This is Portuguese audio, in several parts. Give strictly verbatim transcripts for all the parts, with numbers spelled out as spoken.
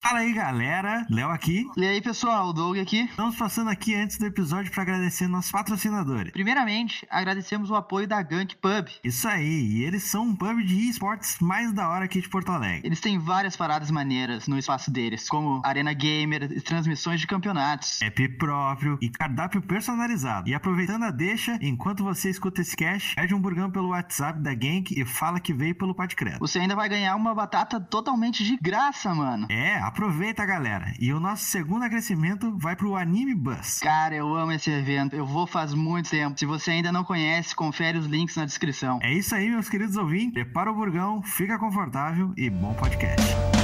Fala aí, galera, Léo aqui. E aí, pessoal, o Doug aqui. Estamos passando aqui antes do episódio para agradecer nossos patrocinadores. Primeiramente, agradecemos o apoio da Gank Pub. Isso aí, e eles são um pub de esportes mais da hora aqui de Porto Alegre. Eles têm várias paradas maneiras no espaço deles, como arena gamer e transmissões de campeonatos. App próprio e cardápio personalizado. E aproveitando a deixa, enquanto você escuta esse cast, pede um burgão pelo WhatsApp da Gank e fala que veio pelo Podcredo. Você ainda vai ganhar uma batata totalmente de graça, mano. É, aproveita, galera. E o nosso segundo agradecimento vai pro Anime Bus. Cara, eu amo esse evento. Eu vou faz muito tempo. Se você ainda não conhece, confere os links na descrição. É isso aí, meus queridos ouvintes. Prepara o burgão, fica confortável e bom podcast.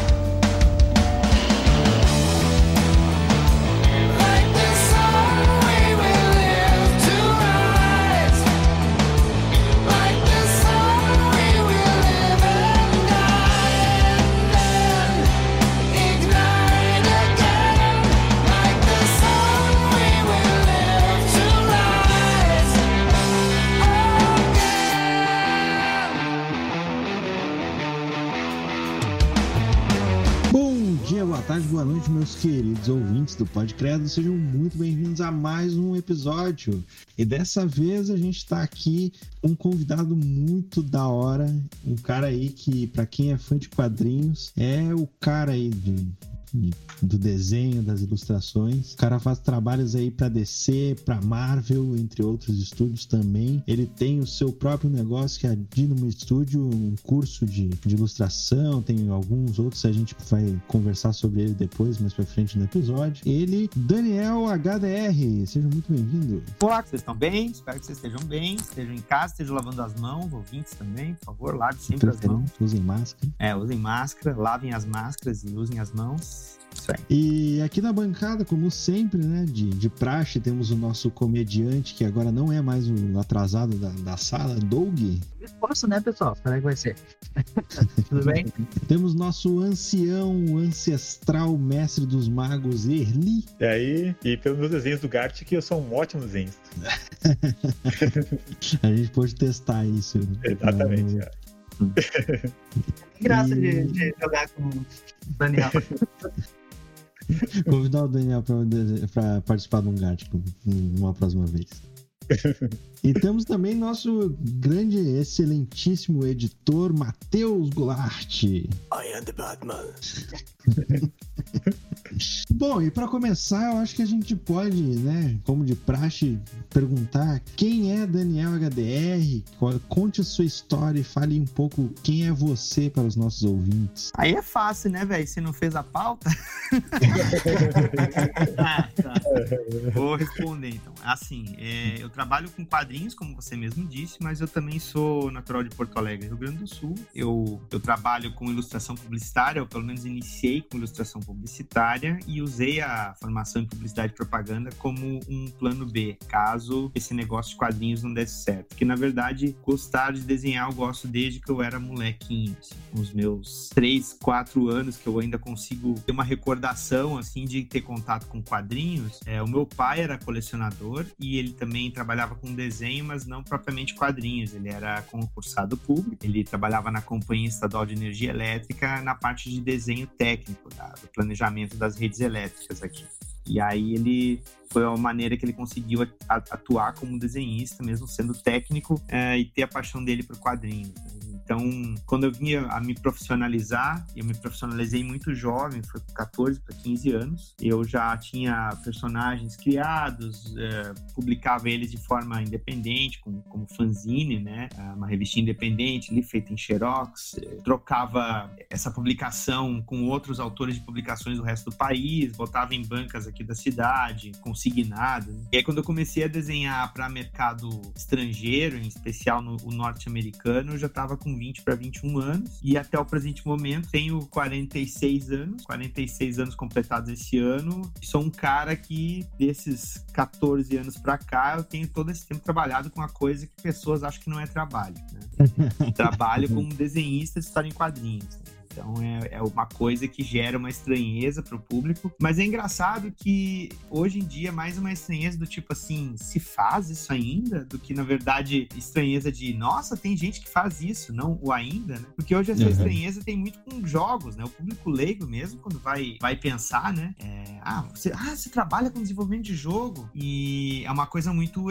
Boa tarde, boa noite, meus queridos ouvintes do Podcredo. Sejam muito bem-vindos a mais um episódio. E dessa vez a gente tá aqui com um convidado muito da hora. Um cara aí que, pra quem é fã de quadrinhos, é o cara aí de... do desenho, das ilustrações. O cara faz trabalhos aí pra D C, pra Marvel, entre outros estúdios também. Ele tem o seu próprio negócio, que é a Dynamo Studio, um curso de, de ilustração, tem alguns outros, a gente vai conversar sobre ele depois, mais pra frente no episódio. Ele, Daniel H D R, seja muito bem-vindo. Olá, vocês estão bem? Espero que vocês estejam bem, estejam em casa, estejam lavando as mãos, ouvintes também, por favor, lavem sempre as mãos. Usem máscara. É, usem máscara, lavem as máscaras e usem as mãos. Isso aí. E aqui na bancada, como sempre, né, de, de praxe, temos o nosso comediante, que agora não é mais o atrasado da, da sala, Doug. Posso, né, pessoal? Como é que vai ser? Tudo bem? Temos nosso ancião, ancestral mestre dos magos, Erli. E aí, e pelos meus desenhos do Gartic, eu sou um ótimo desenhista. A gente pode testar isso. Exatamente, cara. Que graça e... de, de jogar com o Daniel. Convidar o Daniel para participar de um Gartic uma próxima vez. E temos também nosso grande, excelentíssimo editor, Matheus Goulart. I am the Batman. Bom, e para começar, eu acho que a gente pode, né, como de praxe, perguntar quem é Daniel H D R, conte a sua história e fale um pouco quem é você para os nossos ouvintes. Aí é fácil, né, velho? Você não fez a pauta? ah, tá. Vou responder, então. Assim, é, eu trabalho com quadrinhos, como você mesmo disse, mas eu também sou natural de Porto Alegre, Rio Grande do Sul. Eu, eu trabalho com ilustração publicitária, ou pelo menos iniciei com ilustração publicitária e usei a formação em publicidade e propaganda como um plano B, caso esse negócio de quadrinhos não desse certo. Porque, na verdade, gostar de desenhar eu gosto desde que eu era molequinho, assim, com os meus três, quatro anos, que eu ainda consigo ter uma recordação, assim, de ter contato com quadrinhos. É, o meu pai era colecionador e ele também trabalhava com desenho, mas não propriamente quadrinhos. Ele era concursado público, ele trabalhava na Companhia Estadual de Energia Elétrica na parte de desenho técnico, tá? Do planejamento das redes elétricas aqui. E aí ele foi a maneira que ele conseguiu atuar como desenhista, mesmo sendo técnico, é, e ter a paixão dele por quadrinhos, né? Então, quando eu vinha a me profissionalizar, eu me profissionalizei muito jovem, foi com catorze para quinze anos, eu já tinha personagens criados, é, publicava eles de forma independente, como, como fanzine, né? Uma revistinha independente, ali, feita em xerox, é, trocava essa publicação com outros autores de publicações do resto do país, botava em bancas aqui da cidade, consignado. E aí, quando eu comecei a desenhar para mercado estrangeiro, em especial no o norte-americano, eu já estava com vinte para vinte e um anos, e até o presente momento tenho quarenta e seis anos, quarenta e seis anos completados esse ano, e sou um cara que desses catorze anos para cá, eu tenho todo esse tempo trabalhado com uma coisa que pessoas acham que não é trabalho, né? Trabalho como desenhista de história em quadrinhos, né? Então é, é uma coisa que gera uma estranheza pro público, mas é engraçado que hoje em dia é mais uma estranheza do tipo assim, se faz isso ainda? Do que na verdade estranheza de, nossa, tem gente que faz isso, não o ainda, né? Porque hoje essa uhum. estranheza tem muito com jogos, né? O público leigo mesmo, quando vai, vai pensar, né? É, ah, você, ah, você trabalha com desenvolvimento de jogo e é uma coisa muito,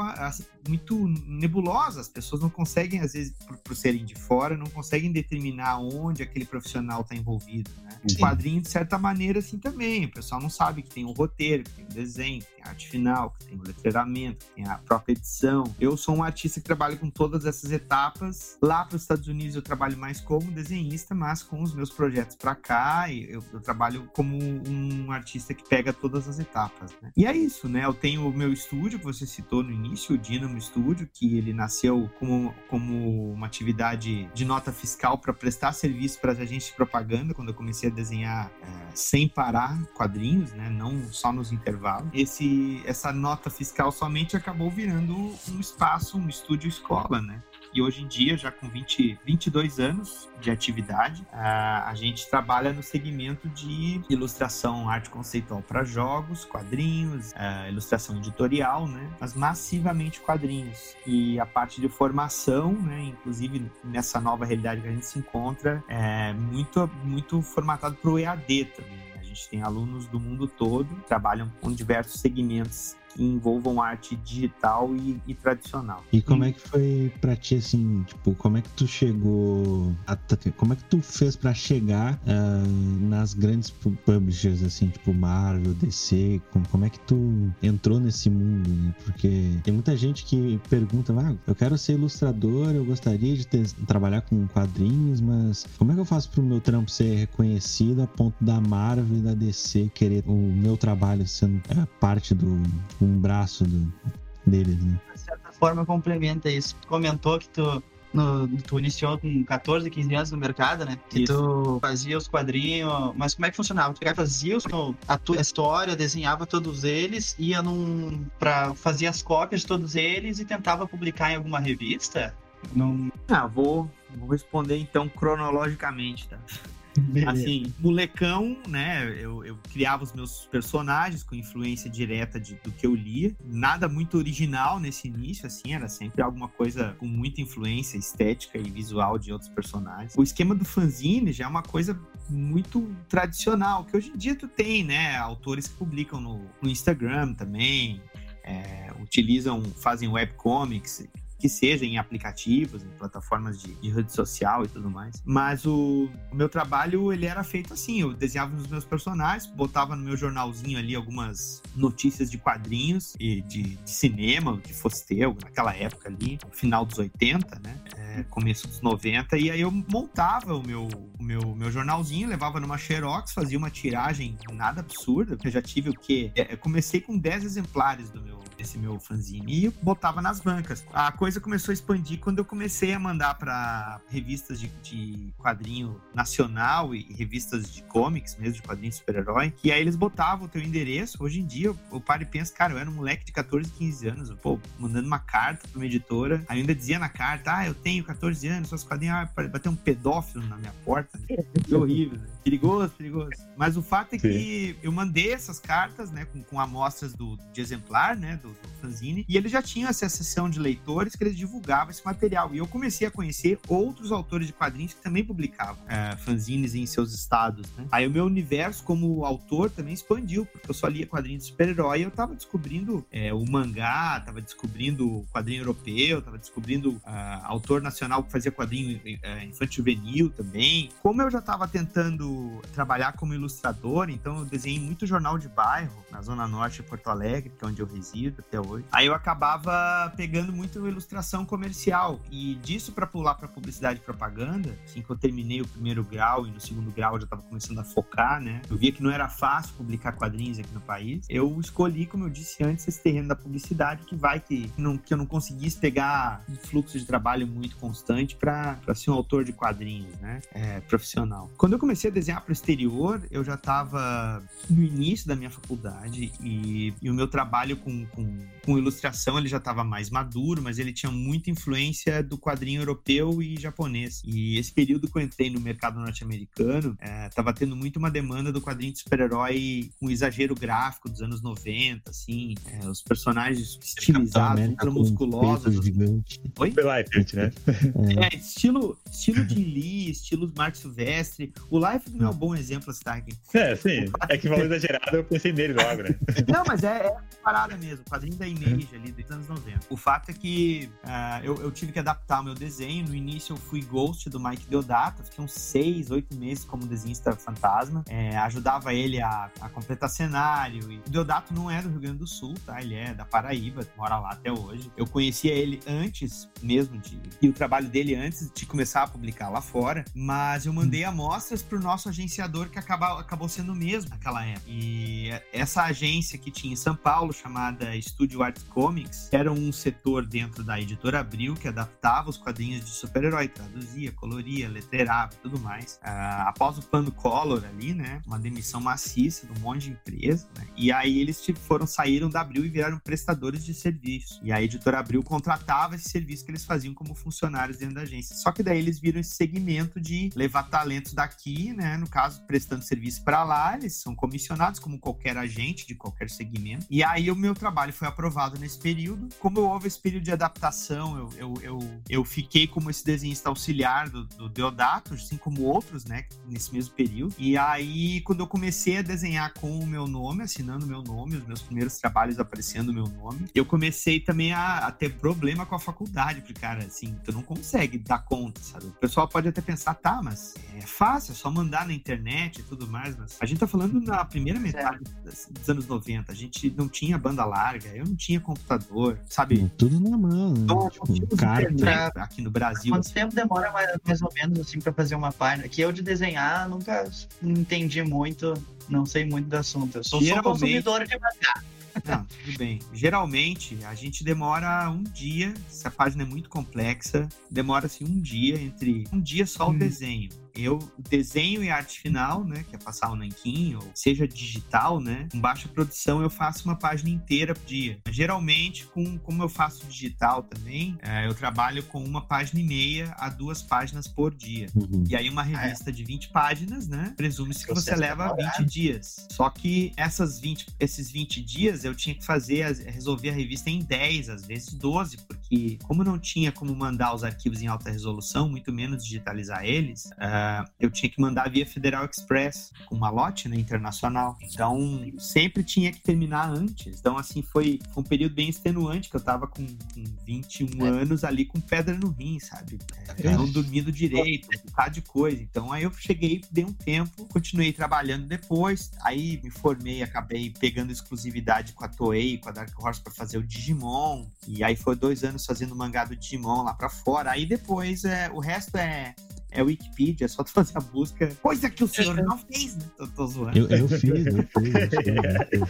muito nebulosa, as pessoas não conseguem, às vezes, por, por serem de fora, não conseguem determinar onde aquele profissional está envolvido, né? O quadrinho, de certa maneira, assim também, o pessoal não sabe que tem o roteiro, que tem o desenho, que tem a arte final, que tem o letreiramento, que tem a própria edição. Eu sou um artista que trabalha com todas essas etapas. Lá para os Estados Unidos eu trabalho mais como desenhista, mas com os meus projetos para cá, eu, eu trabalho como um artista que pega todas as etapas, né? E é isso, né? Eu tenho o meu estúdio, que você citou no início, o Dynamo Studio, que ele nasceu como, como uma atividade de nota fiscal para prestar serviço para as agências de propaganda, quando eu comecei a desenhar é, sem parar quadrinhos, né? Não só nos intervalos. Esse, essa nota fiscal somente acabou virando um espaço, um estúdio escola, né? E hoje em dia, já com vinte, vinte e dois anos de atividade, a, a gente trabalha no segmento de ilustração, arte conceitual para jogos, quadrinhos, a, ilustração editorial, né? Mas massivamente quadrinhos. E a parte de formação, né? Inclusive nessa nova realidade que a gente se encontra, é muito, muito formatado para o E A D também. A gente tem alunos do mundo todo que trabalham com diversos segmentos que envolvam arte digital e, e tradicional. E como é que foi pra ti, assim, tipo, como é que tu chegou, a, como é que tu fez pra chegar uh, nas grandes publishers, assim, tipo Marvel, D C, como, como é que tu entrou nesse mundo, né? Porque tem muita gente que pergunta, ah, eu quero ser ilustrador, eu gostaria de ter, trabalhar com quadrinhos, mas como é que eu faço pro meu trampo ser reconhecido a ponto da Marvel e da D C querer o meu trabalho sendo é, parte do um braço do, deles, né? De certa forma, complementa isso. Tu comentou que tu, no, tu iniciou com catorze, quinze anos no mercado, né? Que isso. Tu fazia os quadrinhos, mas como é que funcionava? Tu pegava, fazia a tua história, desenhava todos eles, ia num, pra, fazia as cópias de todos eles e tentava publicar em alguma revista? Num... Ah, vou, vou responder então cronologicamente, tá? Beleza. Assim, molecão, né, eu, eu criava os meus personagens com influência direta de, do que eu lia, nada muito original nesse início, assim, era sempre alguma coisa com muita influência estética e visual de outros personagens. O esquema do fanzine já é uma coisa muito tradicional, que hoje em dia tu tem, né, autores que publicam no, no Instagram também, é, utilizam, fazem webcomics, que seja em aplicativos, em plataformas de, de rede social e tudo mais. Mas o, o meu trabalho, ele era feito assim, eu desenhava os meus personagens, botava no meu jornalzinho ali algumas notícias de quadrinhos e de, de cinema, que fosse ter, naquela época ali, final dos oitenta, né? É, começo dos noventa, e aí eu montava o meu, o meu, meu jornalzinho, levava numa Xerox, fazia uma tiragem nada absurda, eu já tive o quê? Eu comecei com dez exemplares do meu, desse meu fanzine, e eu botava nas bancas. A coisa começou a expandir quando eu comecei a mandar para revistas de, de quadrinho nacional e revistas de comics mesmo, de quadrinho de super-herói, e aí eles botavam o teu endereço. Hoje em dia, eu, eu paro e penso, cara, eu era um moleque de catorze, quinze anos, eu, pô, mandando uma carta pra uma editora, aí eu ainda dizia na carta, ah, eu tenho catorze anos, seus quadrinhos, ah, vai ter um pedófilo na minha porta, né? Que horrível, né? Perigoso, perigoso. Mas o fato é que Sim. eu mandei essas cartas, né, com, com amostras do, de exemplar, né, do, do fanzine, e eles já tinham essa seção de leitores que eles divulgavam esse material. E eu comecei a conhecer outros autores de quadrinhos que também publicavam é, fanzines em seus estados, né? Aí o meu universo como autor também expandiu, porque eu só lia quadrinhos de super-herói e eu tava descobrindo é, o mangá, tava descobrindo o quadrinho europeu, tava descobrindo uh, autor nacional que fazia quadrinho uh, infantil-juvenil também. Como eu já tava tentando trabalhar como ilustrador, então eu desenhei muito jornal de bairro na Zona Norte de Porto Alegre, que é onde eu resido até hoje. Aí eu acabava pegando muito ilustração comercial, e disso para pular para publicidade e propaganda, assim que eu terminei o primeiro grau e no segundo grau eu já estava começando a focar, né? Eu via que não era fácil publicar quadrinhos aqui no país. Eu escolhi, como eu disse antes, esse terreno da publicidade, que vai que, não, que eu não conseguisse pegar um fluxo de trabalho muito constante para ser um autor de quadrinhos, né? É, profissional. Quando eu comecei a desenhar para o exterior, eu já estava no início da minha faculdade, e, e o meu trabalho com, com com, com ilustração ele já estava mais maduro, mas ele tinha muita influência do quadrinho europeu e japonês. E esse período que eu entrei no mercado norte-americano, estava é, tendo muito uma demanda do quadrinho de super-herói com exagero gráfico dos anos noventa, assim, é, os personagens estilizados, ultramusculosos. Oi? Foi Liefeld, né? É, estilo, estilo de Lee, estilo Mark Silvestre. O Liefeld não é um bom exemplo a citar aqui. É, sim. É que falou exagerado, eu pensei nele logo, né? Não, mas é, é parada mesmo, quadrinho da Image ali dos anos noventa. O fato é que uh, eu, eu tive que adaptar o meu desenho. No início eu fui ghost do Mike Deodato, fiquei uns seis, oito meses como desenhista fantasma. É, ajudava ele a, a completar cenário. E o Deodato não é do Rio Grande do Sul, tá? Ele é da Paraíba, mora lá até hoje. Eu conhecia ele antes mesmo de... E o trabalho dele antes de começar a publicar lá fora, mas eu mandei amostras pro nosso agenciador que acaba, acabou sendo o mesmo naquela época. E essa agência que tinha em São Paulo, chamada Studio Art Comics, era um setor dentro da Editora Abril que adaptava os quadrinhos de super-herói, traduzia, coloria, letreirava e tudo mais. Uh, após o plano Collor ali, né, uma demissão maciça de um monte de empresa, né, e aí eles foram, saíram da Abril e viraram prestadores de serviço. E a Editora Abril contratava esse serviço que eles faziam como funcionários dentro da agência. Só que daí eles viram esse segmento de levar talentos daqui, né, no caso, prestando serviço para lá, eles são comissionados como qualquer agente de qualquer segmento. E aí o meu trabalho foi aprovado nesse período. Como houve esse período de adaptação, eu, eu, eu, eu fiquei como esse desenhista auxiliar do, do Deodato, assim como outros, né, nesse mesmo período. E aí, quando eu comecei a desenhar com o meu nome, assinando o meu nome, os meus primeiros trabalhos aparecendo o meu nome, eu comecei também a, a ter problema com a faculdade, porque, cara, assim, tu não consegue dar conta, sabe? O pessoal pode até pensar, tá, mas é fácil, é só mandar na internet e tudo mais, mas a gente tá falando na primeira metade dos, dos anos noventa, a gente não tinha banda larga, eu não tinha computador, sabe? Tudo na mão, né? Então, tipo, carta. Aqui no Brasil. Quanto assim, tempo demora mais, mais ou menos, assim, pra fazer uma página? Que eu de desenhar nunca entendi muito, não sei muito do assunto. Eu sou só consumidor de mangá. Não, tudo bem. Geralmente, a gente demora um dia, se a página é muito complexa, demora assim um dia, entre um dia só o hum. desenho. Eu desenho e arte final, né, que é passar o nanquim, ou seja digital, né, com baixa produção eu faço uma página inteira por dia. Geralmente, com, como eu faço digital também, é, eu trabalho com uma página e meia a duas páginas por dia. Uhum. E aí uma revista ah, é. de vinte páginas, né, presume-se que você leva vinte dias. Só que essas vinte, esses vinte dias eu tinha que fazer, resolver a revista em dez, às vezes doze, porque como não tinha como mandar os arquivos em alta resolução, muito menos digitalizar eles, uh, eu tinha que mandar via Federal Express, com uma lote, né, internacional. Então, sempre tinha que terminar antes. Então, assim, foi, foi um período bem extenuante, que eu tava com, com vinte e um é. anos ali com pedra no rim, sabe? É, não dormindo direito, um bocado de coisa. Então, aí eu cheguei, dei um tempo, continuei trabalhando depois, aí me formei, acabei pegando exclusividade com a Toei, com a Dark Horse pra fazer o Digimon, e aí foi dois anos fazendo mangá do Digimon lá pra fora. Aí depois, é, o resto é É o Wikipedia, é só tu fazer a busca. Coisa que o senhor não fez, né? Tô, tô zoando. Eu, eu fiz, eu fiz. Eu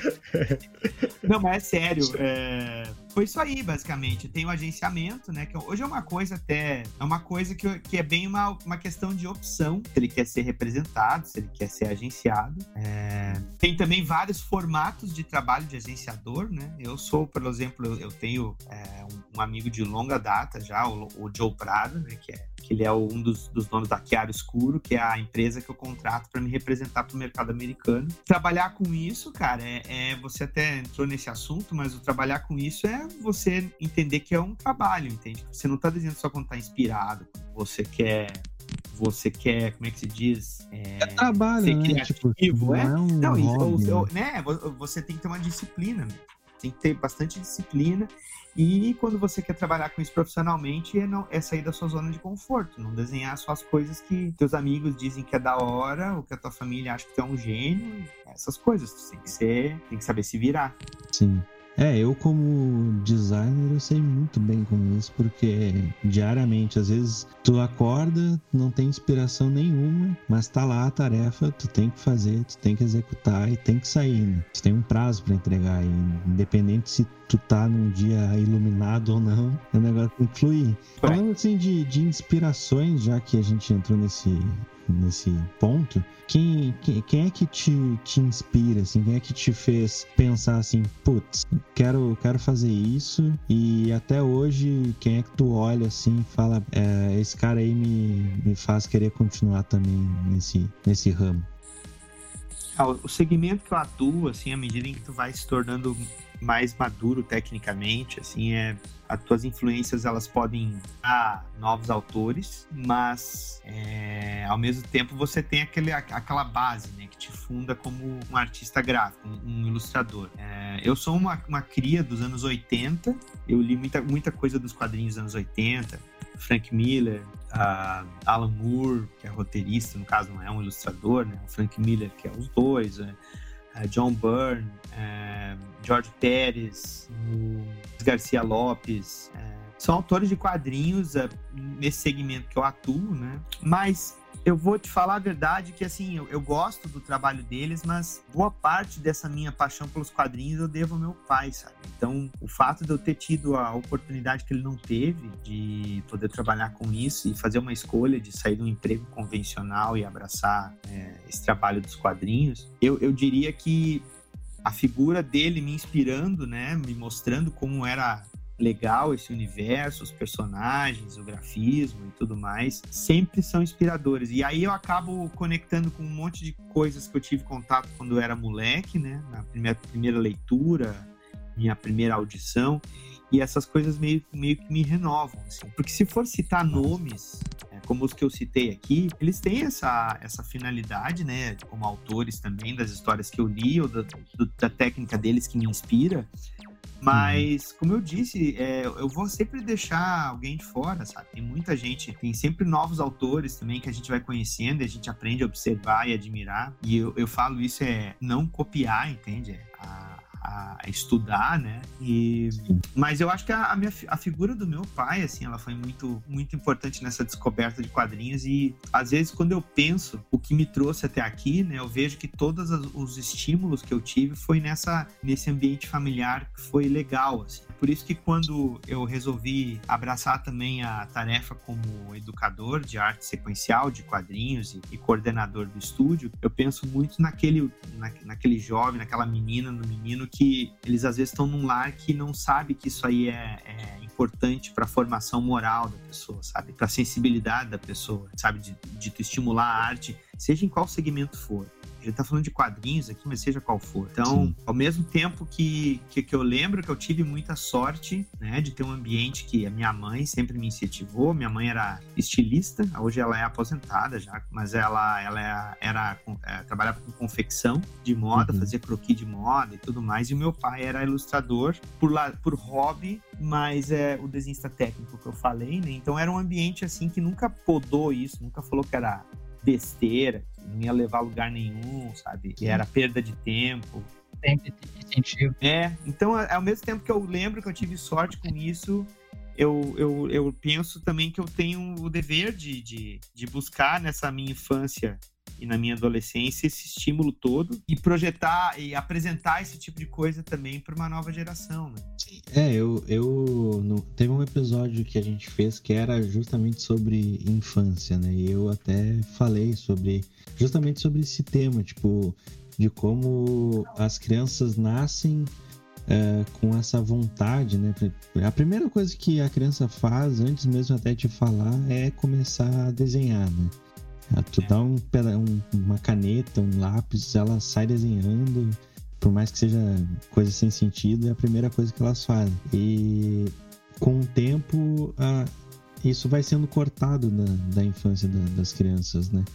fiz. Não, mas é sério. É... Foi isso aí, basicamente. Tem o agenciamento, né? Que hoje é uma coisa até... É uma coisa que, que é bem uma, uma questão de opção. Se ele quer ser representado, se ele quer ser agenciado. É... Tem também vários formatos de trabalho de agenciador, né? Eu sou, por exemplo, eu tenho é, um, um amigo de longa data já, o, o Joe Prado, né? Que, é, que ele é um dos, dos donos da Chiaro Escuro, que é a empresa que eu contrato para me representar para o mercado americano. Trabalhar com isso, cara, é, é... Você até entrou nesse assunto, mas o trabalhar com isso é você entender que é um trabalho, entende? Você não tá dizendo só quando tá inspirado, você quer, você quer, como é que se diz? É, é trabalho, ser né? criativo, tipo, é? Não, é um não hobby, isso, né? Você tem que ter uma disciplina, né? Tem que ter bastante disciplina. E quando você quer trabalhar com isso profissionalmente, é, não, é sair da sua zona de conforto, não desenhar só as coisas que teus amigos dizem que é da hora, ou que a tua família acha que tu é um gênio, essas coisas. Tu tem que ser, tem que saber se virar. Sim. É, eu como designer, eu sei muito bem como isso, porque diariamente, às vezes, tu acorda, não tem inspiração nenhuma, mas tá lá a tarefa, tu tem que fazer, tu tem que executar e tem que sair, né? Tu tem um prazo pra entregar, e independente se tu tá num dia iluminado ou não, o negócio tem que fluir. Falando assim de, de inspirações, já que a gente entrou nesse... nesse ponto, quem, quem, quem é que te, te inspira, assim? Quem é que te fez pensar assim, putz, quero, quero fazer isso, e até hoje, quem é que tu olha assim e fala, é, esse cara aí me, me faz querer continuar também nesse, nesse ramo? Ah, o segmento que eu atuo, assim, à medida em que tu vai se tornando mais maduro tecnicamente, assim, é, as tuas influências, elas podem dar novos autores, mas é, ao mesmo tempo você tem aquele, aquela base, né, que te funda como um artista gráfico, um, um ilustrador. É, eu sou uma, uma cria dos anos oitenta, eu li muita, muita coisa dos quadrinhos dos anos oitenta, Frank Miller, uh, Alan Moore, que é roteirista, no caso não é um ilustrador, né? O Frank Miller, que é os dois, uh, John Byrne, uh, George Pérez, o Garcia Lopes, uh, são autores de quadrinhos uh, nesse segmento que eu atuo, né? Mas eu vou te falar a verdade que, assim, eu, eu gosto do trabalho deles, mas boa parte dessa minha paixão pelos quadrinhos eu devo ao meu pai, sabe? Então, o fato de eu ter tido a oportunidade que ele não teve de poder trabalhar com isso e fazer uma escolha de sair de um emprego convencional e abraçar é, esse trabalho dos quadrinhos, eu, eu diria que a figura dele me inspirando, né, me mostrando como era legal esse universo, os personagens, o grafismo e tudo mais, sempre são inspiradores. E aí eu acabo conectando com um monte de coisas que eu tive contato quando eu era moleque, né? Na primeira, primeira leitura, minha primeira audição, e essas coisas meio, meio que me renovam, assim. Porque se for citar nomes, é, como os que eu citei aqui, eles têm essa, essa finalidade, né? Como autores também, das histórias que eu li, ou da, do, da técnica deles que me inspira. Mas, como eu disse, é, eu vou sempre deixar alguém de fora, sabe? Tem muita gente, tem sempre novos autores também que a gente vai conhecendo e a gente aprende a observar e admirar. E eu, eu falo isso, é não copiar, entende? É a, a estudar, né? E, mas eu acho que a, a, minha, a figura do meu pai, assim, ela foi muito, muito importante nessa descoberta de quadrinhos. E, às vezes, quando eu penso o que me trouxe até aqui, né? Eu vejo que todos os estímulos que eu tive foi nessa, nesse ambiente familiar que foi legal, assim. Por isso que quando eu resolvi abraçar também a tarefa como educador de arte sequencial, de quadrinhos e, e coordenador do estúdio, eu penso muito naquele, na, naquele jovem, naquela menina, no menino, que eles às vezes estão num lar que não sabe que isso aí é, é importante para a formação moral da pessoa, sabe? Para a sensibilidade da pessoa, sabe? De, de tu estimular a arte, seja em qual segmento for. Ele tá falando de quadrinhos aqui, mas seja qual for. Então, sim, ao mesmo tempo que, que, que eu lembro que eu tive muita sorte, né, de ter um ambiente que a minha mãe sempre me incentivou. Minha mãe era estilista, hoje ela é aposentada já, mas ela, ela era, era é, trabalhava com confecção de moda, uhum. fazia croquis de moda e tudo mais. E o meu pai era ilustrador por, lá, por hobby, mas é o desenhista técnico que eu falei, né? Então era um ambiente assim que nunca podou isso, nunca falou que era besteira, que não ia levar a lugar nenhum, sabe? Que era perda de tempo. Sempre tem incentivo. É, então ao mesmo tempo que eu lembro que eu tive sorte com isso, eu, eu, eu penso também que eu tenho o dever de, de, de buscar nessa minha infância e na minha adolescência esse estímulo todo e projetar e apresentar esse tipo de coisa também para uma nova geração, né? É, eu, eu no, teve um episódio que a gente fez que era justamente sobre infância, né? E eu até falei sobre justamente sobre esse tema, tipo, de como as crianças nascem é, com essa vontade, né? A primeira coisa que a criança faz, antes mesmo até de falar, é começar a desenhar, né? Tu dá um, um, uma caneta, um lápis, ela sai desenhando, por mais que seja coisa sem sentido, é a primeira coisa que elas fazem. E com o tempo, a, isso vai sendo cortado da, da infância da, das crianças, né?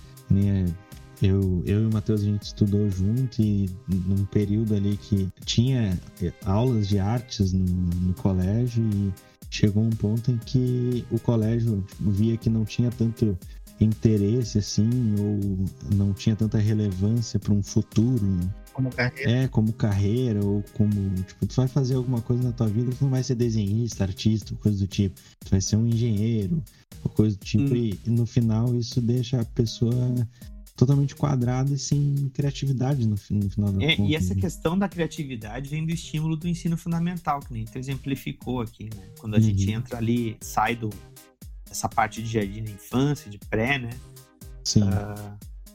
Eu, eu e o Matheus, a gente estudou junto e num período ali que tinha aulas de artes no, no colégio e chegou um ponto em que o colégio tipo, via que não tinha tanto interesse, assim, ou não tinha tanta relevância para um futuro. Como carreira. É, como carreira, ou como, tipo, tu vai fazer alguma coisa na tua vida, tu não vai ser desenhista, artista, coisa do tipo. Tu vai ser um engenheiro, ou coisa do tipo. Hum. E, e no final isso deixa a pessoa totalmente quadrada e sem criatividade no, no final da é, conta. E essa questão da criatividade vem do estímulo do ensino fundamental, que nem tu exemplificou aqui, né? Quando a uhum. gente entra ali, sai do essa parte de jardim da infância, de pré, né? Sim. Uh,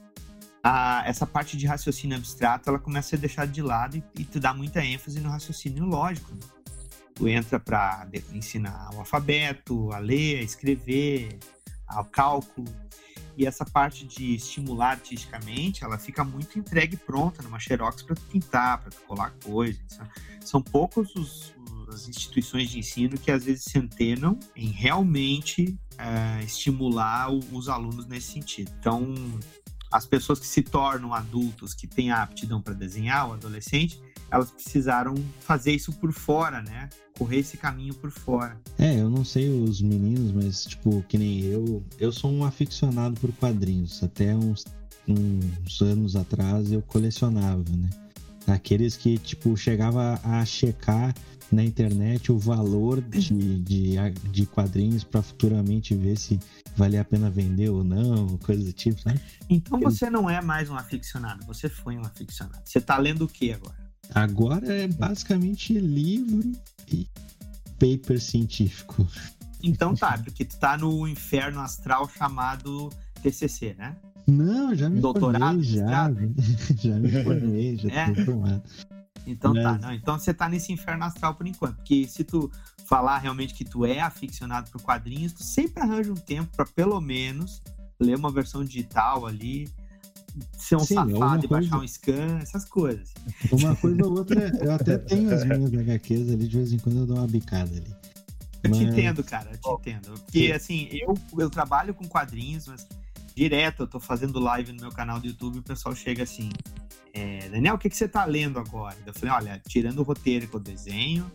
a, essa parte de raciocínio abstrato, ela começa a ser deixada de lado e, e tu dá muita ênfase no raciocínio lógico. Né? Tu entra para ensinar o alfabeto, a ler, a escrever, ao cálculo. E essa parte de estimular artisticamente, ela fica muito entregue pronta numa xerox para tu pintar, para tu colar coisas. Sabe? São poucos os, as instituições de ensino que às vezes se antenam em realmente é, estimular o, os alunos nesse sentido. Então, as pessoas que se tornam adultos, que têm a aptidão para desenhar, o adolescente, elas precisaram fazer isso por fora, né? Correr esse caminho por fora. É, eu não sei os meninos, mas, tipo, que nem eu, eu sou um aficionado por quadrinhos. Até uns, uns anos atrás eu colecionava, né? Aqueles que, tipo, chegava a checar na internet o valor de, de, de quadrinhos para futuramente ver se valia a pena vender ou não, coisa do tipo, sabe? Então você não é mais um aficionado, você foi um aficionado. Você tá lendo o que agora? Agora é basicamente livro e paper científico. Então tá, porque tu tá no inferno astral chamado T C C, né? Não, já me Doutorado, formei, já. Já me formei, já é? tô formado. Então Mas... tá, não, então você tá nesse inferno astral por enquanto, porque se tu falar realmente que tu é aficionado por quadrinhos, tu sempre arranja um tempo pra pelo menos ler uma versão digital ali, ser um Sim, safado e coisa... baixar um scan, essas coisas. Uma coisa ou outra, eu até tenho as minhas H Qs ali, de vez em quando eu dou uma bicada ali. Eu mas... te entendo, cara, eu te oh, entendo. Porque, sim. assim, eu, eu trabalho com quadrinhos, mas direto eu tô fazendo live no meu canal do YouTube e o pessoal chega assim, é, Daniel, o que, que você tá lendo agora? Eu falei, olha, tirando o roteiro que eu desenho,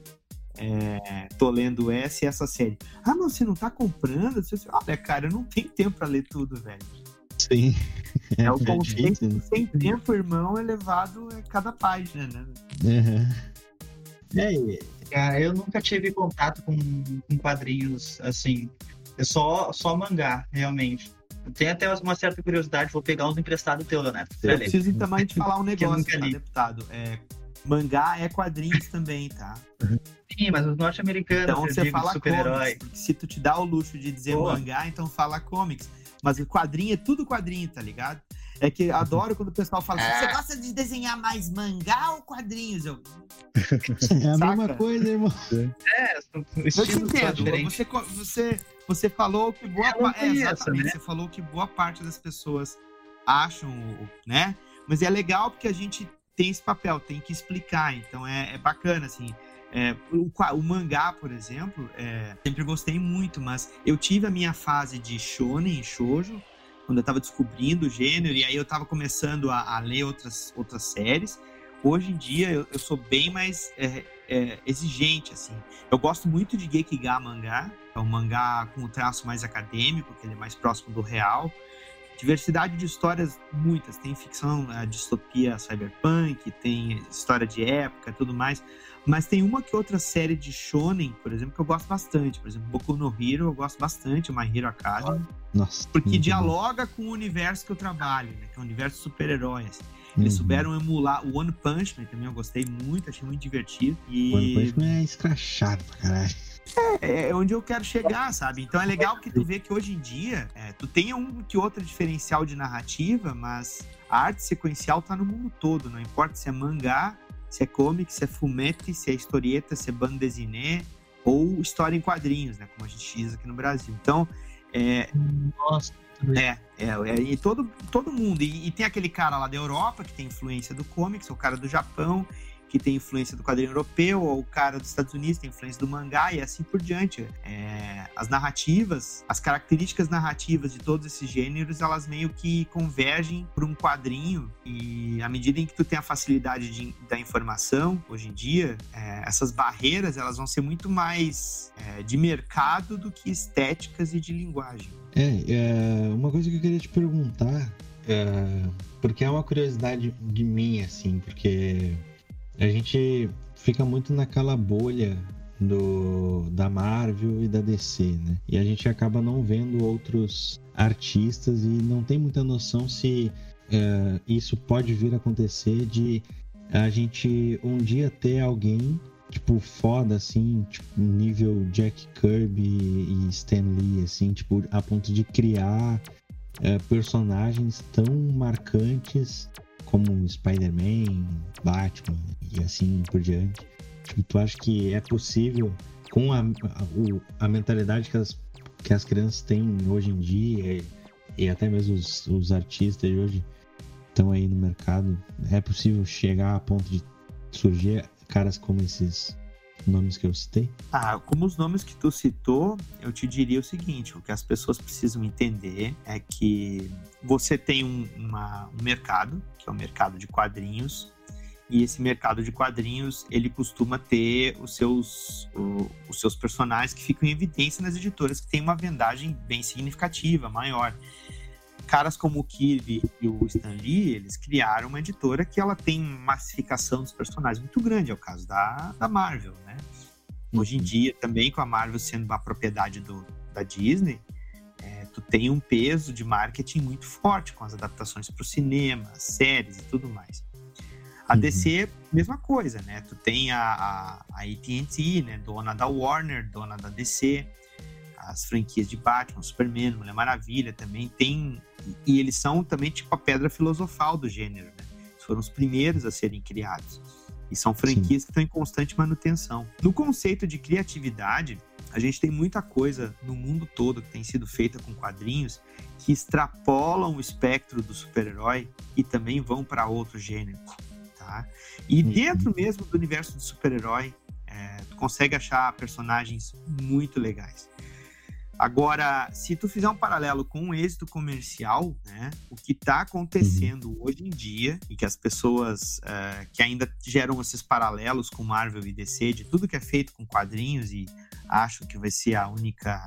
é, tô lendo essa e essa série. Ah, mas você não tá comprando? Você, olha, cara, eu não tenho tempo pra ler tudo, velho. Sim. É, é o conceito de sem tempo, irmão, é levado a cada página, né? Uhum. E aí? Cara, eu nunca tive contato com, com quadrinhos, assim. Eu só, só mangá, realmente. Eu tenho até uma certa curiosidade, vou pegar uns emprestados teu, Leonardo. Eu preciso também te falar um negócio, tá, deputado? É, mangá é quadrinhos também, tá? Sim, mas os norte-americanos, então você digo, fala super-herói. Comics, porque se tu te dá o luxo de dizer Pô. mangá, então fala comics. Mas o quadrinho é tudo quadrinho, tá ligado? É que eu adoro quando o pessoal fala assim, você gosta de desenhar mais mangá ou quadrinhos? Eu... É a Saca? mesma coisa, irmão. É, eu te entendo. Você, você, você falou que boa parte... É, exatamente, né? Você falou que boa parte das pessoas acham, né? Mas é legal porque a gente tem esse papel, tem que explicar. Então é, é bacana, assim... É, o, o mangá, por exemplo, é, sempre gostei muito, mas eu tive a minha fase de shonen e shoujo, quando eu tava descobrindo o gênero, e aí eu tava começando a, a ler outras, outras séries. Hoje em dia, eu, eu sou bem mais é, é, exigente, assim. Eu gosto muito de Gekiga mangá, é um mangá com um traço mais acadêmico, que ele é mais próximo do real. Diversidade de histórias, muitas. Tem ficção, a distopia cyberpunk, tem história de época e tudo mais. Mas tem uma que outra série de shonen, por exemplo, que eu gosto bastante. Por exemplo, Boku no Hero, eu gosto bastante, My Hero Academy. Nossa, porque dialoga bom. com o universo que eu trabalho, né? Que é o universo de super-heróis. Eles uhum. souberam emular o One Punch Man também, eu gostei muito, achei muito divertido. E... O One Punch Man é escrachado pra caralho. É, é onde eu quero chegar, sabe? Então é legal que tu vê que hoje em dia é, tu tem um que outro diferencial de narrativa, mas a arte sequencial tá no mundo todo, não importa se é mangá, se é comic, se é fumete, se é historieta, se é bande dessinée ou história em quadrinhos, né? Como a gente diz aqui no Brasil. Então, é... Nossa... É, é, é e todo, todo mundo. E, e tem aquele cara lá da Europa que tem influência do comics, o cara do Japão que tem influência do quadrinho europeu, ou o cara dos Estados Unidos tem influência do mangá, e assim por diante. É, as narrativas, as características narrativas de todos esses gêneros, elas meio que convergem para um quadrinho, e à medida em que tu tem a facilidade de, da informação, hoje em dia, é, essas barreiras, elas vão ser muito mais é, de mercado do que estéticas e de linguagem. É, é uma coisa que eu queria te perguntar, é, porque é uma curiosidade de mim, assim, porque... A gente fica muito naquela bolha do, da Marvel e da D C, né? E a gente acaba não vendo outros artistas e não tem muita noção se uh, isso pode vir a acontecer de a gente um dia ter alguém, tipo, foda, assim, tipo, nível Jack Kirby e Stan Lee, assim, tipo, a ponto de criar é, personagens tão marcantes como Spider-Man, Batman e assim por diante. Tipo, tu acha que é possível, com a, a, a mentalidade que as, que as crianças têm hoje em dia e, e até mesmo os, os artistas de hoje estão aí no mercado, é possível chegar a ponto de surgir caras como esses nomes que eu citei? Ah, como os nomes que tu citou, eu te diria o seguinte: o que as pessoas precisam entender é que você tem um, uma, um mercado, que é o mercado de quadrinhos, e esse mercado de quadrinhos, ele costuma ter os seus, o, os seus personagens que ficam em evidência nas editoras, que tem uma vendagem bem significativa, maior. Caras como o Kirby e o Stan Lee, eles criaram uma editora que ela tem massificação dos personagens muito grande, é o caso da, da Marvel, né? Hoje em dia, também com a Marvel sendo uma propriedade do, da Disney, é, tu tem um peso de marketing muito forte com as adaptações para o cinema, séries e tudo mais. A uhum. D C, mesma coisa, né? Tu tem a, a, a A T and T, né? Dona da Warner, dona da D C, as franquias de Batman, Superman, Mulher Maravilha também tem, e eles são também tipo a pedra filosofal do gênero, né? Eles foram os primeiros a serem criados, e são franquias Sim. que estão em constante manutenção. No conceito de criatividade, a gente tem muita coisa no mundo todo que tem sido feita com quadrinhos que extrapolam o espectro do super-herói e também vão para outros gêneros, tá? E uhum. dentro mesmo do universo do super-herói, é, tu consegue achar personagens muito legais. Agora, se tu fizer um paralelo com o êxito comercial, né, o que está acontecendo uhum. hoje em dia, e que as pessoas uh, que ainda geram esses paralelos com Marvel e D C, de tudo que é feito com quadrinhos, e acho que vai ser a única,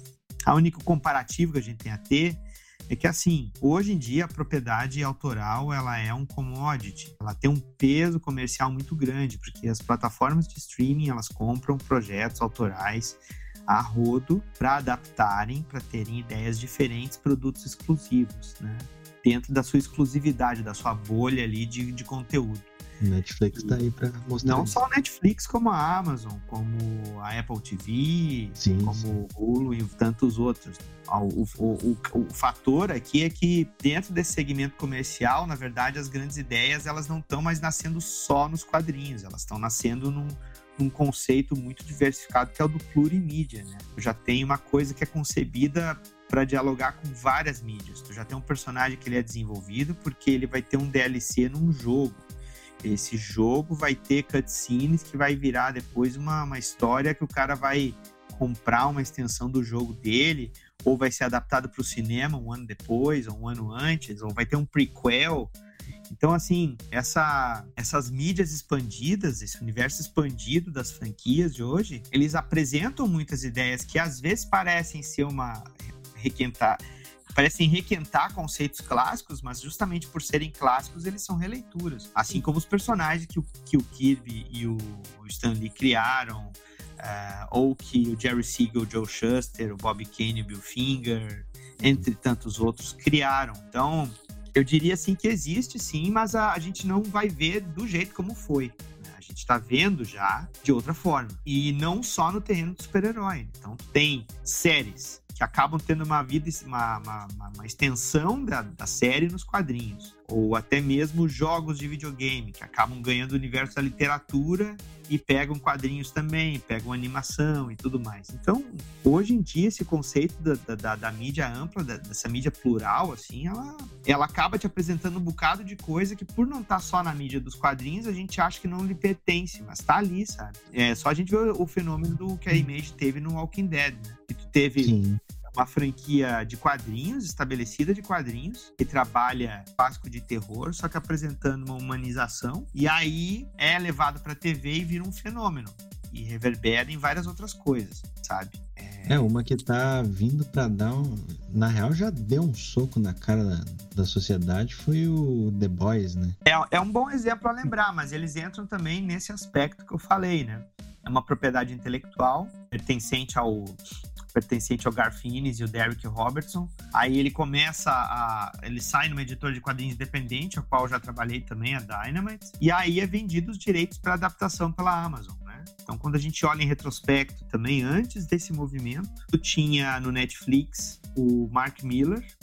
a única comparativo que a gente tem a ter, é que assim, hoje em dia a propriedade autoral, ela é um commodity, ela tem um peso comercial muito grande, porque as plataformas de streaming, elas compram projetos autorais a rodo para adaptarem, para terem ideias diferentes, produtos exclusivos, né? Dentro da sua exclusividade, da sua bolha ali de, de conteúdo. Netflix tá aí para mostrar. Não isso. só a Netflix, como a Amazon, como a Apple T V, sim, como o Hulu e tantos outros. O, o, o, o fator aqui é que dentro desse segmento comercial, na verdade, as grandes ideias, elas não estão mais nascendo só nos quadrinhos, elas estão nascendo num um conceito muito diversificado, que é o do plurimídia, né? Tu já tem uma coisa que é concebida para dialogar com várias mídias. Tu já tem um personagem que ele é desenvolvido porque ele vai ter um D L C num jogo. Esse jogo vai ter cutscenes que vai virar depois uma, uma história que o cara vai comprar uma extensão do jogo dele, ou vai ser adaptado para o cinema um ano depois, ou um ano antes, ou vai ter um prequel. Então, assim, essa, essas mídias expandidas, esse universo expandido das franquias de hoje, eles apresentam muitas ideias que às vezes parecem ser uma... requentar, parecem requentar conceitos clássicos, mas justamente por serem clássicos, eles são releituras. Assim como os personagens que o, que o Kirby e o Stan Lee criaram, uh, ou que o Jerry Siegel, o Joe Shuster, o Bob Kane, o Bill Finger, entre tantos outros, criaram. Então... eu diria assim que existe sim, mas a, a gente não vai ver do jeito como foi, né? A gente tá vendo já de outra forma. E não só no terreno do super-herói. Então tem séries que acabam tendo uma vida, uma, uma, uma extensão da, da série nos quadrinhos. Ou até mesmo jogos de videogame, que acabam ganhando o universo da literatura e pegam quadrinhos também, pegam animação e tudo mais. Então, hoje em dia, esse conceito da, da, da mídia ampla, da, dessa mídia plural, assim, ela, ela acaba te apresentando um bocado de coisa que, por não estar só na mídia dos quadrinhos, a gente acha que não lhe pertence, mas tá ali, sabe? É só a gente ver o, o fenômeno do que a Image teve no Walking Dead, né? Que tu teve... Sim. Uma franquia de quadrinhos, estabelecida de quadrinhos, que trabalha clássico de terror, só que apresentando uma humanização, e aí é levado pra T V e vira um fenômeno, e reverbera em várias outras coisas, sabe? É, é uma que tá vindo pra dar um... na real já deu um soco na cara da, da sociedade, foi o The Boys, né? É, é um bom exemplo a lembrar, mas eles entram também nesse aspecto que eu falei, né? É uma propriedade intelectual, pertencente ao... pertencente ao Garth Ennis e o Derek Robertson. Aí ele começa a... ele sai numa editora de quadrinhos independente, a qual eu já trabalhei também, a Dynamite, e aí é vendido os direitos para adaptação pela Amazon, né? Então, quando a gente olha em retrospecto também, antes desse movimento, tu tinha no Netflix o Mark Miller,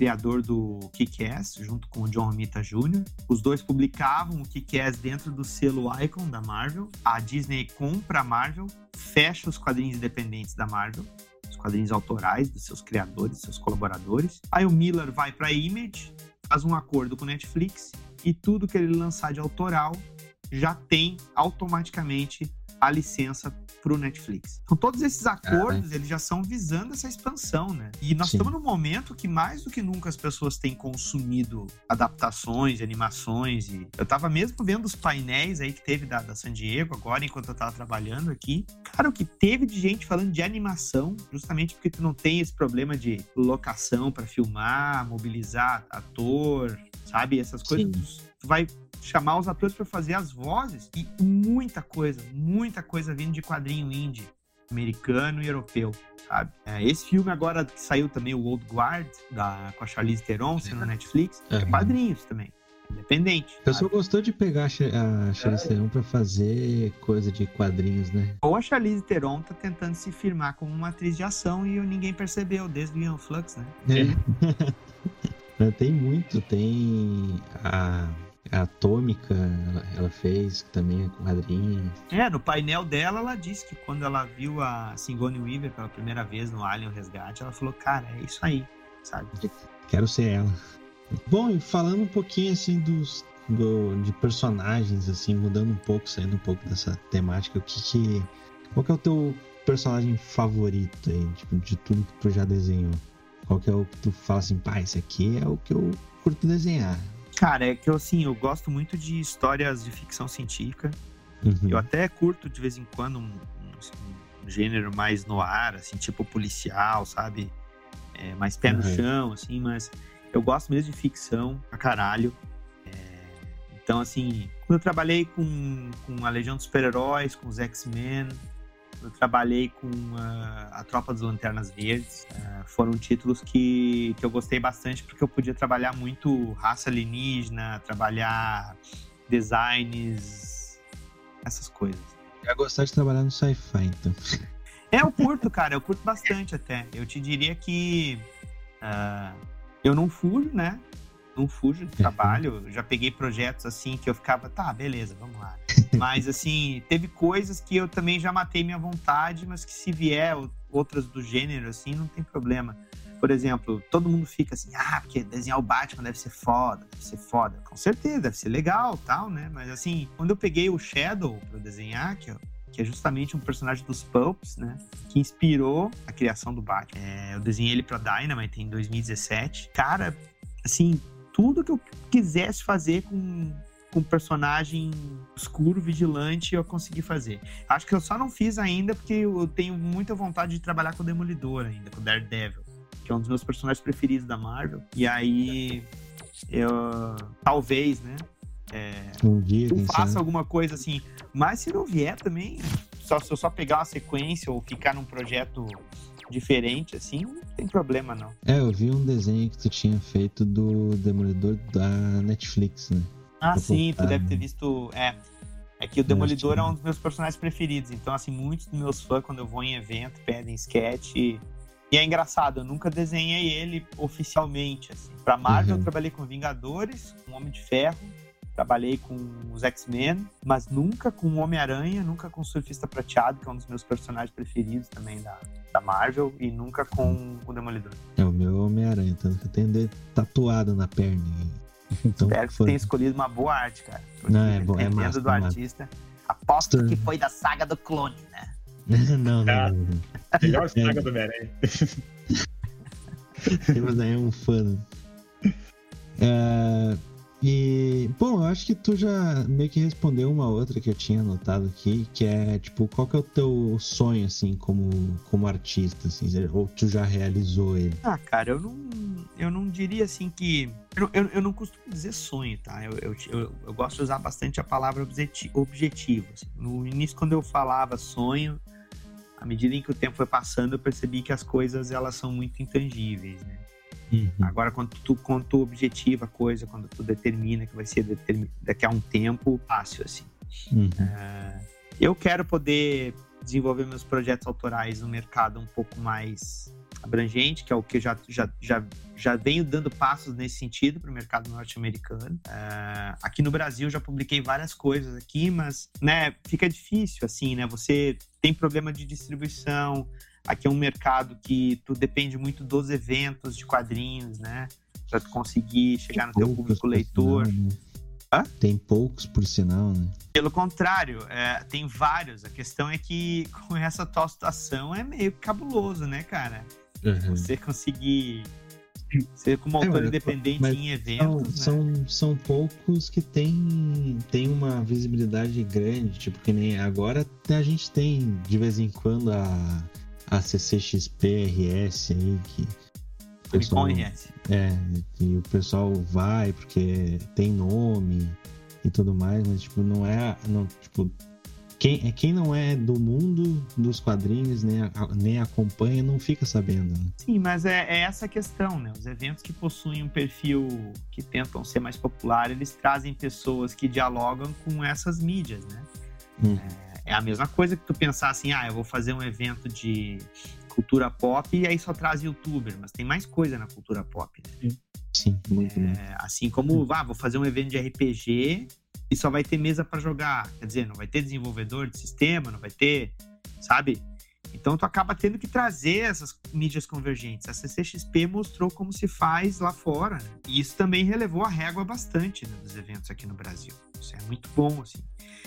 criador do Kick-Ass, junto com o John Romita Júnior Os dois publicavam o Kick-Ass dentro do selo Icon da Marvel. A Disney compra a Marvel, fecha os quadrinhos independentes da Marvel, os quadrinhos autorais dos seus criadores, seus colaboradores. Aí o Miller vai para a Image, faz um acordo com o Netflix e tudo que ele lançar de autoral já tem automaticamente a licença pro Netflix. Então todos esses acordos, ah, eles já são visando essa expansão, né? E nós Sim. estamos num momento que mais do que nunca as pessoas têm consumido adaptações, animações, e eu tava mesmo vendo os painéis aí que teve da, da San Diego agora, enquanto eu tava trabalhando aqui. Cara, o que teve de gente falando de animação, justamente porque tu não tem esse problema de locação pra filmar, mobilizar ator, sabe? Essas coisas. Sim. Tu vai chamar os atores para fazer as vozes e muita coisa, muita coisa vindo de quadrinho indie, americano e europeu, sabe? É, esse filme agora que saiu também, o Old Guard, da, com a Charlize Theron, sendo na Netflix, é, é quadrinhos também, independente. O pessoal gostou de pegar a Charlize Theron para fazer coisa de quadrinhos, né? Ou a Charlize Theron tá tentando se firmar como uma atriz de ação e ninguém percebeu, desde o Ian Flux, né? É. Tem muito, tem a... A Atômica, ela, ela fez também com quadrinhos. É, no painel dela, ela disse que quando ela viu a Sigourney Weaver pela primeira vez no Alien Resgate, ela falou, cara, é isso aí, sabe? Quero ser ela. Bom, e falando um pouquinho, assim, dos, do, de personagens, assim, mudando um pouco, saindo um pouco dessa temática, o que que... Qual que é o teu personagem favorito aí, tipo, de tudo que tu já desenhou? Qual que é o que tu fala assim, pá, esse aqui é o que eu curto desenhar? Cara, é que eu, assim, eu gosto muito de histórias de ficção científica. Uhum. Eu até curto, de vez em quando, um, um, assim, um gênero mais no ar, assim, tipo policial, sabe? É, mais pé no uhum. chão, assim, mas eu gosto mesmo de ficção, pra caralho. É, então, assim, quando eu trabalhei com, com a Legião dos Super-Heróis, com os X-Men, eu trabalhei com uh, a Tropa das Lanternas Verdes. Uh, foram títulos que, que eu gostei bastante, porque eu podia trabalhar muito raça alienígena, trabalhar designs, essas coisas. Eu ia gostar de trabalhar no sci-fi, então. É, eu curto, cara, eu curto bastante até. Eu te diria que uh, eu não fujo, né? Não fujo do trabalho. Eu já peguei projetos assim que eu ficava, tá, beleza, vamos lá. Mas assim, teve coisas que eu também já matei minha vontade, mas que se vier outras do gênero, assim, não tem problema. Por exemplo, todo mundo fica assim, ah, porque desenhar o Batman deve ser foda, deve ser foda. Com certeza, deve ser legal, tal, né? Mas assim, quando eu peguei o Shadow pra desenhar, que, eu, que é justamente um personagem dos Pulps, né? Que inspirou a criação do Batman. É, eu desenhei ele pra Dynamite em dois mil e dezessete. Cara, assim, tudo que eu quisesse fazer com... com um personagem escuro, vigilante, eu consegui fazer. Acho que eu só não fiz ainda porque eu tenho muita vontade de trabalhar com o Demolidor ainda, com o Daredevil, que é um dos meus personagens preferidos da Marvel. E aí, eu... talvez, né? É, um dia, eu faça alguma coisa assim. Mas se não vier também, só, se eu só pegar uma sequência ou ficar num projeto diferente, assim, não tem problema, não. É, eu vi um desenho que tu tinha feito do Demolidor da Netflix, né? Ah, sim, tu deve ter visto... É, é que o Demolidor é um dos meus personagens preferidos. Então, assim, muitos dos meus fãs, quando eu vou em evento, pedem sketch. E é engraçado, eu nunca desenhei ele oficialmente, assim. Pra Marvel, uhum. eu trabalhei com Vingadores, com Homem de Ferro, trabalhei com os X-Men, mas nunca com o Homem-Aranha, nunca com o Surfista Prateado, que é um dos meus personagens preferidos também da, da Marvel, e nunca com o Demolidor. É o meu Homem-Aranha, tanto que eu tenho ele tatuado na perna. Então, espero que você tenha escolhido uma boa arte, cara. Porque não, é bom, é massa, do artista, aposto Stor... que foi da saga do clone, né? não, não, ah, não, não. Melhor saga é. do Homem-Aranha. Mas aí é um fã. Uh, e, bom, eu acho que tu já meio que respondeu uma outra que eu tinha anotado aqui, que é, tipo, qual que é o teu sonho, assim, como, como artista, assim, ou tu já realizou ele? Ah, cara, eu não, eu não diria, assim, que... Eu, eu, eu não costumo dizer sonho, tá? Eu, eu, eu, eu gosto de usar bastante a palavra objetivo. objetivo assim. No início, quando eu falava sonho, à medida em que o tempo foi passando, eu percebi que as coisas, elas são muito intangíveis, né? Uhum. Agora, quando tu, quando tu objetiva a coisa, quando tu determina que vai ser determin... daqui a um tempo, fácil, assim. Uhum. Uh, eu quero poder desenvolver meus projetos autorais no mercado um pouco mais abrangente, que é o que eu já, já, já, já venho dando passos nesse sentido para o mercado norte-americano. Uh, aqui no Brasil já publiquei várias coisas aqui, mas, né, fica difícil, assim, né? Você tem problema de distribuição. Aqui é um mercado que tu depende muito dos eventos de quadrinhos, né? Para tu conseguir chegar no teu público leitor. Sinal, né? Hã? Tem poucos, por sinal, né? Pelo contrário, é, tem vários. A questão é que com essa atual situação é meio cabuloso, né, cara? Uhum. Você conseguir ser como autor é, independente em eventos. São, né? são, são poucos que tem, tem uma visibilidade grande, tipo, que nem agora a gente tem de vez em quando a, a C C X P R S aí, que o pessoal, é, e o pessoal vai porque tem nome e tudo mais, mas tipo, não é. Não, tipo, quem, quem não é do mundo dos quadrinhos, nem, nem acompanha, não fica sabendo. Né? Sim, mas é, é essa a questão, né? Os eventos que possuem um perfil que tentam ser mais popular, eles trazem pessoas que dialogam com essas mídias, né? Hum. É, é a mesma coisa que tu pensar assim, ah, eu vou fazer um evento de cultura pop e aí só traz youtuber, mas tem mais coisa na cultura pop, né? Sim, muito é, bom. Assim como, ah, vou fazer um evento de R P G e só vai ter mesa para jogar, quer dizer, não vai ter desenvolvedor de sistema, não vai ter, sabe? Então tu acaba tendo que trazer essas mídias convergentes. A C C X P mostrou como se faz lá fora, né? E isso também relevou a régua bastante, né, dos eventos aqui no Brasil. Isso é muito bom, assim.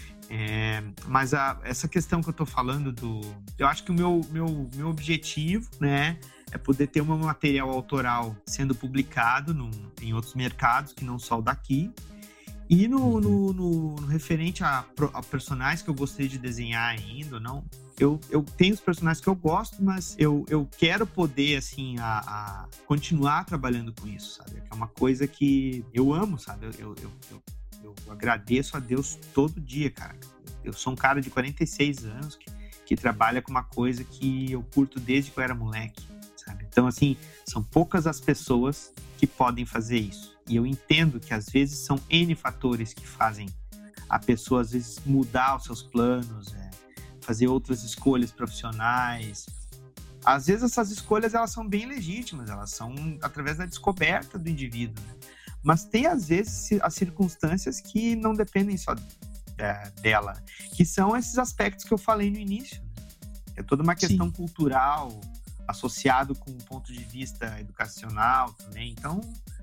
É, mas a, essa questão que eu tô falando do... Eu acho que o meu, meu, meu objetivo, né, é poder ter um material autoral sendo publicado num, em outros mercados, que não só o daqui. E no, no, no, no referente a, a personagens que eu gostaria de desenhar ainda, não... Eu, eu tenho os personagens que eu gosto, mas eu, eu quero poder, assim, a, a continuar trabalhando com isso, sabe? É uma coisa que eu amo, sabe? Eu, eu, eu, eu, eu agradeço a Deus todo dia, cara. Eu sou um cara de quarenta e seis anos que, que trabalha com uma coisa que eu curto desde que eu era moleque, sabe? Então, assim, são poucas as pessoas que podem fazer isso. E eu entendo que, às vezes, são N fatores que fazem a pessoa, às vezes, mudar os seus planos, é, fazer outras escolhas profissionais. Às vezes essas escolhas elas são bem legítimas, elas são através da descoberta do indivíduo, né? Mas tem às vezes as circunstâncias que não dependem só é, dela, que são esses aspectos que eu falei no início, né? É toda uma questão Sim. cultural associado com um ponto de vista educacional também. Então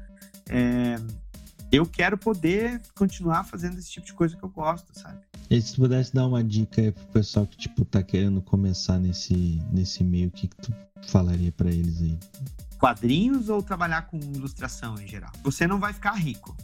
é, eu quero poder continuar fazendo esse tipo de coisa que eu gosto, sabe? E se tu pudesse dar uma dica aí pro pessoal que, tipo, tá querendo começar nesse, nesse meio, o que, que tu falaria pra eles aí? Quadrinhos ou trabalhar com ilustração em geral? Você não vai ficar rico,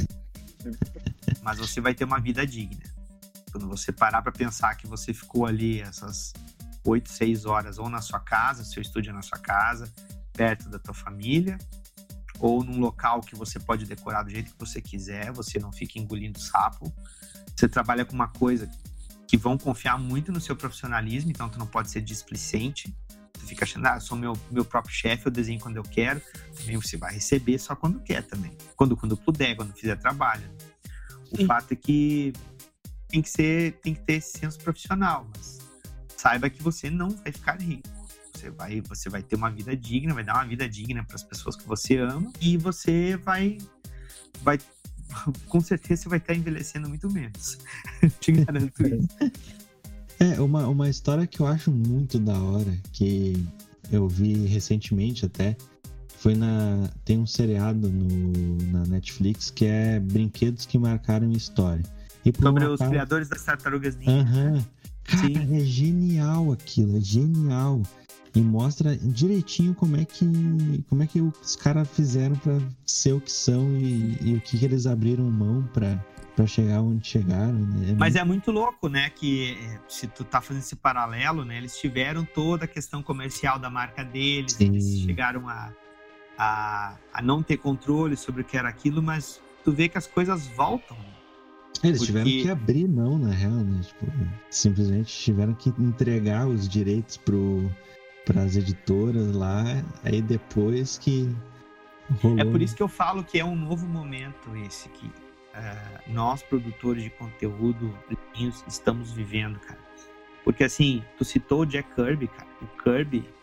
mas você vai ter uma vida digna. Quando você parar pra pensar que você ficou ali essas oito, seis horas ou na sua casa, seu estúdio é na sua casa, perto da tua família, ou num local que você pode decorar do jeito que você quiser, você não fica engolindo sapo. Você trabalha com uma coisa que vão confiar muito no seu profissionalismo, então tu não pode ser displicente. Tu fica achando, ah, eu sou meu, meu próprio chefe, eu desenho quando eu quero. Também você vai receber só quando quer também. Quando, quando puder, quando fizer trabalho. O Sim. fato é que tem que ser, tem que ter esse senso profissional, mas saiba que você não vai ficar rico. Você vai, você vai ter uma vida digna, vai dar uma vida digna para as pessoas que você ama e você vai... vai com certeza você vai estar envelhecendo muito menos. Te garanto isso. É, uma, uma história que eu acho muito da hora, que eu vi recentemente até, foi na... Tem um seriado no, na Netflix que é Brinquedos que Marcaram História. E sobre os criadores das Tartarugas Ninja. Aham. Uhum. Cara, Sim. é genial aquilo, é genial. E mostra direitinho como é que, como é que os caras fizeram pra ser o que são e, e o que, que eles abriram mão pra, pra chegar onde chegaram, né? É Mas muito... é muito louco, né? Que se tu tá fazendo esse paralelo, né? Eles tiveram toda a questão comercial da marca deles, Sim. eles chegaram a, a, a não ter controle sobre o que era aquilo, mas tu vê que as coisas voltam. Eles porque... tiveram que abrir mão, na real, né? Tipo, simplesmente tiveram que entregar os direitos pro... para as editoras lá, aí depois que rolou. É por isso que eu falo que é um novo momento esse que uh, nós, produtores de conteúdo, estamos vivendo, cara. Porque assim, tu citou o Jack Kirby, cara. O Kirby,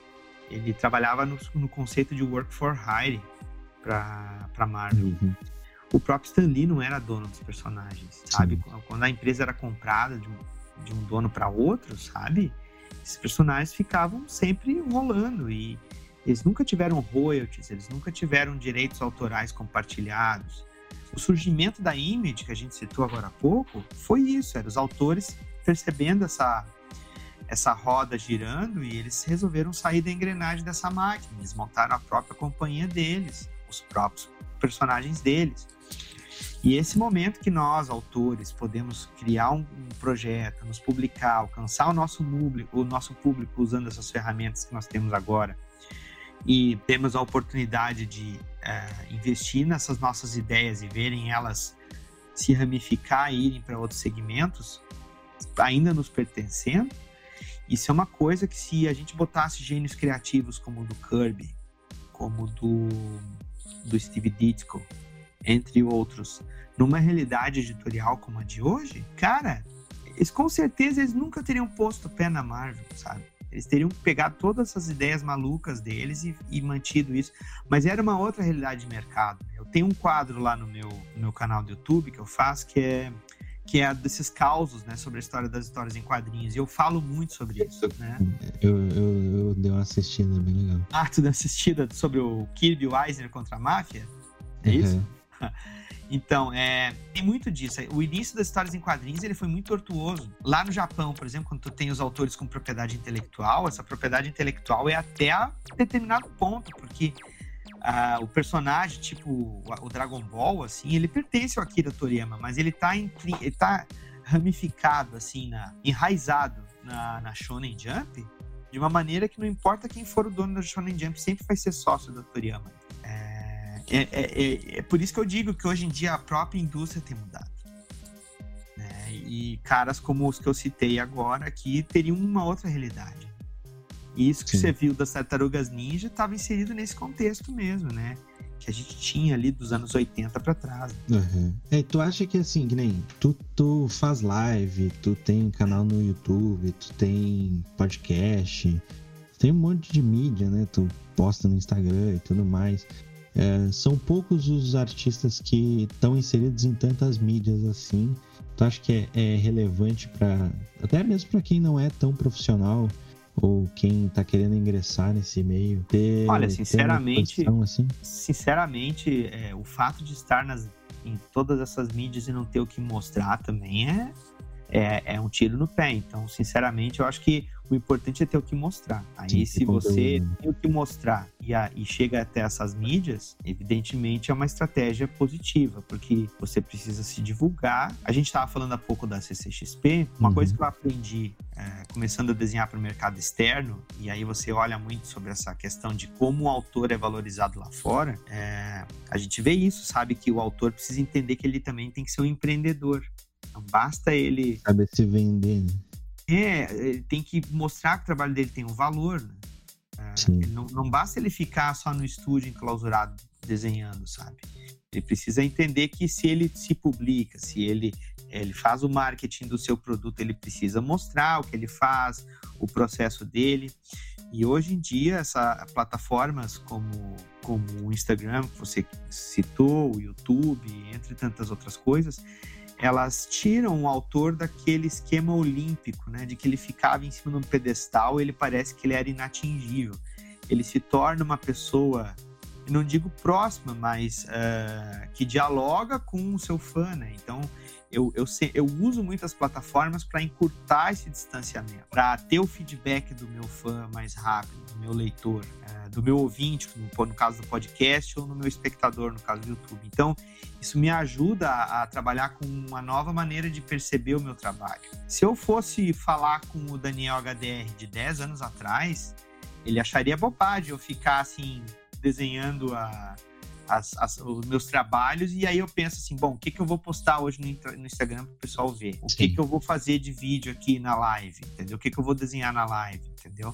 ele trabalhava no, no conceito de work for hire para para Marvel. Uhum. O próprio Stan Lee não era dono dos personagens, sabe? Sim. Quando a empresa era comprada de um, de um dono para outro, sabe? Esses personagens ficavam sempre rolando e eles nunca tiveram royalties, eles nunca tiveram direitos autorais compartilhados. O surgimento da Image, que a gente citou agora há pouco, foi isso, eram os autores percebendo essa, essa roda girando e eles resolveram sair da engrenagem dessa máquina, eles montaram a própria companhia deles, os próprios personagens deles. E esse momento que nós, autores, podemos criar um, um projeto, nos publicar, alcançar o nosso público, o nosso público usando essas ferramentas que nós temos agora, e temos a oportunidade de é, investir nessas nossas ideias e verem elas se ramificar e irem para outros segmentos, ainda nos pertencendo, isso é uma coisa que, se a gente botasse gênios criativos como o do Kirby, como do, do Steve Ditko, entre outros, numa realidade editorial como a de hoje, cara, eles, com certeza eles nunca teriam posto o pé na Marvel, sabe? Eles teriam pegado todas essas ideias malucas deles e, e mantido isso, mas era uma outra realidade de mercado. Eu tenho um quadro lá no meu, no meu canal do YouTube que eu faço, que é, que é desses causos, né, sobre a história das histórias em quadrinhos, e eu falo muito sobre isso, né? Eu, eu, eu dei uma assistida, bem legal. Ah, tu deu assistida sobre o Kirby Eisner contra a máfia? É isso? Uhum. Então, é, tem muito disso. O início das histórias em quadrinhos, ele foi muito tortuoso. Lá no Japão, por exemplo, quando tu tem os autores com propriedade intelectual, essa propriedade intelectual é até a determinado ponto, porque uh, o personagem, tipo o Dragon Ball, assim, ele pertence ao Akira Toriyama, mas ele tá, entre, ele tá ramificado, assim, na, enraizado na, na Shonen Jump, de uma maneira que não importa quem for o dono da Shonen Jump, sempre vai ser sócio do Toriyama. É, é, é, é por isso que eu digo que hoje em dia a própria indústria tem mudado, né? E caras como os que eu citei agora aqui teriam uma outra realidade. E isso que Sim. você viu das Tartarugas Ninja estava inserido nesse contexto mesmo, né? Que a gente tinha ali dos anos oitenta para trás. Uhum. É, tu acha que assim, que nem tu, tu faz live, tu tem canal no YouTube, tu tem podcast, tem um monte de mídia, né? Tu posta no Instagram e tudo mais. É, são poucos os artistas que estão inseridos em tantas mídias assim. Tu acha que é, é relevante para até mesmo para quem não é tão profissional ou quem tá querendo ingressar nesse meio ter, Olha, sinceramente, ter uma assim? sinceramente, é, o fato de estar nas, em todas essas mídias e não ter o que mostrar também é, é, é um tiro no pé. Então, sinceramente, eu acho que o importante é ter o que mostrar. Aí, Sim, se você conteúdo. tem o que mostrar e, a, e chega até essas mídias, evidentemente é uma estratégia positiva, porque você precisa se divulgar. A gente estava falando há pouco da C C X P. Uma uhum. coisa que eu aprendi é, começando a desenhar para o mercado externo, e aí você olha muito sobre essa questão de como o autor é valorizado lá fora, é, a gente vê isso, sabe? Que o autor precisa entender que ele também tem que ser um empreendedor. Não basta ele... Saber se vender, né? É, ele tem que mostrar que o trabalho dele tem um valor, né? É, não, não basta ele ficar só no estúdio enclausurado desenhando, sabe? Ele precisa entender que se ele se publica, se ele, ele faz o marketing do seu produto, ele precisa mostrar o que ele faz, o processo dele. E hoje em dia, essas plataformas como, como o Instagram, que você citou, o YouTube, entre tantas outras coisas, elas tiram o autor daquele esquema olímpico, né? De que ele ficava em cima de um pedestal e ele parece que ele era inatingível. Ele se torna uma pessoa, não digo próxima, mas uh, que dialoga com o seu fã, né? Então, eu, eu, eu uso muitas plataformas para encurtar esse distanciamento, para ter o feedback do meu fã mais rápido, do meu leitor, uh, do meu ouvinte, no, no caso do podcast, ou no meu espectador, no caso do YouTube. Então, isso me ajuda a, a trabalhar com uma nova maneira de perceber o meu trabalho. Se eu fosse falar com o Daniel H D R de dez anos atrás, ele acharia bobagem eu ficar assim, desenhando a, as, as, os meus trabalhos, e aí eu penso assim, bom, o que, que eu vou postar hoje no, no Instagram para o pessoal ver? O que, que eu vou fazer de vídeo aqui na live? Entendeu? O que, que eu vou desenhar na live? Entendeu?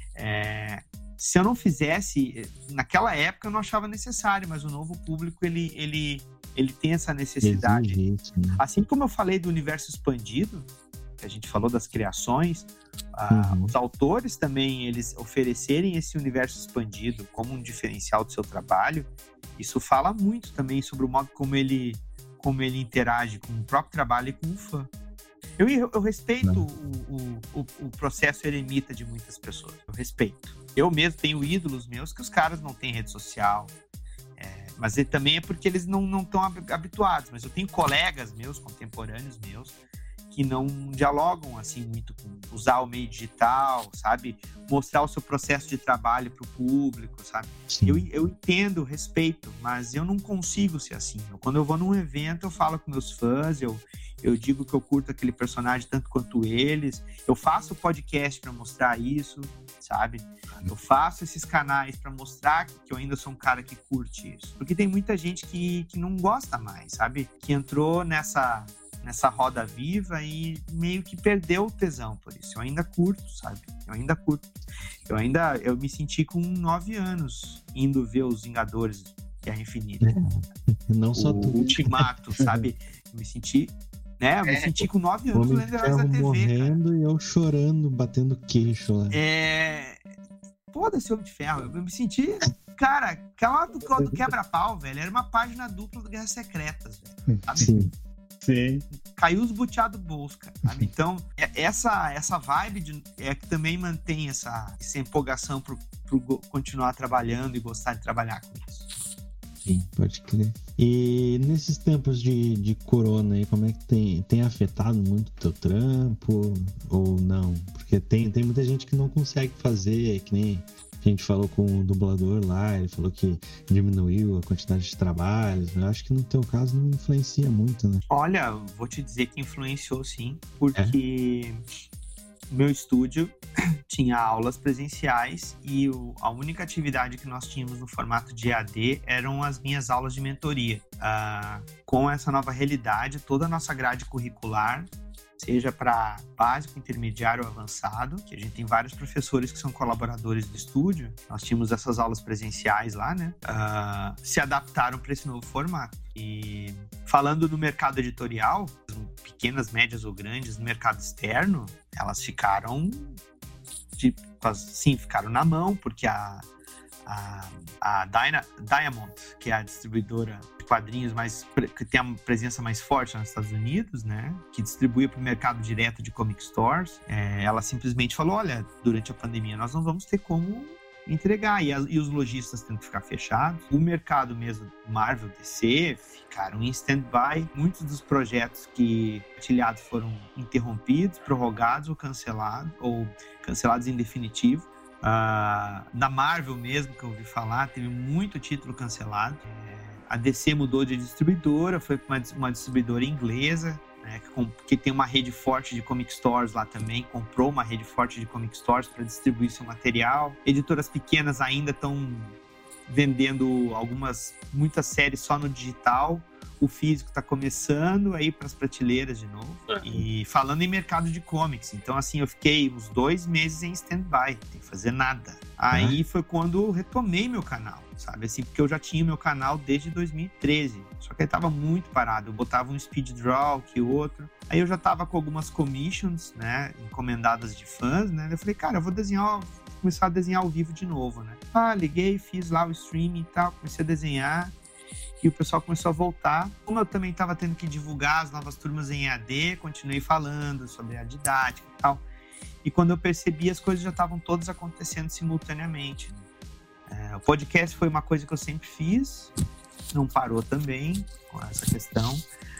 É... Se eu não fizesse, naquela época eu não achava necessário, mas o novo público, ele, ele, ele tem essa necessidade. Isso, né? Assim como eu falei do universo expandido, que a gente falou das criações, ah, Uhum. os autores também, eles oferecerem esse universo expandido como um diferencial do seu trabalho, isso fala muito também sobre o modo como ele, como ele interage com o próprio trabalho e com o fã. Eu, eu respeito o, o, o, o processo eremita de muitas pessoas, eu respeito. Eu mesmo tenho ídolos meus que os caras não têm rede social, é, mas ele, também é porque eles não estão habituados. Mas eu tenho colegas meus, contemporâneos meus, que não dialogam assim muito com usar o meio digital, sabe? Mostrar o seu processo de trabalho para o público, sabe? Eu, eu entendo, respeito, mas eu não consigo ser assim. Eu, quando eu vou num evento, eu falo com meus fãs, eu, eu digo que eu curto aquele personagem tanto quanto eles, eu faço podcast para mostrar isso, sabe? Eu faço esses canais para mostrar que eu ainda sou um cara que curte isso. Porque tem muita gente que, que não gosta mais, sabe? Que entrou nessa... nessa roda viva e meio que perdeu o tesão por isso. Eu ainda curto, sabe? Eu ainda curto. Eu ainda, eu me senti com nove anos indo ver os Vingadores Guerra Infinita. É, não só o tu. Ultimato, sabe? Eu me senti, né? Eu me É. senti com nove anos Homem lendo de Heróis da Ferro T V, morrendo cara. e eu chorando, batendo queixo lá. É... Foda-se, Homem de Ferro. Eu me senti... Cara, aquela do, do quebra-pau, velho, era uma página dupla do Guerras Secretas, velho. Sabe? Sim. Sim. Caiu os buteados do bolso, cara. Sabe? Então, é- essa, essa vibe de- é que também mantém essa, essa empolgação pro, pro go- continuar trabalhando e gostar de trabalhar com isso. Sim, pode crer. E nesses tempos de, de corona aí, como é que tem, tem afetado muito o teu trampo ou não? Porque tem, tem muita gente que não consegue fazer, que nem a gente falou com o dublador lá, ele falou que diminuiu a quantidade de trabalhos. Eu acho que no teu caso não influencia muito, né? Olha, vou te dizer que influenciou sim, porque o meu estúdio tinha aulas presenciais e o- a única atividade que nós tínhamos no formato de E A D eram as minhas aulas de mentoria. Ah, com essa nova realidade, toda a nossa grade curricular, seja para básico, intermediário ou avançado, que a gente tem vários professores que são colaboradores do estúdio, nós tínhamos essas aulas presenciais lá, né? Ah, se adaptaram para esse novo formato. E falando do mercado editorial, pequenas, médias ou grandes, no mercado externo, elas ficaram, de, sim, ficaram na mão, porque a, a, a Dyna, Diamond, que é a distribuidora de quadrinhos mais, que tem a presença mais forte nos Estados Unidos, né, que distribui para o mercado direto de comic stores, é, ela simplesmente falou, olha, durante a pandemia nós não vamos ter como entregar, e, as, e os lojistas tendo que ficar fechados. O mercado mesmo, Marvel, D C, ficaram em stand-by. Muitos dos projetos que compartilhados foram interrompidos, prorrogados ou cancelados, ou cancelados em definitivo. Uh, na Marvel mesmo, que eu ouvi falar, teve muito título cancelado. É, a D C mudou de distribuidora, foi para uma, uma distribuidora inglesa, né, que, com, que tem uma rede forte de comic stores lá também, comprou uma rede forte de comic stores para distribuir seu material. Editoras pequenas ainda estão vendendo algumas, muitas séries só no digital. O físico está começando a ir para as prateleiras de novo. E falando em mercado de comics, então assim, eu fiquei uns dois meses em stand-by, sem fazer nada. Aí foi quando eu retomei meu canal, sabe? Assim, porque eu já tinha meu canal desde dois mil e treze, só que ele tava muito parado. Eu botava um speed draw, que outro. Aí eu já tava com algumas commissions, né, encomendadas de fãs, né? Eu falei, cara, eu vou desenhar, vou começar a desenhar ao vivo de novo, né? Ah, liguei, fiz lá o streaming e tal, comecei a desenhar. E o pessoal começou a voltar. Como eu também estava tendo que divulgar as novas turmas em E A D, continuei falando sobre a didática e tal. E quando eu percebi, as coisas já estavam todas acontecendo simultaneamente. É, o podcast foi uma coisa que eu sempre fiz, não parou também com essa questão,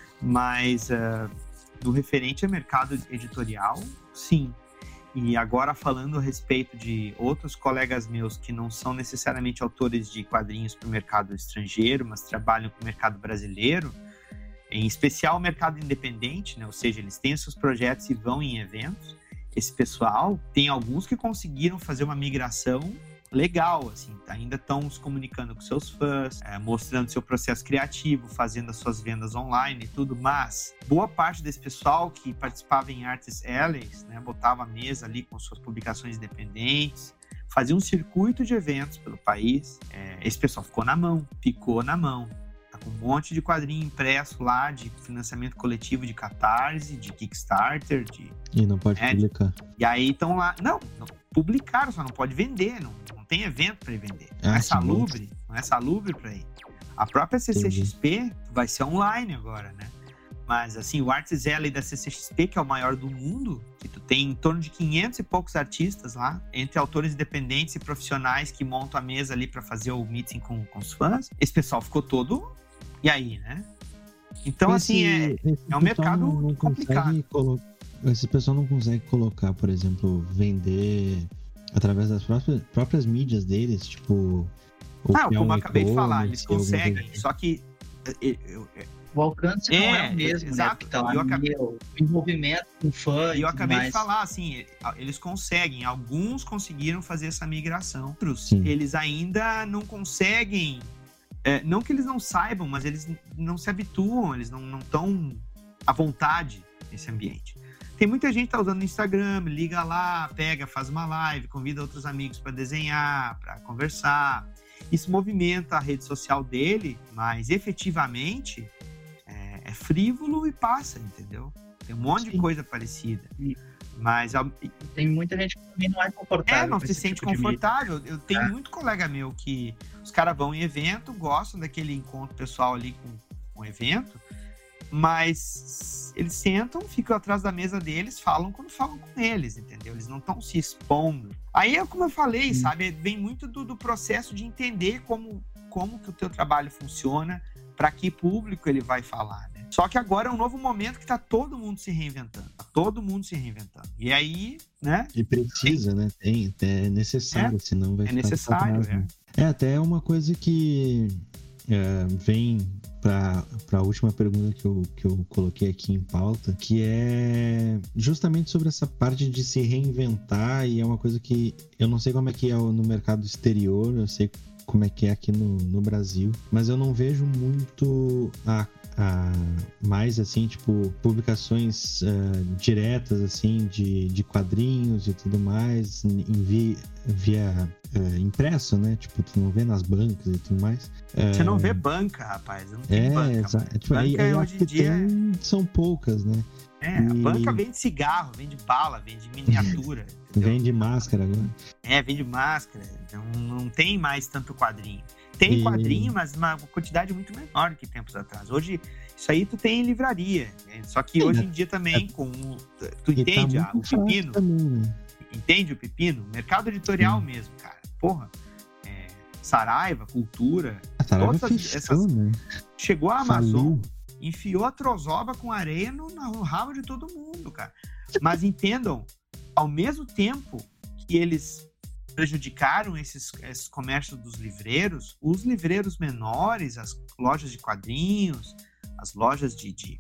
mas uh, no referente ao mercado editorial, sim. E agora falando a respeito de outros colegas meus que não são necessariamente autores de quadrinhos para o mercado estrangeiro, mas trabalham com o mercado brasileiro, em especial o mercado independente, né? Ou seja, eles têm seus projetos e vão em eventos. Esse pessoal, tem alguns que conseguiram fazer uma migração legal, assim, ainda estão se comunicando com seus fãs, é, mostrando seu processo criativo, fazendo as suas vendas online e tudo, mas boa parte desse pessoal que participava em Artist Alleys, né, botava a mesa ali com suas publicações independentes, fazia um circuito de eventos pelo país, é, esse pessoal ficou na mão, ficou na mão. A com um monte de quadrinho impresso lá, de financiamento coletivo de Catarse, de Kickstarter, de... E não pode é, publicar. E aí estão lá... Não, não, publicaram, só não pode vender, não, não tem evento para vender. Não Ah, é que salubre, não é salubre para ir. A própria C C X P vai ser online agora, né? Mas, assim, o Arts Alley da C C X P, que é o maior do mundo, que tu tem em torno de quinhentos e poucos artistas lá, entre autores independentes e profissionais que montam a mesa ali para fazer o meeting com, com os fãs. Esse pessoal ficou todo... E aí, né? Então, Esse- assim, é, esse é um pessoal mercado não- não complicado. consegue colo- Esse pessoal não consegue colocar, por exemplo, vender através das próprias, próprias mídias deles, tipo... o Ah, que é como um eu acabei de falar, eles e-commerce, alguma conseguem, coisa. só que... eu- eu- O alcance não É, é o mesmo, né? exato. Porque tá lá Eu acabei- o envolvimento com fã E eu e tudo acabei de mais. falar, assim, eles conseguem, alguns conseguiram fazer essa migração, outros, Sim. eles ainda não conseguem, é, não que eles não saibam, mas eles não se habituam, eles não estão à vontade nesse ambiente. Tem muita gente que tá usando o Instagram, liga lá, pega, faz uma live, convida outros amigos para desenhar, para conversar. Isso movimenta a rede social dele, mas efetivamente é, é frívolo e passa, entendeu? Tem um monte de Sim. coisa parecida. Sim. Mas ao- Tem muita gente que também não é confortável. é, não com se esse sente tipo de mídia. confortável. Eu tenho É. muito colega meu que os caras vão em evento, gostam daquele encontro pessoal ali com, com o evento, mas eles sentam, ficam atrás da mesa deles, falam quando falam com eles, entendeu? Eles não estão se expondo. Aí é como eu falei, sabe? Vem muito do, do processo de entender como, como que o teu trabalho funciona, para que público ele vai falar, né? Só que agora é um novo momento que tá todo mundo se reinventando. Tá todo mundo se reinventando. E aí, né? E precisa, né? Tem, é necessário, senão vai É ficar pra necessário, trás, né? É, até uma coisa que é, vem para a última pergunta que eu, que eu coloquei aqui em pauta, que é justamente sobre essa parte de se reinventar, e é uma coisa que eu não sei como é que é no mercado exterior, eu sei como é que é aqui no, no Brasil, mas eu não vejo muito a a mais assim, tipo, publicações uh, diretas assim de, de quadrinhos e tudo mais em via, via uh, impresso, né? Tipo, tu não vê nas bancas e tudo mais. Você Uh, não vê banca, rapaz. Não tem é, banca. exa- mano. tipo, banca aí, aí hoje acho em que dia tem, são poucas, né? é, a e- banca vende cigarro, vende bala, vende miniatura. entendeu? Vende máscara agora. É, vende máscara. Então não tem mais tanto quadrinho. Tem E- quadrinho, mas uma quantidade muito menor que tempos atrás. Hoje, isso aí tu tem em livraria. né? Só que Sim, hoje né? em dia também, com o- tu E tá entende ah, muito o fácil pepino? também, né? Entende o pepino? Mercado editorial Sim. mesmo, cara. Porra. É, Saraiva, Cultura. A Saraiva Todas fechou, essas- né? Chegou a Amazon, Faliu. enfiou a trozoba com areia no, no rabo de todo mundo, cara. Mas entendam, ao mesmo tempo que eles prejudicaram esses, esses comércios dos livreiros, os livreiros menores, as lojas de quadrinhos, as lojas de, de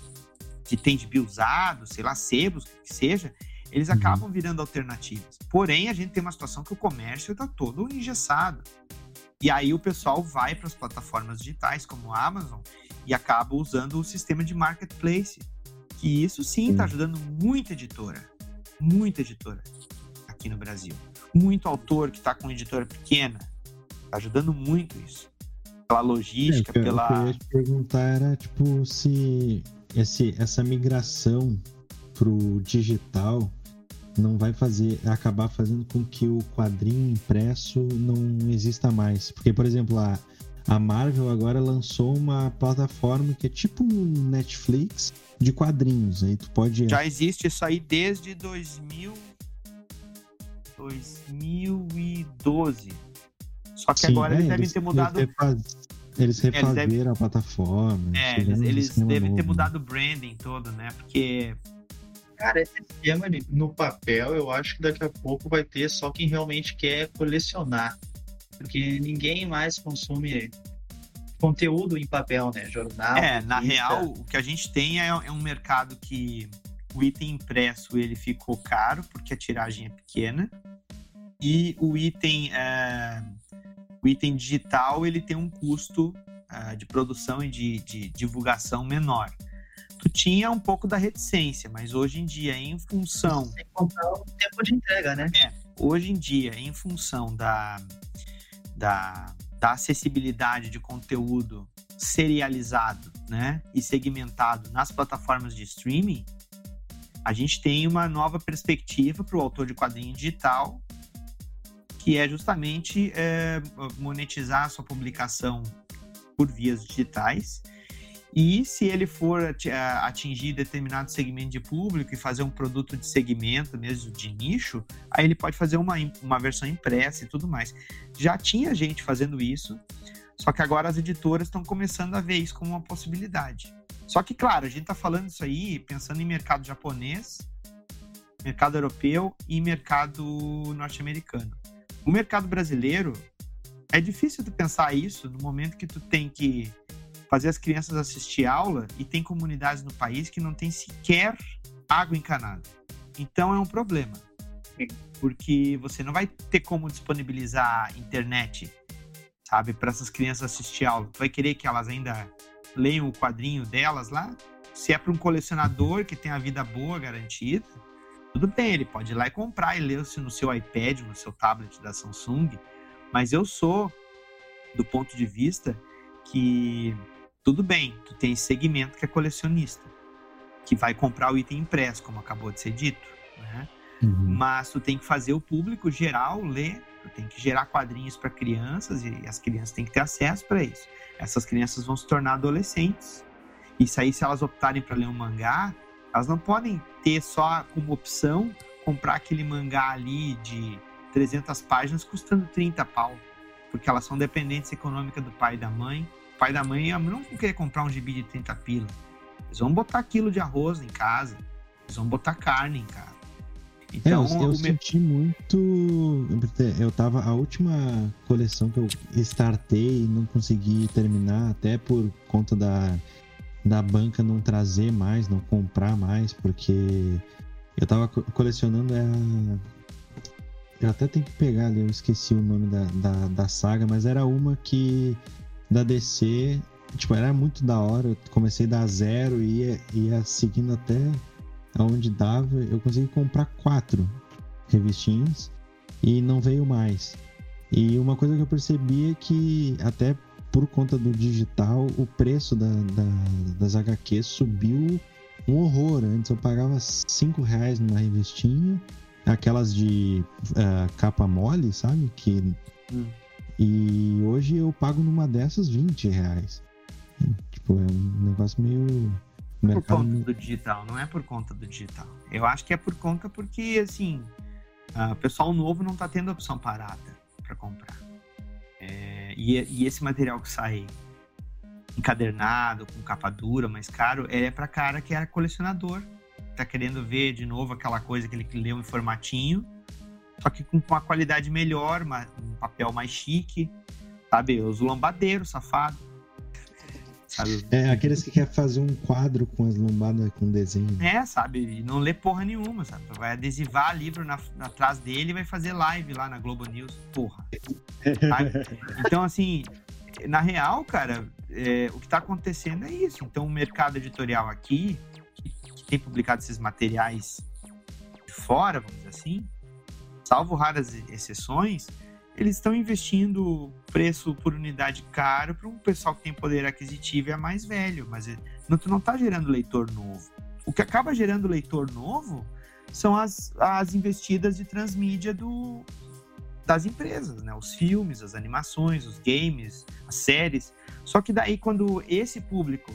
que tem de bi usado, sei lá, sebos, que seja, eles Uhum. acabam virando alternativas. Porém, a gente tem uma situação que o comércio está todo engessado. E aí o pessoal vai para as plataformas digitais, como a Amazon, e acaba usando o sistema de marketplace. Que isso sim está Sim. ajudando muita editora. Muita editora aqui no Brasil. Muito autor que está com editora pequena. Está ajudando muito isso. Pela logística, É, o que eu- O que eu pela... ia te perguntar era, tipo, se esse, essa migração pro digital não vai fazer, acabar fazendo com que o quadrinho impresso não exista mais. Porque, por exemplo, a, a Marvel agora lançou uma plataforma que é tipo um Netflix de quadrinhos. Aí tu pode... Já existe isso aí desde dois mil... dois mil e doze. Só que Sim, agora é, eles devem ter mudado... Eles, refaz... eles refazeram devem- a plataforma. É, fizeram eles, um eles esquema devem ter novo. mudado o branding todo, né? Porque Cara, esse esquema ele, no papel, eu acho que daqui a pouco vai ter só quem realmente quer colecionar. Porque ninguém mais consome conteúdo em papel, né? Jornal. É, na revista. real, o que a gente tem é, é um mercado que o item impresso ele ficou caro porque a tiragem é pequena e o item, é, o item digital ele tem um custo é, de produção e de, de divulgação menor. Tu tinha um pouco da reticência, mas hoje em dia, em função... Sem contar o tempo de entrega, né? Hoje em dia, em função da, da, da acessibilidade de conteúdo serializado, né, e segmentado nas plataformas de streaming, a gente tem uma nova perspectiva para o autor de quadrinho digital, que é justamente é, monetizar a sua publicação por vias digitais. E se ele for atingir determinado segmento de público e fazer um produto de segmento mesmo, de nicho, aí ele pode fazer uma, uma versão impressa e tudo mais. Já tinha gente fazendo isso, só que agora as editoras estão começando a ver isso como uma possibilidade. Só que, claro, a gente está falando isso aí pensando em mercado japonês, mercado europeu e mercado norte-americano. O mercado brasileiro, é difícil tu pensar isso no momento que tu tem que fazer as crianças assistir aula e tem comunidades no país que não tem sequer água encanada. Então é um problema, porque você não vai ter como disponibilizar internet, sabe, para essas crianças assistir aula. Tu vai querer que elas ainda leiam o quadrinho delas lá? Se é para um colecionador que tem a vida boa garantida, tudo bem, ele pode ir lá e comprar e ler no seu iPad, no seu tablet da Samsung, mas eu sou do ponto de vista que tudo bem, tu tem segmento que é colecionista, que vai comprar o item impresso, como acabou de ser dito, né? Uhum. Mas tu tem que fazer o público geral ler, tu tem que gerar quadrinhos para crianças e as crianças têm que ter acesso para isso. Essas crianças vão se tornar adolescentes. Isso aí, se elas optarem para ler um mangá, elas não podem ter só como opção comprar aquele mangá ali de trezentas páginas custando trinta pau, porque elas são dependentes econômicas do pai e da mãe. O pai da mãe não vão querer comprar um gibi de trinta pila. Eles vão botar quilo de arroz em casa. Eles vão botar carne em casa. Então, é, eu, eu senti muito... Eu tava... A última coleção que eu startei e não consegui terminar, até por conta da, da banca não trazer mais, não comprar mais, porque eu tava colecionando a... Eu até tenho que pegar ali, eu esqueci o nome da, da, da saga, mas era uma que... da D C, tipo, era muito da hora. Eu comecei da zero e ia, ia seguindo até onde dava. Eu consegui comprar quatro revistinhas e não veio mais. E uma coisa que eu percebi é que, até por conta do digital, o preço da, da, das agá quês subiu um horror. Antes eu pagava cinco reais numa revistinha, aquelas de uh, capa mole, sabe? Que... Hum. E hoje eu pago numa dessas vinte reais. Tipo, é um negócio meio... Por conta do digital, não é por conta do digital. Eu acho que é por conta porque, assim, o pessoal novo não tá tendo opção barata para comprar. É, e, e esse material que sai encadernado, com capa dura, mais caro, é para cara que é colecionador. Tá querendo ver de novo aquela coisa que ele leu em formatinho, só que com uma qualidade melhor, um papel mais chique, sabe? Os lombadeiros, safado. Sabe? É, aqueles que querem fazer um quadro com as lombadas com desenho. É, sabe? E não lê porra nenhuma, sabe? Vai adesivar livro na, atrás dele e vai fazer live lá na Globo News, porra. Sabe? Então, assim, na real, cara, é, o que tá acontecendo é isso. Então, o mercado editorial aqui, que, que tem publicado esses materiais de fora, vamos dizer assim, salvo raras exceções, eles estão investindo preço por unidade caro para um pessoal que tem poder aquisitivo e é mais velho, mas não, tu não está gerando leitor novo. O que acaba gerando leitor novo são as, as investidas de transmídia do, das empresas, né? Os filmes, as animações, os games, as séries. Só que daí, quando esse público,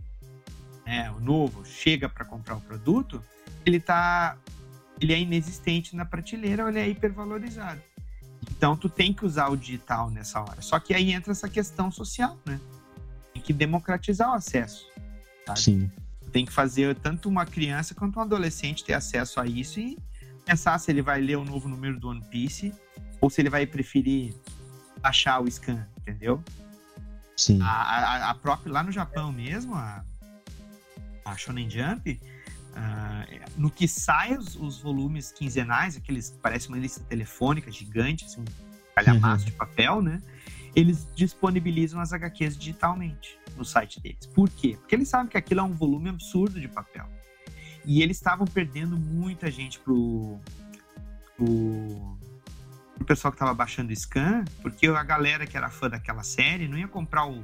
né, o novo, chega para comprar o produto, ele tá... ele é inexistente na prateleira ou ele é hipervalorizado. Então, tu tem que usar o digital nessa hora. Só que aí entra essa questão social, né? Tem que democratizar o acesso, sabe? Sim. Tem que fazer tanto uma criança quanto um adolescente ter acesso a isso e pensar se ele vai ler o novo número do One Piece ou se ele vai preferir achar o scan, entendeu? Sim. A, a, a própria, lá no Japão mesmo, a, a Shonen Jump... Uh, no que sai os, os volumes quinzenais, aqueles que parecem uma lista telefônica gigante, assim, um calhamaço uhum. de papel, né? Eles disponibilizam as agá quês digitalmente no site deles. Por quê? Porque eles sabem que aquilo é um volume absurdo de papel. E eles estavam perdendo muita gente pro, pro, pro pessoal que tava baixando o scan, porque a galera que era fã daquela série não ia comprar o, o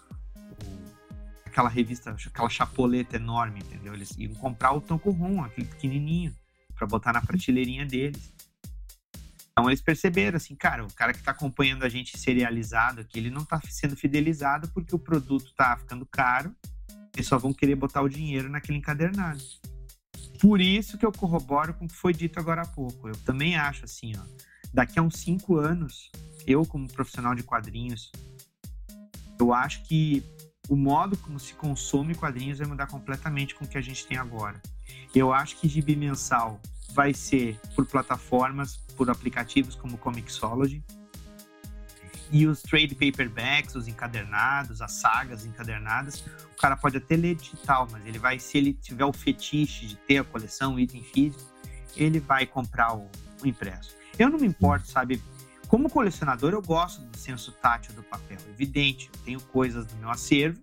aquela revista, aquela chapoleta enorme, entendeu? Eles iam comprar o Tankohon, aquele pequenininho, para botar na prateleirinha deles. Então eles perceberam assim, cara, o cara que tá acompanhando a gente serializado aqui, ele não tá sendo fidelizado porque o produto tá ficando caro, eles só vão querer botar o dinheiro naquele encadernado. Por isso que eu corroboro com o que foi dito agora há pouco. Eu também acho assim, ó, daqui a uns cinco anos, eu como profissional de quadrinhos, eu acho que o modo como se consome quadrinhos vai mudar completamente com o que a gente tem agora. Eu acho que gibi mensal vai ser por plataformas, por aplicativos como Comixology, e os trade paperbacks, os encadernados, as sagas encadernadas, o cara pode até ler digital, mas ele vai, se ele tiver o fetiche de ter a coleção, o item físico, ele vai comprar o, o impresso. Eu não me importo, sabe? Como colecionador, eu gosto do senso tátil do papel. Evidente, eu tenho coisas do meu acervo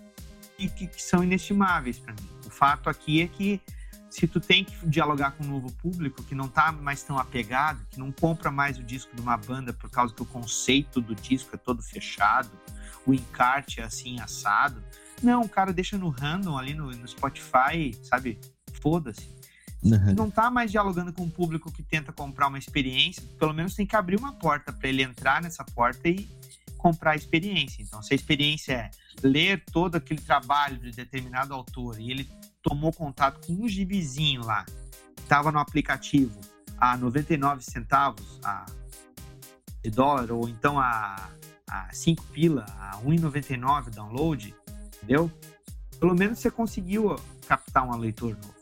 e que, que são inestimáveis para mim. O fato aqui é que se tu tem que dialogar com um novo público que não tá mais tão apegado, que não compra mais o disco de uma banda por causa que o conceito do disco é todo fechado, o encarte é assim, assado. Não, o cara deixa no random ali no, no Spotify, sabe? Foda-se. Uhum. Não tá mais dialogando com um público que tenta comprar uma experiência, pelo menos tem que abrir uma porta para ele entrar nessa porta e comprar a experiência. Então, se a experiência é ler todo aquele trabalho de determinado autor e ele tomou contato com um gibizinho lá, estava no aplicativo a noventa e nove centavos a de dólar, ou então a, a cinco pila, a um real e noventa e nove download, entendeu? Pelo menos você conseguiu captar um leitor novo.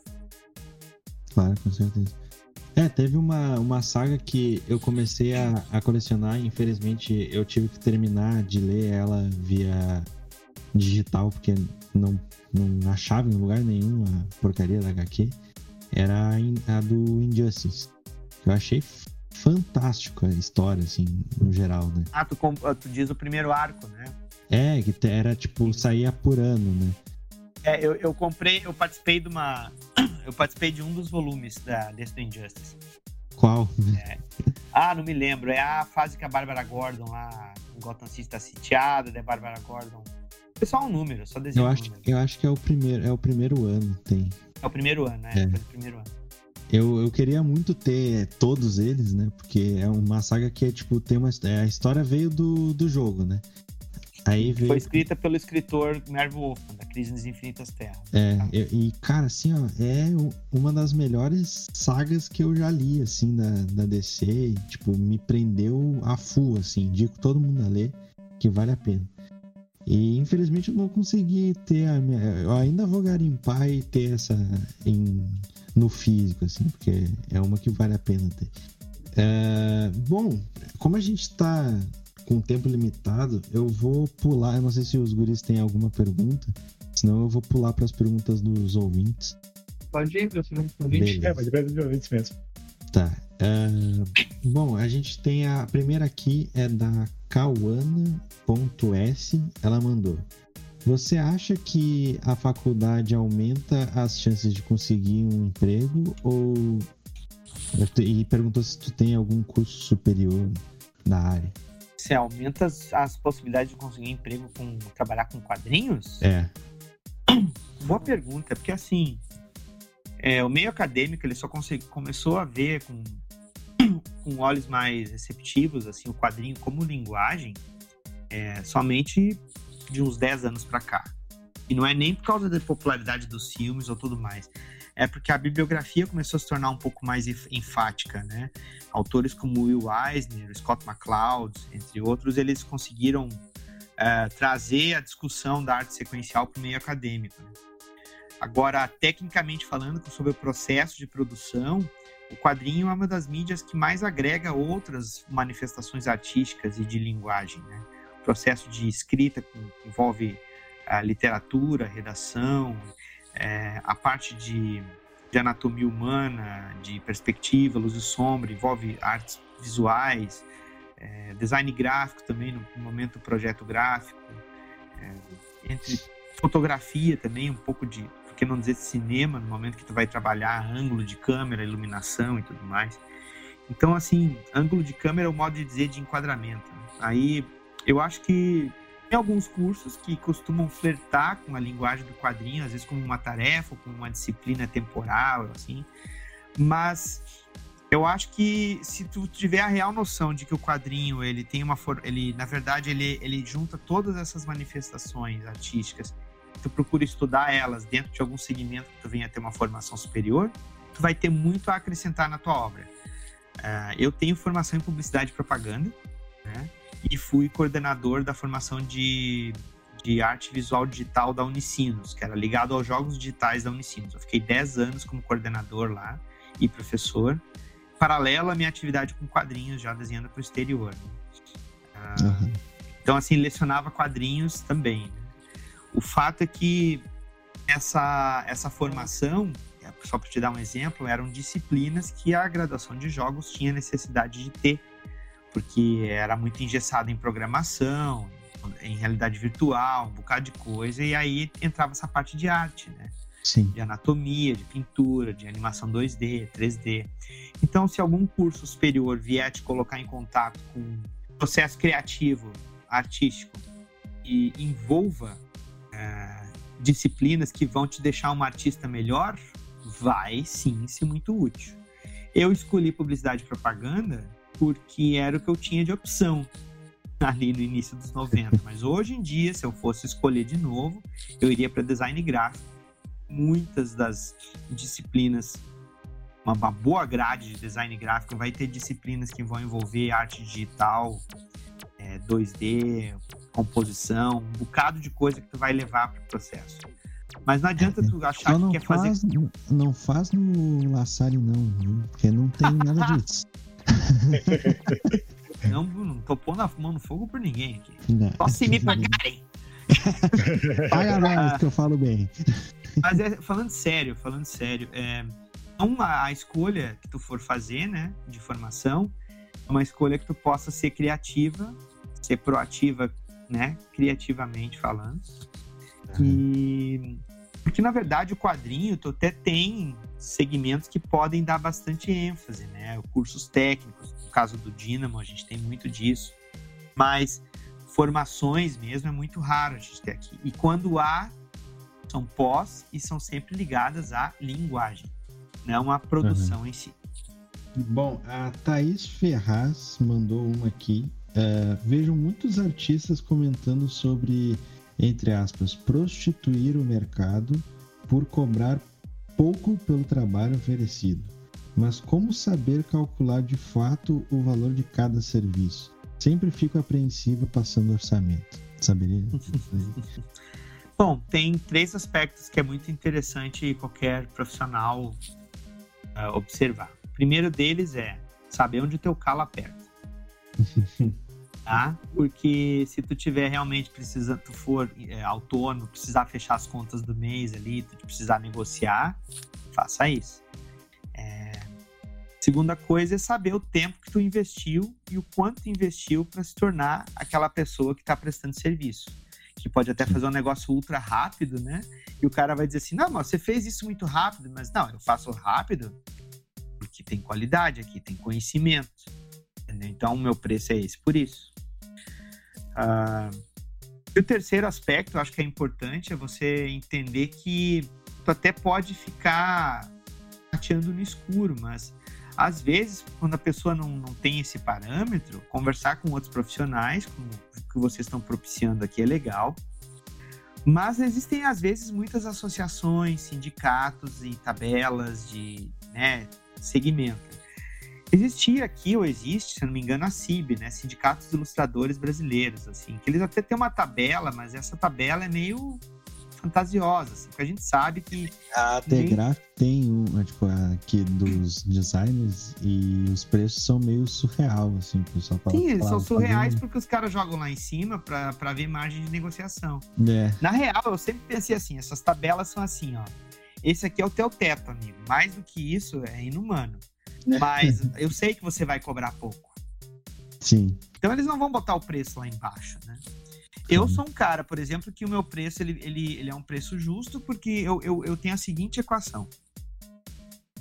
Claro, com certeza. É, teve uma, uma saga que eu comecei a, a colecionar, e infelizmente eu tive que terminar de ler ela via digital, porque não, não achava em lugar nenhum a porcaria da agá quê. Era a, a do Injustice. Eu achei f- fantástico a história, assim, no geral, né? Ah, tu, tu diz o primeiro arco, né? É, que era tipo, saía por ano, né? É, eu, eu comprei, eu participei de uma... Eu participei de um dos volumes da, desse do Injustice. Qual? É. Ah, não me lembro. É a fase que a Bárbara Gordon lá, o Gotham City tá sitiado, da Bárbara Gordon. Foi só um número, só desenho. Eu acho, eu acho que é o primeiro, é o primeiro ano, tem. É o primeiro ano, né? É. Foi o primeiro ano. Eu, eu queria muito ter todos eles, né? Porque é uma saga que é tipo, tem uma. É, a história veio do, do jogo, né? Aí veio... Foi escrita pelo escritor Merv Wolfman, da Crise nas Infinitas Terras. É, eu, e cara, assim, ó, é uma das melhores sagas que eu já li, assim, da, da D C. E, tipo, me prendeu a full, assim. Indico todo mundo a ler, que vale a pena. E infelizmente eu não consegui ter a minha. Eu ainda vou garimpar e ter essa em, no físico, assim, porque é uma que vale a pena ter. É, bom, como a gente tá com tempo limitado, eu vou pular. Eu não sei se os guris têm alguma pergunta, senão eu vou pular para as perguntas dos ouvintes. Pode ir, meu filho. ouvinte. É, mas depende dos ouvintes mesmo. Tá. É, bom, a gente tem a primeira aqui, é da Kawana.s. Ela mandou: você acha que a faculdade aumenta as chances de conseguir um emprego? Ou... E perguntou se tu tem algum curso superior na área. Você aumenta as, as possibilidades de conseguir emprego com trabalhar com quadrinhos? É. Boa pergunta, porque assim, é, o meio acadêmico ele só consegui, começou a ver com, com olhos mais receptivos assim, o quadrinho como linguagem é, somente de uns dez anos para cá. E não é nem por causa da popularidade dos filmes ou tudo mais. É porque a bibliografia começou a se tornar um pouco mais enfática, né? Autores como Will Eisner, Scott McCloud, entre outros, eles conseguiram uh, trazer a discussão da arte sequencial para o meio acadêmico, né? Agora, tecnicamente falando, sobre o processo de produção, o quadrinho é uma das mídias que mais agrega outras manifestações artísticas e de linguagem, né? O processo de escrita que envolve a literatura, redação, é, a parte de, de anatomia humana, de perspectiva, luz e sombra, envolve artes visuais, é, design gráfico também, no, no momento do projeto gráfico, é, entre fotografia também, um pouco de, por que não dizer cinema, no momento que tu vai trabalhar ângulo de câmera, iluminação e tudo mais. Então, assim, ângulo de câmera é o modo de dizer de enquadramento. Aí, eu acho que tem alguns cursos que costumam flertar com a linguagem do quadrinho, às vezes como uma tarefa, ou como uma disciplina temporal, assim. Mas eu acho que se tu tiver a real noção de que o quadrinho, ele tem uma... For... ele, na verdade, ele, ele junta todas essas manifestações artísticas, tu procura estudar elas dentro de algum segmento que tu venha ter uma formação superior, tu vai ter muito a acrescentar na tua obra. Uh, eu tenho formação em publicidade e propaganda, né? E fui coordenador da formação de, de arte visual digital da Unicinos, que era ligado aos jogos digitais da Unicinos. Eu fiquei dez anos como coordenador lá e professor, paralelo à minha atividade com quadrinhos, já desenhando para o exterior. Né? Uh, uhum. Então, assim, lecionava quadrinhos também. Né? O fato é que essa, essa formação, só para te dar um exemplo, eram disciplinas que a graduação de jogos tinha necessidade de ter, porque era muito engessado em programação, em realidade virtual, um bocado de coisa, e aí entrava essa parte de arte, né? Sim. De anatomia, de pintura, de animação dois D, três D. Então, se algum curso superior vier te colocar em contato com processo criativo, artístico, e envolva é, disciplinas que vão te deixar um artista melhor, vai sim ser muito útil. Eu escolhi publicidade e propaganda porque era o que eu tinha de opção ali no início dos noventa. Mas hoje em dia, se eu fosse escolher de novo, eu iria para design gráfico. Muitas das disciplinas, uma, uma boa grade de design gráfico vai ter disciplinas que vão envolver arte digital, é, dois D, composição, um bocado de coisa que tu vai levar para o processo. Mas não adianta tu achar Só não que quer faz, fazer... Não faz no La Salle não, porque não tem nada disso. Não, não tô pondo a mão no fogo por ninguém aqui. Não. Só se me pagarem. Paga mais que eu falo bem. Mas é, falando sério, falando sério, é, uma, a escolha que tu for fazer, né, de formação, é uma escolha que tu possa ser criativa, ser proativa, né, criativamente falando. Uhum. E porque, na verdade, o quadrinho, tu até tem segmentos que podem dar bastante ênfase, né? Cursos técnicos, no caso do Dynamo, a gente tem muito disso. Mas formações mesmo é muito raro a gente ter aqui. E quando há, são pós e são sempre ligadas à linguagem, não à produção uhum. em si. Bom, a Thaís Ferraz mandou uma aqui. Uh, vejo muitos artistas comentando sobre, entre aspas, prostituir o mercado por cobrar pouco pelo trabalho oferecido. Mas como saber calcular de fato o valor de cada serviço? Sempre fico apreensivo passando orçamento. Saberia? Bom, tem três aspectos que é muito interessante qualquer profissional uh, observar. O primeiro deles é saber onde o teu calo aperta. Tá? Porque se tu tiver realmente precisando, tu for é, autônomo, precisar fechar as contas do mês ali, tu precisar negociar, faça isso. É... Segunda coisa é saber o tempo que tu investiu e o quanto tu investiu para se tornar aquela pessoa que está prestando serviço. Que pode até fazer um negócio ultra rápido, né? E o cara vai dizer assim, não, mas você fez isso muito rápido. Mas não, eu faço rápido porque tem qualidade aqui, tem conhecimento. Entendeu? Então, o meu preço é esse, por isso. Uh, e o terceiro aspecto, eu acho que é importante, é você entender que tu até pode ficar tateando no escuro, mas às vezes, quando a pessoa não, não tem esse parâmetro, conversar com outros profissionais, como o que vocês estão propiciando aqui é legal, mas existem às vezes muitas associações, sindicatos e tabelas de, né, segmento. Existia aqui, ou existe, se não me engano, a C I B, né? Sindicatos de Ilustradores Brasileiros, assim, que eles até têm uma tabela, mas essa tabela é meio fantasiosa, assim, porque a gente sabe que... A Tegraf tem uma, tipo, aqui dos designers e os preços são meio surreal, assim, o pessoal fala. Sim, eles são surreais fazendo... porque os caras jogam lá em cima pra, pra ver margem de negociação. É. Na real, eu sempre pensei assim, essas tabelas são assim, ó, esse aqui é o teu teto, amigo, mais do que isso é inumano. Mas eu sei que você vai cobrar pouco. Sim. Então eles não vão botar o preço lá embaixo, né? Eu sou um cara, por exemplo, que o meu preço ele, ele, ele é um preço justo porque eu, eu, eu tenho a seguinte equação.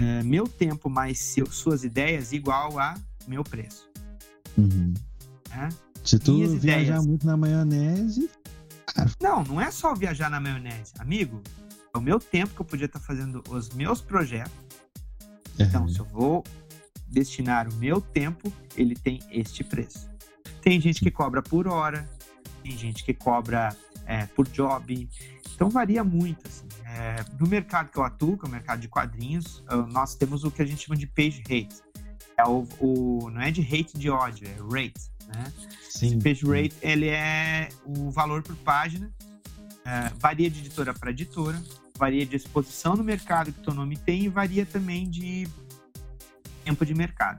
é, meu tempo mais seu, suas ideias igual a meu preço. Uhum. É? Se tu Minhas viajar ideias. muito na maionese... Não, não é só viajar na maionese. Amigo, é o meu tempo que eu podia estar fazendo os meus projetos. Então, se eu vou destinar o meu tempo, ele tem este preço. Tem gente que cobra por hora, tem gente que cobra é, por job. Então, varia muito. Assim. É, no mercado que eu atuo, que é o mercado de quadrinhos, nós temos o que a gente chama de page rate. É o, o, não é de hate de ódio, é rate. Né? Sim. Esse page rate, ele é o valor por página, é, varia de editora para editora, varia de exposição no mercado que o teu nome tem e varia também de tempo de mercado.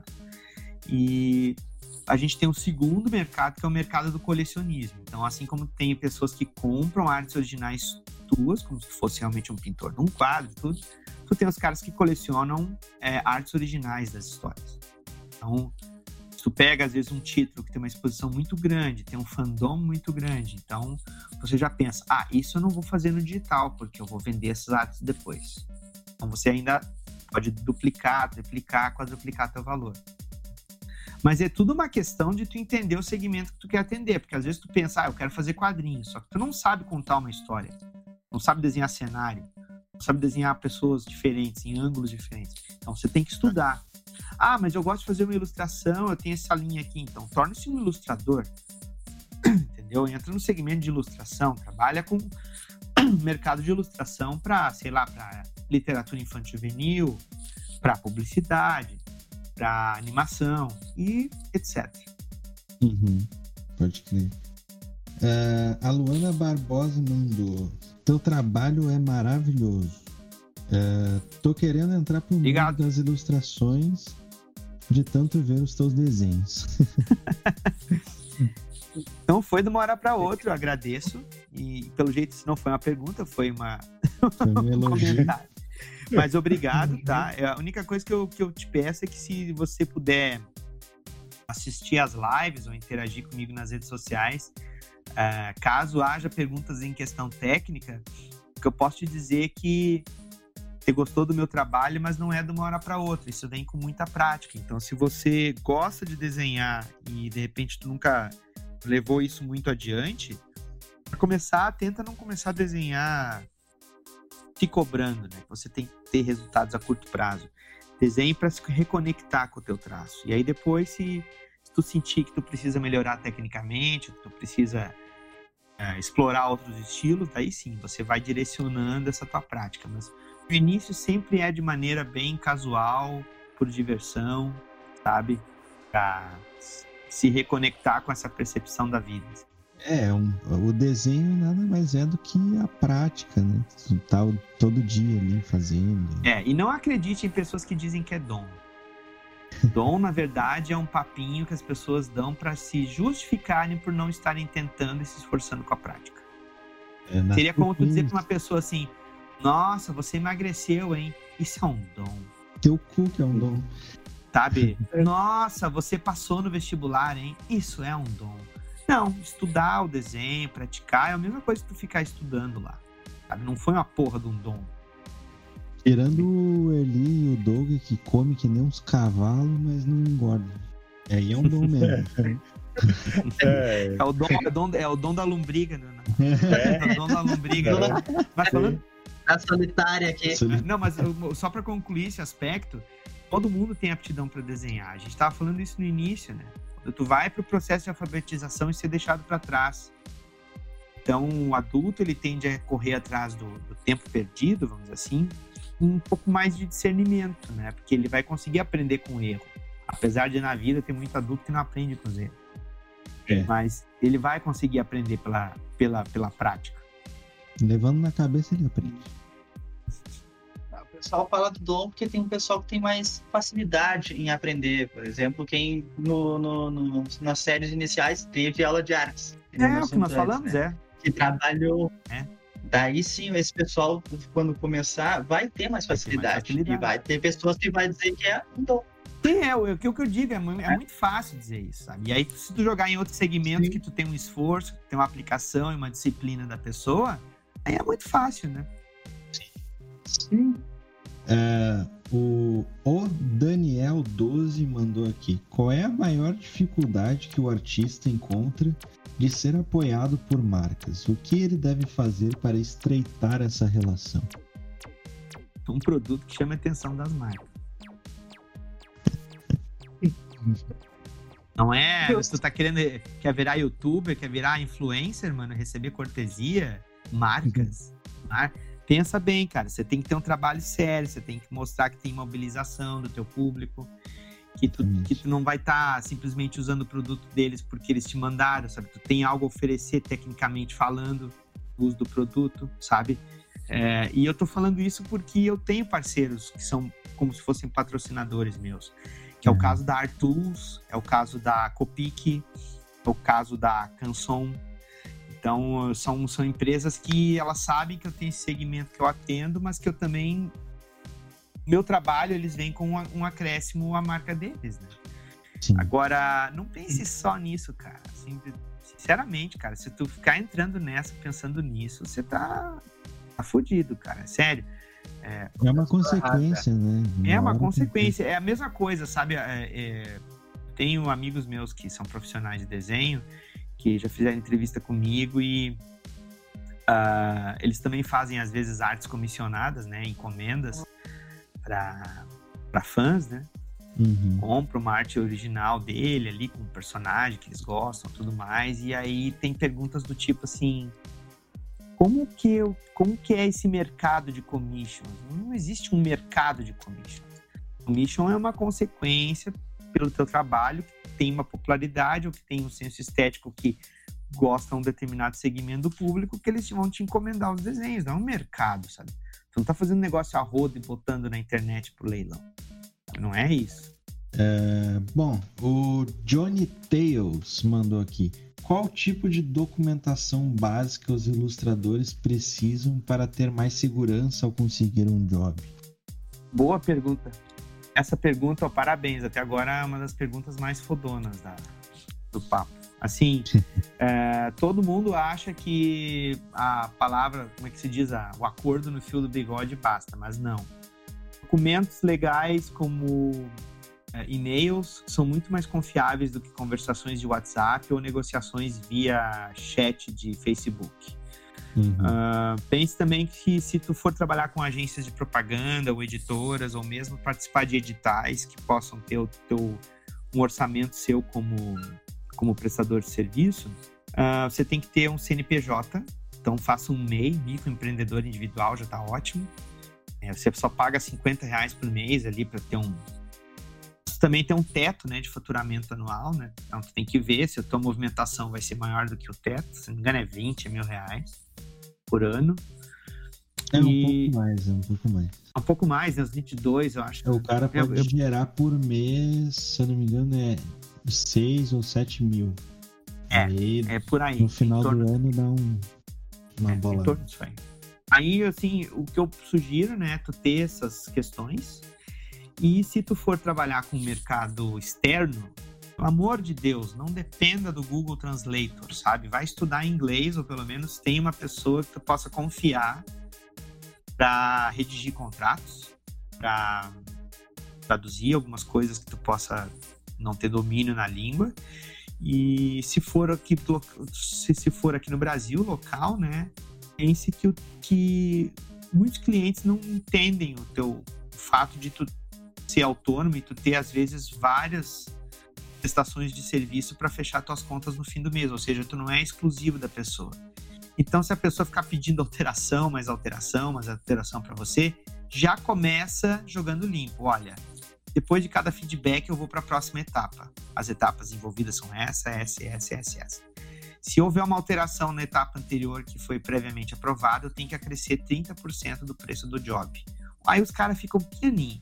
E a gente tem um segundo mercado, que é o mercado do colecionismo. Então, assim como tem pessoas que compram artes originais tuas, como se fosse realmente um pintor num quadro e tudo, tu tem os caras que colecionam é, artes originais das histórias. Então, tu pega, às vezes, um título que tem uma exposição muito grande, tem um fandom muito grande, então você já pensa, ah, isso eu não vou fazer no digital, porque eu vou vender essas artes depois. Então você ainda pode duplicar, triplicar, quadruplicar teu valor. Mas é tudo uma questão de tu entender o segmento que tu quer atender, porque às vezes tu pensa, ah, eu quero fazer quadrinhos, só que tu não sabe contar uma história, não sabe desenhar cenário, não sabe desenhar pessoas diferentes, em ângulos diferentes. Então você tem que estudar. Ah, mas eu gosto de fazer uma ilustração, eu tenho essa linha aqui, então torne-se um ilustrador, entendeu? Entra no segmento de ilustração, trabalha com mercado de ilustração para, sei lá, para literatura infantil juvenil, para publicidade, para animação e etcétera. Uhum. Pode crer. Uh, a Luana Barbosa mandou: teu trabalho é maravilhoso. Uh, tô querendo entrar pro mundo Obrigado. das ilustrações de tanto ver os teus desenhos. Então foi de uma hora para outra, eu agradeço. E pelo jeito isso não foi uma pergunta, foi uma Foi um um elogio. comentário. Mas obrigado, tá? A única coisa que eu, que eu te peço é que se você puder assistir às lives ou interagir comigo nas redes sociais, uh, caso haja perguntas em questão técnica, o que eu posso te dizer é que você gostou do meu trabalho, mas não é de uma hora para outra. Isso vem com muita prática. Então, se você gosta de desenhar e, de repente, tu nunca levou isso muito adiante, para começar, tenta não começar a desenhar te cobrando, né? Você tem que ter resultados a curto prazo. Desenhe para se reconectar com o teu traço. E aí, depois, se, se tu sentir que tu precisa melhorar tecnicamente, que tu precisa é, explorar outros estilos, daí sim, você vai direcionando essa tua prática. Mas o início sempre é de maneira bem casual, por diversão, sabe? Pra se reconectar com essa percepção da vida. É, um, o desenho nada mais é do que a prática, né? Tu tá todo dia ali fazendo. É, e não acredite em pessoas que dizem que é dom. Dom, na verdade, é um papinho que as pessoas dão para se justificarem por não estarem tentando e se esforçando com a prática. É, na Seria como tu dizer cultura, para uma pessoa assim: nossa, você emagreceu, hein? Isso é um dom. teu cu que é um dom. Sabe? Nossa, você passou no vestibular, hein? Isso é um dom. Não, estudar o desenho, praticar, é a mesma coisa que tu ficar estudando lá. Sabe? Não foi uma porra de um dom. Tirando o Eli e o Doug, que come que nem uns cavalos, mas não engorda. Aí é um dom mesmo. É, É o dom, é o dom, é o dom da lombriga, né? é, É o dom da lombriga. É. Mas falando, A solitária aqui. não, mas eu- só para concluir esse aspecto, todo mundo tem aptidão para desenhar. A gente estava falando isso no início, né? Quando tu vai para o processo de alfabetização e ser deixado para trás. Então, o adulto, ele tende a correr atrás do, do tempo perdido, vamos dizer assim, um pouco mais de discernimento, né? Porque ele vai conseguir aprender com o erro. Apesar de na vida ter muito adulto que não aprende com os erros. É. Mas ele vai conseguir aprender pela, pela, pela prática. Levando na cabeça ele aprende. O pessoal fala do dom porque tem um pessoal que tem mais facilidade em aprender. Por exemplo, quem no, no, no- nas séries iniciais teve aula de artes. É, o que nós falamos, né? é. Que trabalhou. É. Daí sim, esse pessoal, quando começar, vai ter mais Vai ter mais facilidade. facilidade. E vai ter pessoas que vai dizer que é um dom. Sim, é, o que, o que eu digo, é, mu- é muito fácil dizer isso, sabe? E aí, se tu jogar em outros segmentos Sim. que tu tem um esforço, que tem uma aplicação e uma disciplina da pessoa, aí é muito fácil, né? Sim. É, o, o Daniel doze mandou aqui. Qual é a maior dificuldade que o artista encontra de ser apoiado por marcas? O que ele deve fazer para estreitar essa relação? Um produto que chama a atenção das marcas. Não é? Se tu tá querendo, quer virar youtuber, quer virar influencer, mano, receber cortesia, marcas. Mar... Pensa bem, cara, você tem que ter um trabalho sério, você tem que mostrar que tem mobilização do teu público, que tu, que tu não vai estar tá simplesmente usando o produto deles porque eles te mandaram, sabe? Tu tem algo a oferecer tecnicamente falando, o uso do produto, sabe? É, e eu tô falando isso porque eu tenho parceiros que são como se fossem patrocinadores meus, que é o caso da Art Tools, é o caso da Copic, é o caso da Canson. Então, são, são empresas que elas sabem que eu tenho esse segmento que eu atendo, mas que eu também... Meu trabalho, eles vêm com um, um acréscimo à marca deles, né? Sim. Agora, não pense só nisso, cara. Assim, sinceramente, cara, se tu ficar entrando nessa, pensando nisso, você tá, tá fudido, cara. Sério. É, é uma consequência, né? Uma é uma consequência. É a mesma coisa, sabe? É, é, tenho amigos meus que são profissionais de desenho, que já fizeram entrevista comigo e uh, eles também fazem, às vezes, artes comissionadas, né? Encomendas para fãs, né? Uhum. Compra uma arte original dele ali, com um personagem que eles gostam, tudo mais. E aí tem perguntas do tipo assim... Como que, eu, como que é esse mercado de commissions? Não existe um mercado de commissions. Commission é uma consequência pelo teu trabalho, que tem uma popularidade ou que tem um senso estético que gosta de um determinado segmento do público, que eles vão te encomendar os desenhos. Não é um mercado, sabe? Tu não tá fazendo negócio a rodo e botando na internet pro leilão. Não é isso. É, bom, o Johnny Tales mandou aqui. Qual tipo de documentação básica os ilustradores precisam para ter mais segurança ao conseguir um job? Boa pergunta. Essa pergunta, ó, parabéns. Até agora é uma das perguntas mais fodonas da, do papo. Assim, é, todo mundo acha que a palavra, como é que se diz, a, o acordo no fio do bigode basta, mas não. Documentos legais como é, e-mails são muito mais confiáveis do que conversações de WhatsApp ou negociações via chat de Facebook. Uhum. Uh, pense também que se tu for trabalhar com agências de propaganda ou editoras ou mesmo participar de editais que possam ter o teu, um orçamento seu como, como prestador de serviço, uh, você tem que ter um C N P J, então faça um M E I, microempreendedor individual, já está ótimo. É, você só paga cinquenta reais por mês ali para ter um... Você também tem um teto, né, de faturamento anual, né? Então tu tem que ver se a tua movimentação vai ser maior do que o teto, se não me engano é vinte mil reais por ano. É e... um pouco mais, é um pouco mais. Um pouco mais, né? Uns vinte e dois, eu acho. O cara pode eu, eu... gerar por mês, se eu não me engano, é seis ou sete mil. É, aí, é por aí. No final torno... do ano dá um, uma é, bola. Em torno disso aí. Aí, assim, o que eu sugiro, né, é tu ter essas questões. E se tu for trabalhar com o mercado externo, pelo amor de Deus, não dependa do Google Translator, sabe? Vai estudar inglês, ou pelo menos tem uma pessoa que tu possa confiar para redigir contratos, para traduzir algumas coisas que tu possa não ter domínio na língua. E se for aqui, se, se for aqui no Brasil, local, né? Pense que, que muitos clientes não entendem o teu o fato de tu ser autônomo e tu ter, às vezes, várias prestações de serviço para fechar tuas contas no fim do mês, ou seja, tu não é exclusivo da pessoa. Então, se a pessoa ficar pedindo alteração, mais alteração, mais alteração para você, já começa jogando limpo. Olha, depois de cada feedback eu vou para a próxima etapa. As etapas envolvidas são essa, essa, essa, essa, essa. Se houver uma alteração na etapa anterior que foi previamente aprovada, eu tenho que acrescer trinta por cento do preço do job. Aí os caras ficam pianinho.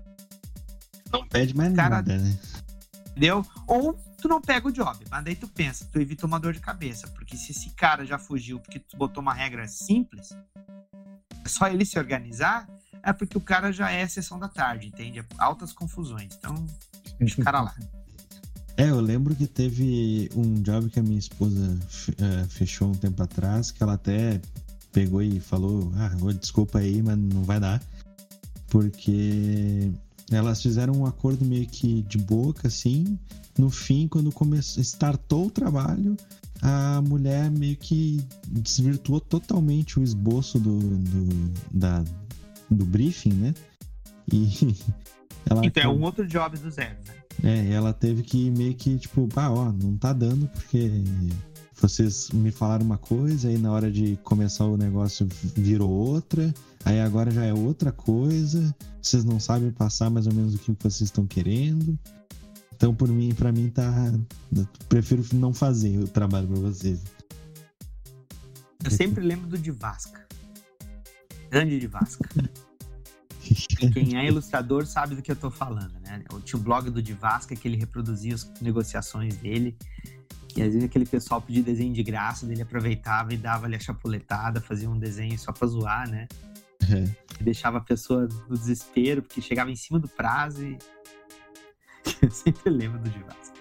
Não pede mais cara, nada, né? Entendeu? Ou tu não pega o job, mas daí tu pensa, tu evita uma dor de cabeça, porque se esse cara já fugiu porque tu botou uma regra simples, é só ele se organizar, é porque o cara já é sessão da tarde, entende? Altas confusões, então deixa o cara lá. É, eu lembro que teve um job que a minha esposa fechou um tempo atrás, que ela até pegou e falou, ah, desculpa aí, mas não vai dar. Porque elas fizeram um acordo meio que de boca, assim. No fim, quando começou, startou o trabalho, a mulher meio que desvirtuou totalmente o esboço do, do, da, do briefing, né? E ela então é um outro job do zero, né? É, ela teve que meio que, tipo, ah, ó, não tá dando porque vocês me falaram uma coisa, aí na hora de começar o negócio virou outra, aí agora já é outra coisa, vocês não sabem passar mais ou menos o que vocês estão querendo. Então, por mim, pra mim tá... Eu prefiro não fazer o trabalho pra vocês. Eu sempre lembro do Divasca. Grande Divasca. Quem é ilustrador sabe do que eu tô falando, né? Eu tinha o blog do Divasca que ele reproduzia as negociações dele. E às vezes aquele pessoal pedia desenho de graça, ele aproveitava e dava-lhe a chapuletada, fazia um desenho só pra zoar, né? É. E deixava a pessoa no desespero, porque chegava em cima do prazo e... Eu sempre lembro do Divasca.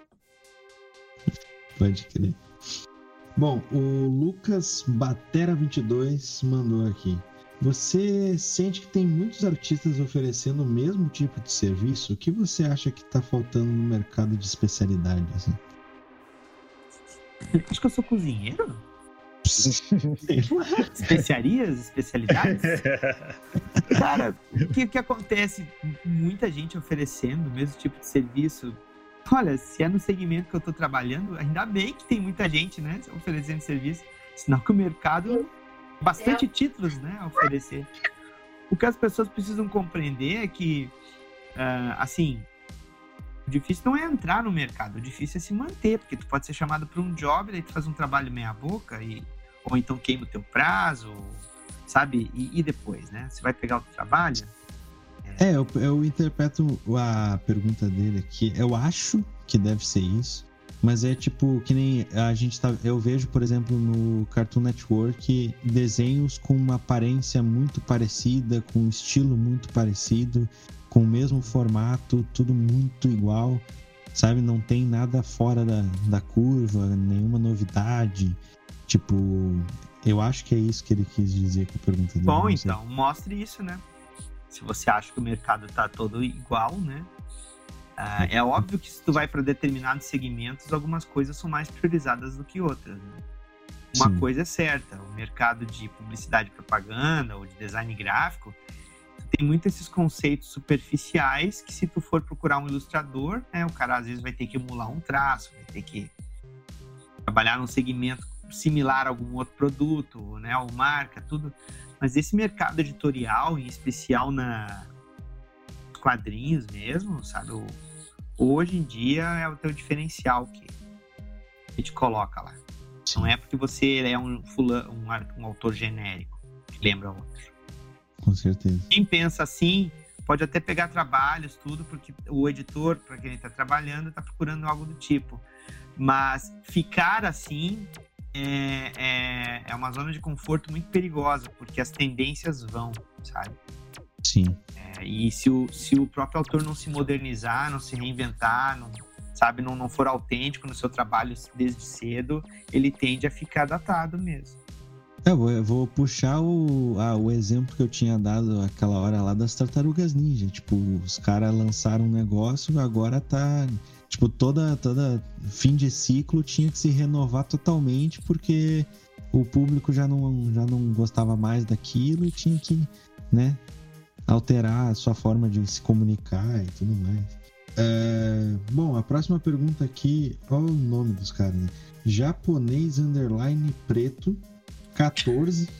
Pode crer. Bom, o Lucas Batera vinte e dois mandou aqui. Você sente que tem muitos artistas oferecendo o mesmo tipo de serviço? O que você acha que está faltando no mercado de especialidade? Assim? Acho que eu sou cozinheiro. Especiarias, especialidades. Cara, o que, que acontece? Muita gente oferecendo o mesmo tipo de serviço. Olha, se é no segmento que eu tô trabalhando, ainda bem que tem muita gente, né, oferecendo serviço. Sinal que o mercado bastante títulos, né, a oferecer. O que as pessoas precisam compreender é que, uh, assim, o difícil não é entrar no mercado, o difícil é se manter, porque tu pode ser chamado para um job, aí tu faz um trabalho meia boca, e, ou então queima o teu prazo, sabe? E, e depois, né? Você vai pegar outro trabalho? É, é eu, eu interpreto a pergunta dele aqui, eu acho que deve ser isso, mas é tipo, que nem a gente tá... Eu vejo, por exemplo, no Cartoon Network, desenhos com uma aparência muito parecida, com um estilo muito parecido, com o mesmo formato, tudo muito igual, sabe? Não tem nada fora da, da curva, nenhuma novidade. Tipo, eu acho que é isso que ele quis dizer com a pergunta dele. Bom, então, mostre isso, né? Se você acha que o mercado tá todo igual, né? Ah, é óbvio que se tu vai para determinados segmentos, algumas coisas são mais priorizadas do que outras, né? Uma Sim. coisa é certa, o mercado de publicidade e propaganda ou de design gráfico tem muito esses conceitos superficiais que se tu for procurar um ilustrador, né, o cara às vezes vai ter que emular um traço, vai ter que trabalhar num segmento similar a algum outro produto, né, ou marca, tudo. Mas esse mercado editorial, em especial na quadrinhos mesmo, sabe, o, hoje em dia é o teu diferencial que a gente coloca lá. Sim. Não é porque você é um, fulano, um, um autor genérico que lembra outro. Com certeza. Quem pensa assim pode até pegar trabalhos, tudo, porque o editor, para quem ele está trabalhando, está procurando algo do tipo. Mas ficar assim é, é, é uma zona de conforto muito perigosa, porque as tendências vão, sabe? Sim. É, e se o, se o próprio autor não se modernizar, não se reinventar, não, sabe, não, não for autêntico no seu trabalho desde cedo, ele tende a ficar datado mesmo. Eu vou, eu vou puxar o, ah, o exemplo que eu tinha dado aquela hora lá das Tartarugas Ninja. Tipo, os caras lançaram um negócio, agora tá... Tipo, toda, toda fim de ciclo tinha que se renovar totalmente, porque o público já não, já não gostava mais daquilo e tinha que, né, alterar a sua forma de se comunicar e tudo mais. É, bom, a próxima pergunta aqui, olha o nome dos caras, né? Japonês Underline Preto quatorze.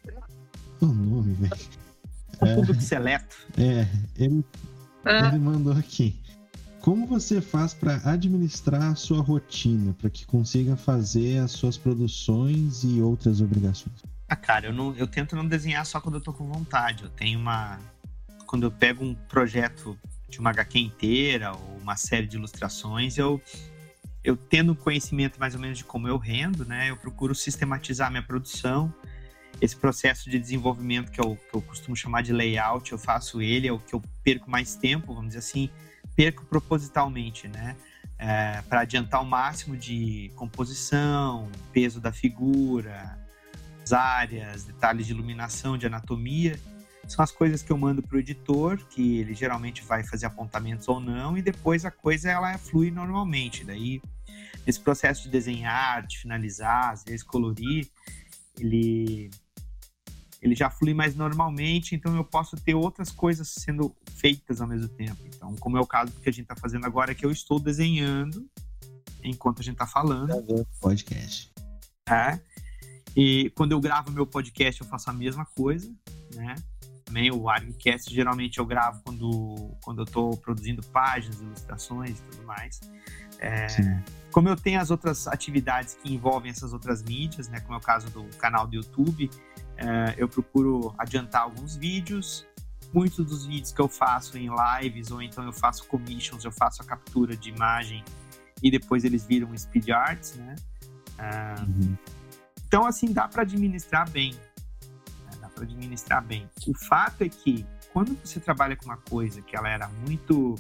O nome, velho. O é, público seleto. É, ele, ah. ele mandou aqui. Como você faz para administrar a sua rotina, para que consiga fazer as suas produções e outras obrigações? Ah, cara, eu, não, eu tento não desenhar só quando eu tô com vontade. Eu tenho uma... Quando eu pego um projeto de uma agá quê inteira ou uma série de ilustrações, eu... Eu tendo conhecimento mais ou menos de como eu rendo, né? Eu procuro sistematizar minha produção. Esse processo de desenvolvimento que eu, que eu costumo chamar de layout, eu faço ele, é o que eu perco mais tempo, vamos dizer assim, perco propositalmente, né? É, para adiantar o máximo de composição, peso da figura, as áreas, detalhes de iluminação, de anatomia. são as coisas que eu mando pro editor, que ele geralmente vai fazer apontamentos ou não, e depois a coisa ela flui normalmente. Daí, esse processo de desenhar, de finalizar, às vezes colorir, ele, ele já flui mais normalmente, então eu posso ter outras coisas sendo feitas ao mesmo tempo. Então, como é o caso que a gente está fazendo agora, que eu estou desenhando enquanto a gente está falando. Podcast. É. E quando eu gravo meu podcast, eu faço a mesma coisa, né? Também o ArgCast, geralmente eu gravo quando, quando eu estou produzindo páginas, ilustrações e tudo mais. É, como eu tenho as outras atividades que envolvem essas outras mídias, né? Como é o caso do canal do YouTube, é, eu procuro adiantar alguns vídeos. Muitos dos vídeos que eu faço em lives, ou então eu faço commissions, eu faço a captura de imagem e depois eles viram speed arts, né? É, uhum. Então, assim, dá para administrar bem. Para administrar bem. O fato é que quando você trabalha com uma coisa que ela era muito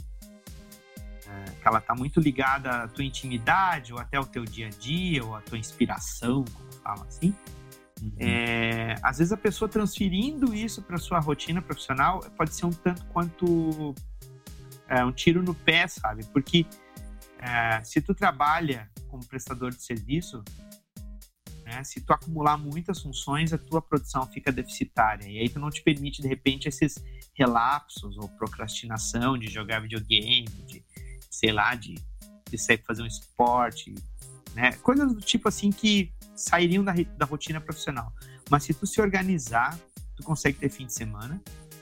é, que ela está muito ligada à tua intimidade ou até ao teu dia a dia ou à tua inspiração, como fala assim, uhum. é, às vezes a pessoa transferindo isso para sua rotina profissional pode ser um tanto quanto é, um tiro no pé, sabe? Porque é, se tu trabalha como prestador de serviço, né? Se tu acumular muitas funções, a tua produção fica deficitária. E aí tu não te permite, de repente, esses relapsos ou procrastinação de jogar videogame, de, sei lá, de, de sair fazer um esporte, né? Coisas do tipo assim que sairiam da, da rotina profissional. Mas se tu se organizar, tu consegue ter fim de semana.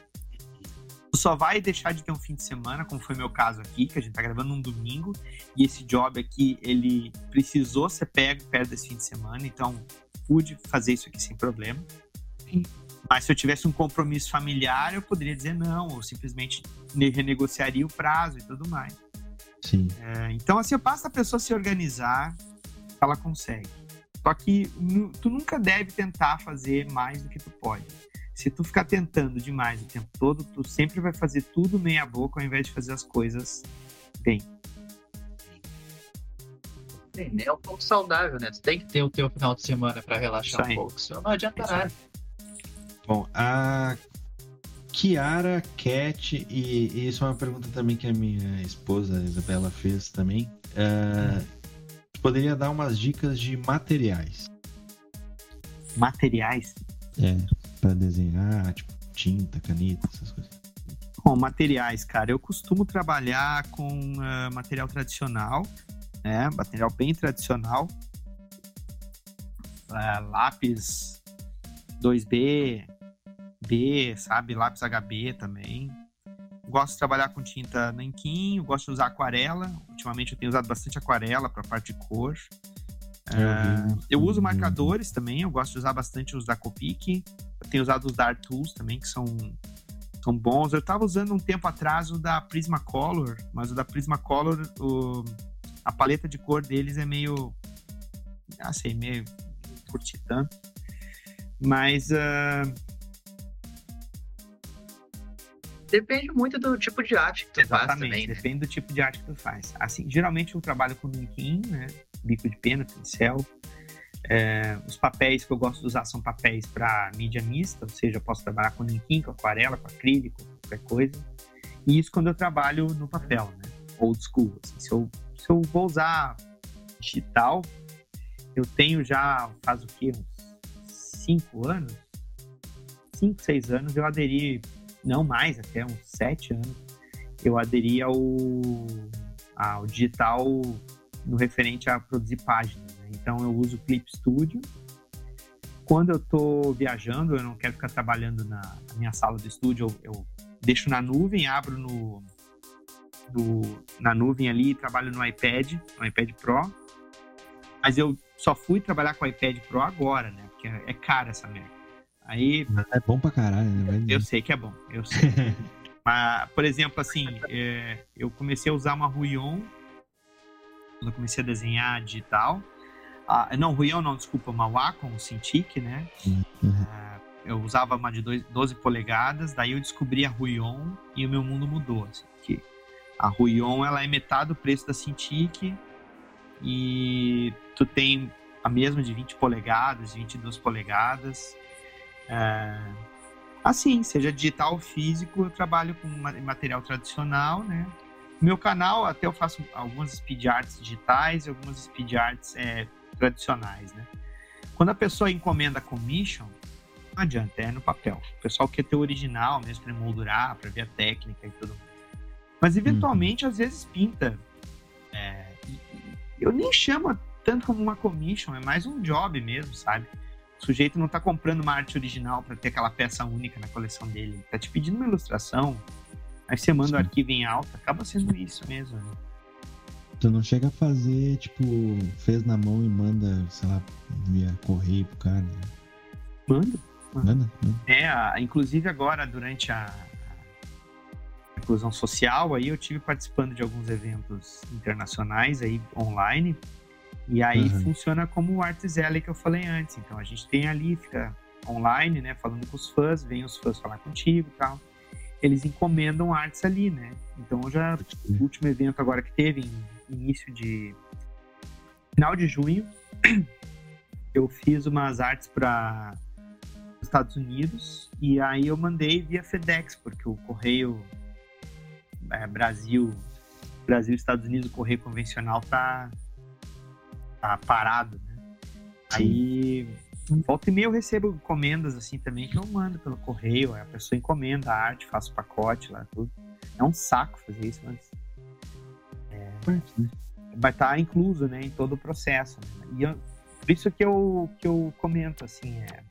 Tu só vai deixar de ter um fim de semana, como foi meu caso aqui, que a gente tá gravando num domingo, e esse job aqui, ele precisou ser pego perto desse fim de semana, então pude fazer isso aqui sem problema. Sim. Mas se eu tivesse um compromisso familiar, eu poderia dizer não, ou simplesmente renegociaria o prazo e tudo mais. Sim. É, então, assim, basta a pessoa se organizar, ela consegue. Só que tu nunca deve tentar fazer mais do que tu pode. Se tu ficar tentando demais o tempo todo, tu sempre vai fazer tudo meia boca ao invés de fazer as coisas bem. É um pouco saudável, né? Tu tem que ter o teu final de semana pra relaxar um pouco, senão não adianta nada. Bom, a Kiara, Cat, e, e isso é uma pergunta também que a minha esposa, a Isabela, fez também. Uh, tu poderia dar umas dicas de materiais? Materiais? É. Para desenhar, tipo, tinta, caneta, essas coisas. Bom, materiais, cara. Eu costumo trabalhar com uh, material tradicional, né? Material bem tradicional. Uh, lápis dois B, B, sabe? Lápis H B também. Gosto de trabalhar com tinta nanquim, gosto de usar aquarela. Ultimamente eu tenho usado bastante aquarela para parte de cor. Uh, eu uso marcadores também, eu gosto de usar bastante os da Copic. Eu tenho usado os da Art Tools também, que são, são bons. Eu estava usando um tempo atrás o da Prismacolor, mas o da Prismacolor, o, a paleta de cor deles é meio, ah, sei, meio curti tanto. Mas uh... depende muito do tipo de arte que tu Exatamente, faz também, né? Depende do tipo de arte que tu faz. Assim, geralmente eu trabalho com nanquim, né? Bico de pena, pincel. É, os papéis que eu gosto de usar são papéis para mídia mista, ou seja, eu posso trabalhar com nanquim, com aquarela, com acrílico, qualquer coisa. E isso quando eu trabalho no papel, né? Old school. Assim, se, eu, se eu vou usar digital, eu tenho já, faz o quê? Uns cinco anos? Cinco, seis anos eu aderi, não mais, até uns sete anos, eu aderi ao, ao digital no referente a produzir páginas, né? Então eu uso o Clip Studio. Quando eu tô viajando, eu não quero ficar trabalhando na, na minha sala do estúdio, eu, eu deixo na nuvem, abro no, no, na nuvem ali e trabalho no iPad, no iPad Pro. Mas eu só fui trabalhar com o iPad Pro agora, né? Porque é, é caro essa merda. Aí, é bom pra caralho, né? Vai eu dizer. sei que é bom, eu sei. Mas, por exemplo, assim, é, eu comecei a usar uma Ruion quando eu comecei a desenhar digital. Ah, não, Ruion não, desculpa, uma Wacom Cintiq, né? Uhum. Ah, eu usava uma de doze polegadas, daí eu descobri a Ruion e o meu mundo mudou. Assim, que a Ruion, ela é metade do preço da Cintiq e tu tem a mesma de vinte polegadas, vinte e duas polegadas. É, Assim, seja digital ou físico, eu trabalho com material tradicional, né? No meu canal, até eu faço algumas speed arts digitais e algumas speed arts é, tradicionais, né? Quando a pessoa encomenda commission, não adianta, é no papel. O pessoal quer ter o original mesmo para emoldurar, para ver a técnica e tudo mais. Mas, eventualmente, uhum. às vezes pinta. É, eu nem chamo tanto como uma commission, é mais um job mesmo, sabe? O sujeito não tá comprando uma arte original para ter aquela peça única na coleção dele. Ele tá te pedindo uma ilustração, aí você manda Sim. o arquivo em alta, acaba sendo isso mesmo. Né? Tu não chega a fazer, tipo, fez na mão e manda, sei lá, via correio pro cara? Né? Manda. Manda, manda. É, a, inclusive agora, durante a, a inclusão social, aí eu tive participando de alguns eventos internacionais aí online. E aí uhum. funciona como o Arts Alley que eu falei antes. Então a gente tem ali, fica online, né? Falando com os fãs, vem os fãs falar contigo e tal. Eles encomendam artes ali, né? Então já o último evento agora que teve, em início de... final de junho, eu fiz umas artes para os Estados Unidos e aí eu mandei via FedEx, porque o correio é, Brasil, Brasil Estados Unidos, o correio convencional tá... tá parado, né? Sim. Aí, volta e meia eu recebo encomendas assim também, que eu mando pelo correio, a pessoa encomenda a arte, faço o pacote lá, tudo. É um saco fazer isso, mas é, vai estar incluso, né, em todo o processo. Né? E eu, por isso que eu, que eu comento, assim, é...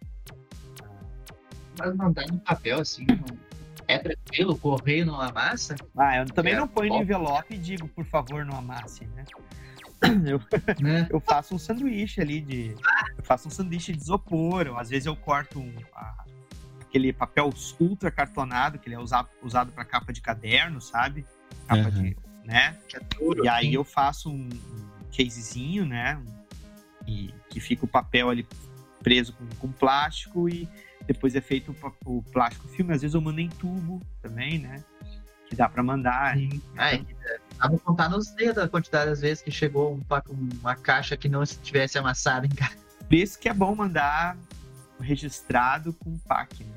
Mas mandar no papel, assim, não... é tranquilo? O correio não amassa? Ah, eu também é não ponho no envelope e digo, por favor, não amasse, né? Eu, né? eu faço um sanduíche ali de... Eu faço um sanduíche de isopor, ou às vezes eu corto um, a, aquele papel ultra cartonado, que ele é usado, usado para capa de caderno, sabe? Capa uhum. de... né? Que é duro, e aí sim. eu faço um, um casezinho, né? E que fica o papel ali preso com, com plástico e depois é feito o, o plástico filme. Às vezes eu mando em tubo também, né? Que dá para mandar. Sim. Aí, dá pra contar nos dedos a quantidade das vezes que chegou um, uma caixa que não estivesse amassada em casa. Por isso que é bom mandar registrado com P A C, né?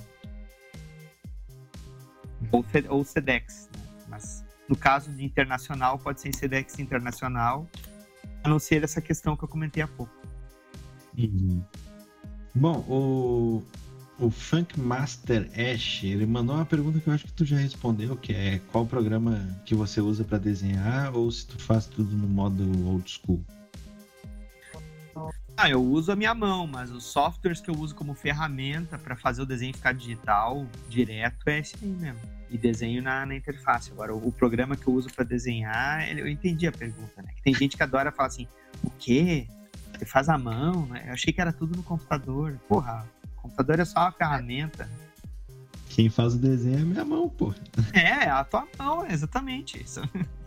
Ou, ou SEDEX, né? Mas no caso de internacional, pode ser SEDEX internacional, a não ser essa questão que eu comentei há pouco. Uhum. Bom, o... O Funk Master Ash, ele mandou uma pergunta que eu acho que tu já respondeu, que é qual programa que você usa para desenhar ou se tu faz tudo no modo old school? Ah, eu uso a minha mão, mas os softwares que eu uso como ferramenta para fazer o desenho ficar digital direto é esse aí mesmo. E desenho na, na interface. Agora, o, o programa que eu uso para desenhar, eu entendi a pergunta, né? Tem gente que adora falar assim, o quê? Você faz à mão? Né? Eu achei que era tudo no computador. Porra, o computador é só uma ferramenta. Quem faz o desenho é a minha mão, pô. É, a tua mão, é exatamente isso.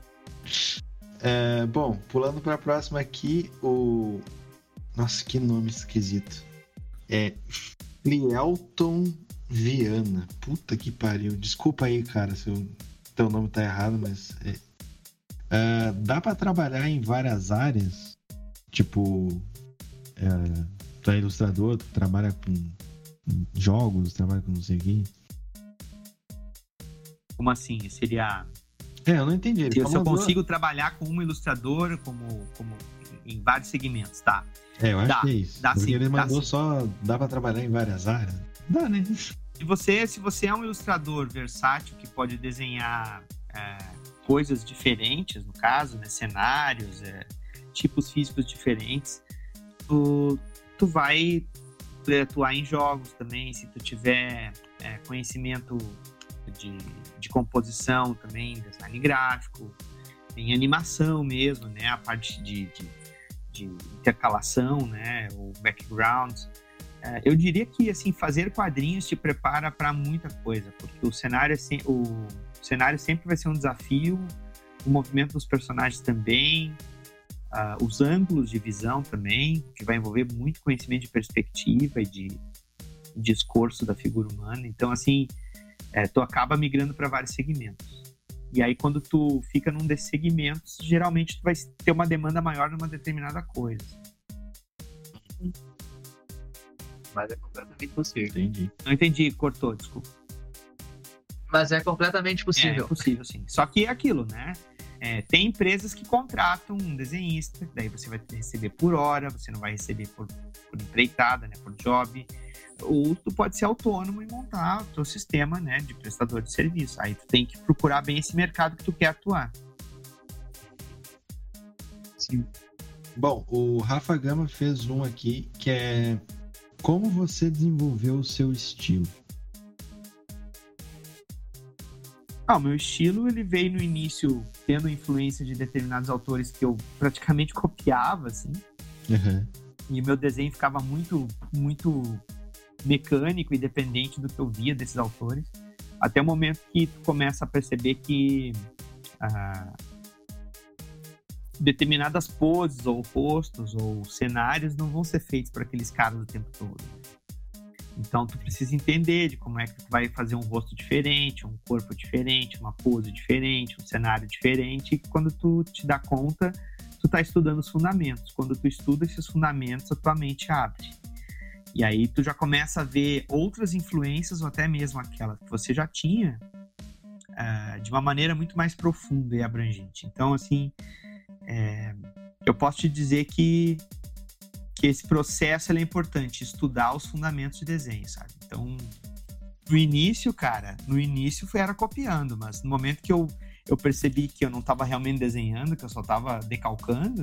É, bom, pulando para a próxima aqui, o... Nossa, que nome esquisito. É Lielton Viana. Puta que pariu. Desculpa aí, cara, se o teu nome tá errado, mas... É... É, dá para trabalhar em várias áreas? Tipo, é, tu é ilustrador, tu trabalha com jogos, trabalha com não sei o quê. Como assim? Seria... É, eu não entendi. Ele se, se eu falou... consigo trabalhar como ilustrador, como, como em vários segmentos, tá? É, eu acho dá, que é isso. Dá, Porque sim, ele mandou dá, só, dá pra trabalhar em várias áreas. Dá, né? Se você, se você é um ilustrador versátil que pode desenhar é, coisas diferentes, no caso, né, cenários, é, tipos físicos diferentes, tu, tu vai atuar em jogos também, se tu tiver é, conhecimento de, de composição também, design gráfico, em animação mesmo, né, a parte de, de, de intercalação, né, o background. É, eu diria que, assim, fazer quadrinhos te prepara para muita coisa, porque o cenário, é se, o cenário sempre vai ser um desafio, o movimento dos personagens também, uh, os ângulos de visão também, que vai envolver muito conhecimento de perspectiva e de, de discurso da figura humana. Então, assim, é, tu acaba migrando para vários segmentos. E aí, quando tu fica num desses segmentos, geralmente tu vai ter uma demanda maior numa determinada coisa. Mas é completamente possível. Entendi. Não entendi, cortou, desculpa. Mas é completamente possível. É possível, sim. Só que é aquilo, né? É, tem empresas que contratam um desenhista, daí você vai receber por hora, você não vai receber por, por empreitada, né? Por job. Ou tu pode ser autônomo e montar o teu sistema, né? De prestador de serviço. Aí tu tem que procurar bem esse mercado que tu quer atuar. Sim. Bom, o Rafa Gama fez um aqui que é como você desenvolveu o seu estilo. Ah, o meu estilo, ele veio no início tendo influência de determinados autores que eu praticamente copiava, assim. Uhum. E o meu desenho ficava muito, muito mecânico e dependente do que eu via desses autores. Até o momento que tu começa a perceber que ah, determinadas poses ou rostos ou cenários não vão ser feitos para aqueles caras o tempo todo. Então, tu precisa entender de como é que tu vai fazer um rosto diferente, um corpo diferente, uma pose diferente, um cenário diferente. E quando tu te dá conta, tu tá estudando os fundamentos. Quando tu estuda esses fundamentos, a tua mente abre. E aí tu já começa a ver outras influências, ou até mesmo aquelas que você já tinha, uh, de uma maneira muito mais profunda e abrangente. Então, assim, é, eu posso te dizer que que esse processo ele é importante, estudar os fundamentos de desenho, sabe? Então, no início, cara, no início foi era copiando, mas no momento que eu, eu percebi que eu não estava realmente desenhando, que eu só estava decalcando,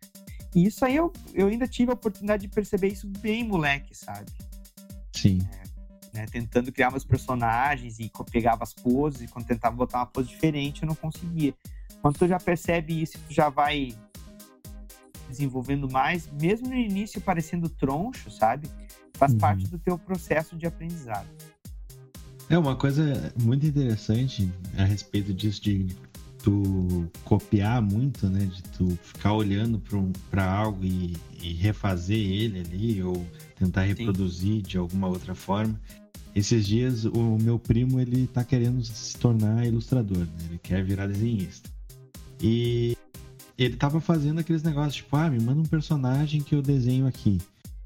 e isso aí eu, eu ainda tive a oportunidade de perceber isso bem moleque, sabe? Sim. É, né? Tentando criar meus personagens e pegava as poses, e quando tentava botar uma pose diferente, eu não conseguia. Quando tu já percebe isso, tu já vai desenvolvendo mais, mesmo no início parecendo troncho, sabe? Faz uhum. parte do teu processo de aprendizado. É uma coisa muito interessante a respeito disso de tu copiar muito, né? De tu ficar olhando para algo e, e refazer ele ali ou tentar reproduzir Sim. de alguma outra forma. Esses dias o meu primo, ele tá querendo se tornar ilustrador, né? Ele quer virar desenhista. E ele tava fazendo aqueles negócios, tipo, ah, me manda um personagem que eu desenho aqui.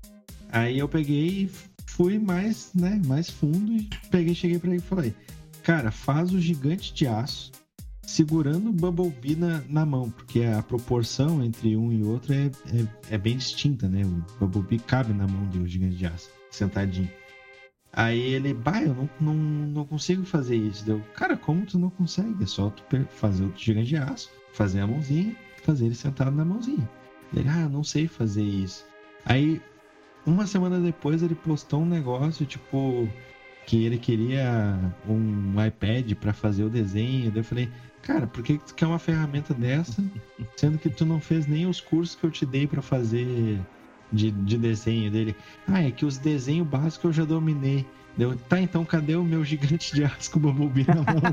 Aí eu peguei e fui mais, né, mais fundo e peguei, cheguei pra ele e falei, cara, faz o Gigante de Aço segurando o Bumblebee na, na mão, porque a proporção entre um e outro é, é, é bem distinta, né? O Bumblebee cabe na mão do Gigante de Aço, sentadinho. Aí ele, bah, eu não, não, não consigo fazer isso. Deu, cara, como tu não consegue? É só tu fazer o Gigante de Aço, fazer a mãozinha, fazer ele sentado na mãozinha. Ele, ah, não sei fazer isso. Aí, uma semana depois, ele postou um negócio, tipo, que ele queria um iPad pra fazer o desenho. Daí eu falei, cara, por que tu quer uma ferramenta dessa, sendo que tu não fez nem os cursos que eu te dei pra fazer de, de desenho dele? Ah, é que os desenhos básicos eu já dominei. Deu, tá, então cadê o meu Gigante de Aço com o Bumblebee na mão?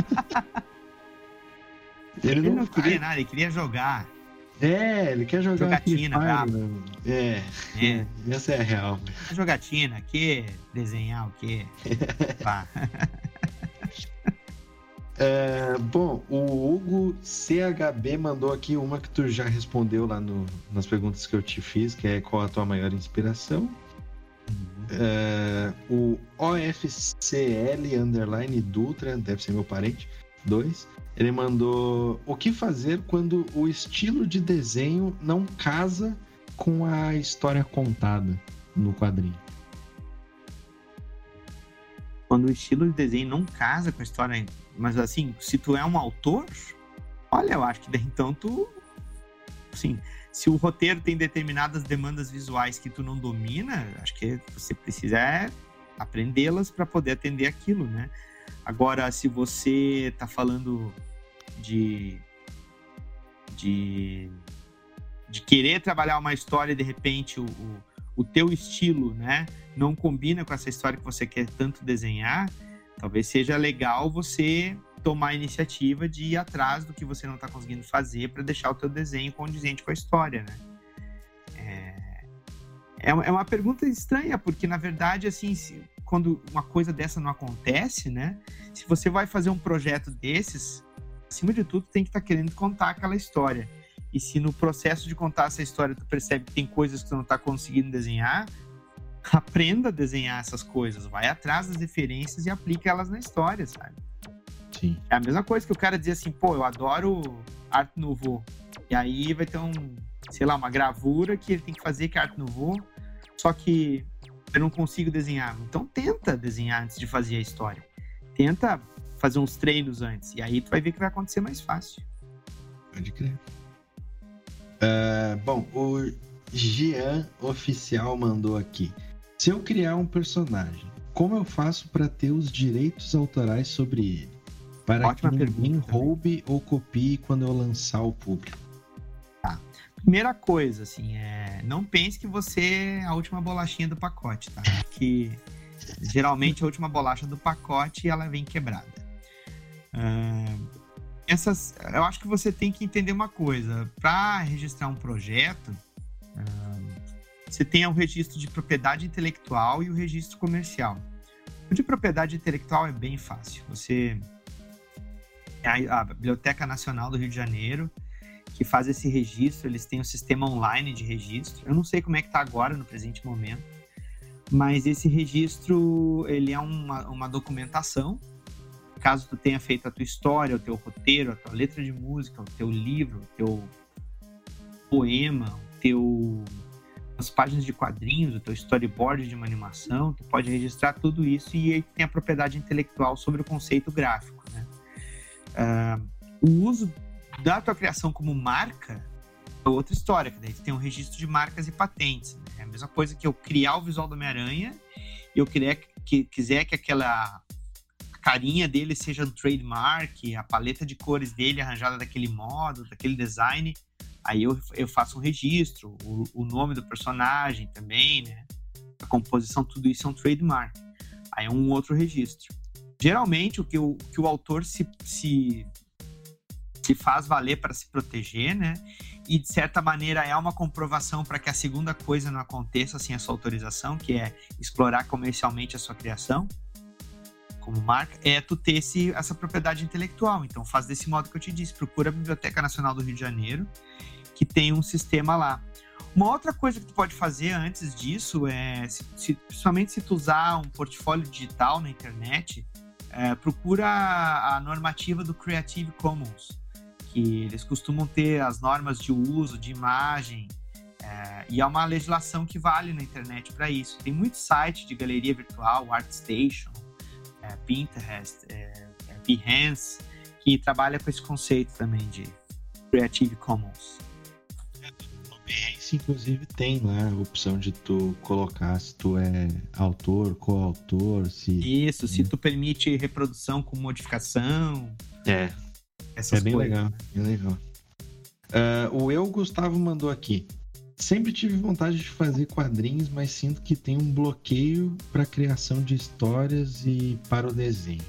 Ele, ele não, não queria nada, ele queria jogar. É, ele quer jogar jogatina, Fire, é, é, essa é a real. Jogatina, que desenhar o quê? Pá. É, bom, o Hugo C H B mandou aqui uma que tu já respondeu lá no, nas perguntas que eu te fiz, que é qual a tua maior inspiração. Uhum. É, o O F C L underline Dutra, deve ser meu parente, dois. Ele mandou o que fazer quando o estilo de desenho não casa com a história contada no quadrinho. Quando o estilo de desenho não casa com a história, mas assim, se tu é um autor, olha, eu acho que daí então tu, assim, se o roteiro tem determinadas demandas visuais que tu não domina, acho que você precisa aprendê-las para poder atender aquilo, né? Agora, se você tá falando de, de, de querer trabalhar uma história e de repente o, o, o teu estilo, né, não combina com essa história que você quer tanto desenhar, talvez seja legal você tomar a iniciativa de ir atrás do que você não está conseguindo fazer para deixar o teu desenho condizente com a história, né? É, é uma pergunta estranha, porque na verdade, assim, se, quando uma coisa dessa não acontece, né? Se você vai fazer um projeto desses, acima de tudo, tem que estar tá querendo contar aquela história. E se no processo de contar essa história tu percebe que tem coisas que tu não está conseguindo desenhar, aprenda a desenhar essas coisas, vai atrás das referências e aplica elas na história, sabe? Sim. É a mesma coisa que o cara dizer assim, pô, eu adoro Art Nouveau. E aí vai ter um, sei lá, uma gravura que ele tem que fazer que é Art Nouveau, só que eu não consigo desenhar. Então tenta desenhar antes de fazer a história. Tenta fazer uns treinos antes. E aí tu vai ver que vai acontecer mais fácil. Pode crer. Uh, bom, o Jean Oficial mandou aqui. Se eu criar um personagem, como eu faço para ter os direitos autorais sobre ele? Para Ótima que ninguém pergunta, roube ou copie quando eu lançar ao público. Tá. Primeira coisa, assim, é... não pense que você é a última bolachinha do pacote, tá? Que geralmente a última bolacha do pacote, ela vem quebrada. Uh... Essas... Eu acho que você tem que entender uma coisa. Para registrar um projeto, uh... você tem o registro de propriedade intelectual e o registro comercial. O de propriedade intelectual é bem fácil. Você... A Biblioteca Nacional do Rio de Janeiro, que faz esse registro, eles têm um sistema online de registro. Eu não sei como é que está agora, no presente momento, mas esse registro, ele é uma, uma documentação. Caso tu tenha feito a tua história, o teu roteiro, a tua letra de música, o teu livro, o teu poema, o teu... as páginas de quadrinhos, o teu storyboard de uma animação, tu pode registrar tudo isso e aí tem a propriedade intelectual sobre o conceito gráfico, né? Uh, o uso da tua criação como marca é outra história, que daí tu tem um registro de marcas e patentes, né? É a mesma coisa que eu criar o visual do Homem-Aranha e eu querer, que, quiser que aquela carinha dele seja um trademark, a paleta de cores dele arranjada daquele modo, daquele design, aí eu, eu faço um registro, o, o nome do personagem também, né? A composição, tudo isso é um trademark. Aí é um outro registro. Geralmente, o que o, que o autor se, se, se faz valer para se proteger, né? E, de certa maneira, é uma comprovação para que a segunda coisa não aconteça sem a sua autorização, que é explorar comercialmente a sua criação como marca, é tu ter esse, essa propriedade intelectual. Então, faz desse modo que eu te disse. Procura a Biblioteca Nacional do Rio de Janeiro, que tem um sistema lá. Uma outra coisa que tu pode fazer antes disso é, se, se, principalmente se tu usar um portfólio digital na internet, é, procura a, a normativa do Creative Commons, que eles costumam ter as normas de uso de imagem, é, e é uma legislação que vale na internet para isso. Tem muitos sites de galeria virtual, ArtStation, é, Pinterest, é, é, Behance, que trabalha com esse conceito também de Creative Commons. Behance, inclusive, tem lá a opção de tu colocar se tu é autor, coautor, se... Isso, se tu permite reprodução com modificação. É, essas é bem coisas. legal, bem legal. Uh, o Eu Gustavo mandou aqui. Sempre tive vontade de fazer quadrinhos, mas sinto que tem um bloqueio para a criação de histórias e para o desenho.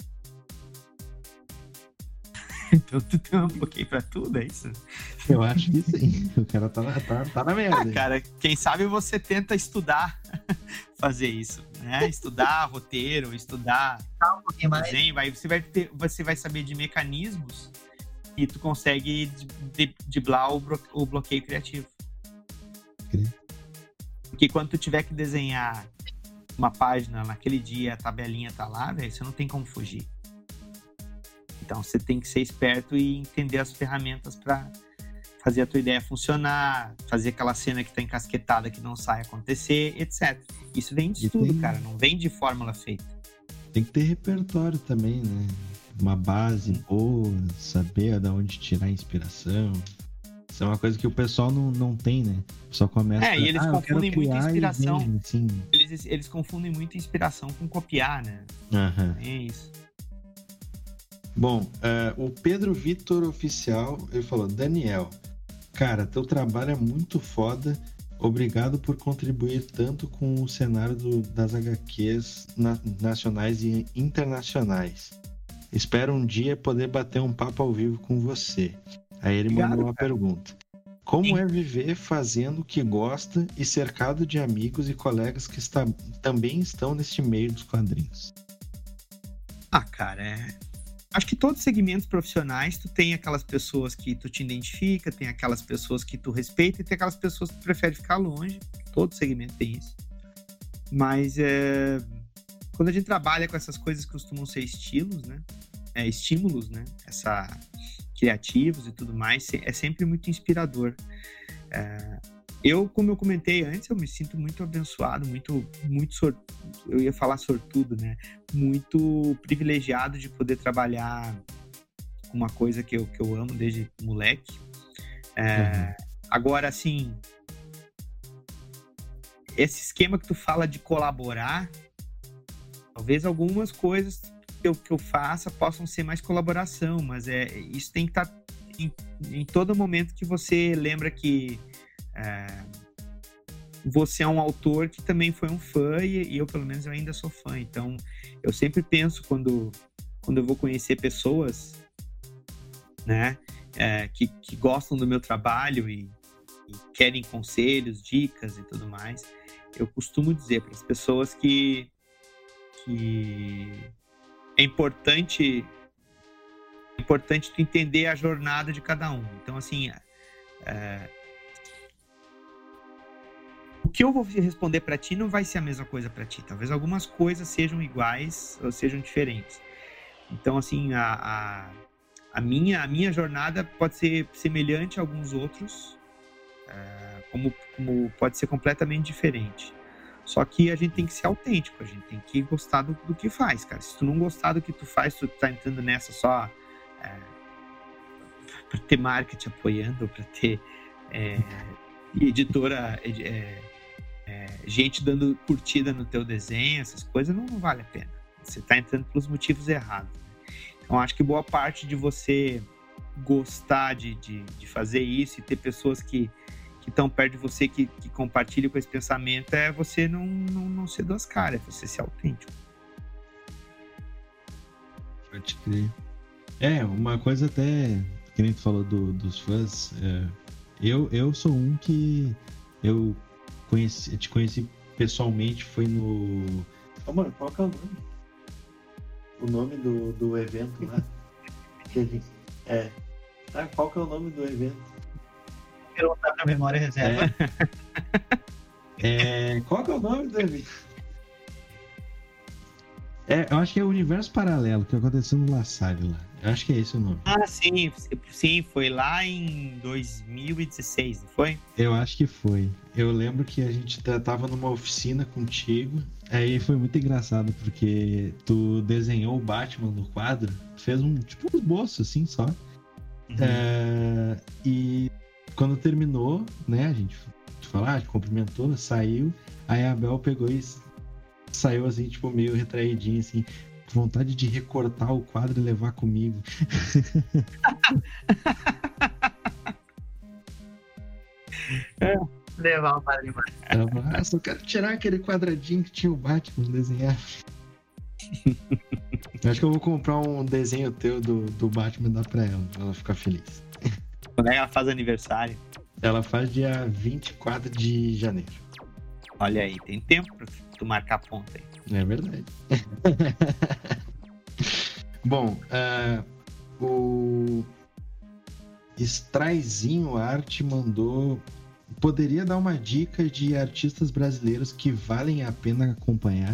Então tu tem um bloqueio pra tudo, é isso? Eu acho que sim. O cara tá na, tá, tá na merda. Ah, cara, quem sabe você tenta estudar fazer isso, né? Estudar roteiro, estudar um pouquinho mais. desenho, vai, você, vai ter, você vai saber de mecanismos e tu consegue driblar o, blo- o bloqueio criativo. Okay. Porque quando tu tiver que desenhar uma página naquele dia, a tabelinha tá lá, velho, você não tem como fugir. Então, você tem que ser esperto e entender as ferramentas para fazer a tua ideia funcionar, fazer aquela cena que tá encasquetada que não sai acontecer, etcétera. Isso vem de E estudo, tem... cara, não vem de fórmula feita. Tem que ter repertório também, né? Uma base Sim. boa, saber de onde tirar a inspiração. Isso é uma coisa que o pessoal não, não tem, né? Só começa É, e eles ah, confundem muito inspiração. Vem, assim. Eles, eles confundem muito inspiração com copiar, né? Aham. É isso. Bom, uh, o Pedro Vitor Oficial, ele falou, Daniel, cara, teu trabalho é muito foda, obrigado por contribuir tanto com o cenário do, das agá quês na, nacionais e internacionais. Espero um dia poder bater um papo ao vivo com você. Aí ele Obrigado, mandou uma cara. pergunta. Como Sim. é viver fazendo o que gosta e cercado de amigos e colegas que está, também estão neste meio dos quadrinhos? Ah, cara, é... Acho que todos os segmentos profissionais, tu tem aquelas pessoas que tu te identifica, tem aquelas pessoas que tu respeita e tem aquelas pessoas que tu prefere ficar longe. Todo segmento tem isso. Mas é, quando a gente trabalha com essas coisas que costumam ser estilos, né? É, estímulos, né? Essa, criativos e tudo mais, é sempre muito inspirador. É, eu, como eu comentei antes, eu me sinto muito abençoado, muito, muito sortudo, eu ia falar sortudo, né? Muito privilegiado de poder trabalhar com uma coisa que eu, que eu amo desde moleque. É, uhum. Agora, assim, esse esquema que tu fala de colaborar, talvez algumas coisas que eu, que eu faça possam ser mais colaboração, mas é, isso tem que estar em, em todo momento que você lembra que é, você é um autor que também foi um fã e, e eu, pelo menos, eu ainda sou fã. Então, eu sempre penso quando, quando eu vou conhecer pessoas, né, é, que, que gostam do meu trabalho e, e querem conselhos, dicas e tudo mais, eu costumo dizer para as pessoas que, que é importante, é importante tu entender a jornada de cada um. Então, assim, é, o que eu vou responder para ti não vai ser a mesma coisa para ti. Talvez algumas coisas sejam iguais ou sejam diferentes. Então, assim, a, a, a, minha, a minha jornada pode ser semelhante a alguns outros, é, como, como pode ser completamente diferente. Só que a gente tem que ser autêntico, a gente tem que gostar do, do que faz, cara. Se tu não gostar do que tu faz, tu tá entrando nessa só é, para ter marketing apoiando, para ter é, editora, é, é, gente dando curtida no teu desenho, essas coisas, não, não vale a pena. Você tá entrando pelos motivos errados. Então, acho que boa parte de você gostar de, de, de fazer isso e ter pessoas que que estão perto de você, que, que compartilham com esse pensamento, é você não, não, não ser duas caras, é você ser autêntico. Pode crer. É, uma coisa até, que nem tu falou do, dos fãs, é, eu, eu sou um que eu conheci, te conheci pessoalmente, foi no... Oh, mano, qual que é o nome? O nome do, do evento lá? É. Ah, qual que é o nome do evento? Perguntar pra memória reserva. É. É, qual que é o nome do evento? É, eu acho que é o Universo Paralelo, que aconteceu no La Salle lá. Eu acho que é esse o nome. Ah, sim, sim, foi lá em dois mil e dezesseis, não foi? Eu acho que foi. Eu lembro que a gente tava numa oficina contigo, aí foi muito engraçado, porque tu desenhou o Batman no quadro, fez um, tipo, um esboço, assim, só. Uhum. É, e quando terminou, né, a gente falou, ah, cumprimentou, saiu, aí a Bel pegou e saiu assim, tipo, meio retraidinho, assim, com vontade de recortar o quadro e levar comigo. É, levar o quadro embora. Ela falou, ah, só quero tirar aquele quadradinho que tinha o Batman desenhado. Acho que eu vou comprar um desenho teu do, do Batman e dar pra ela, pra ela ficar feliz. Quando é que ela faz aniversário? Ela faz dia vinte e quatro de janeiro. Olha aí, tem tempo pra tu marcar a ponta aí. É verdade. Bom, uh, o Straizinho Arte mandou... Poderia dar uma dica de artistas brasileiros que valem a pena acompanhar?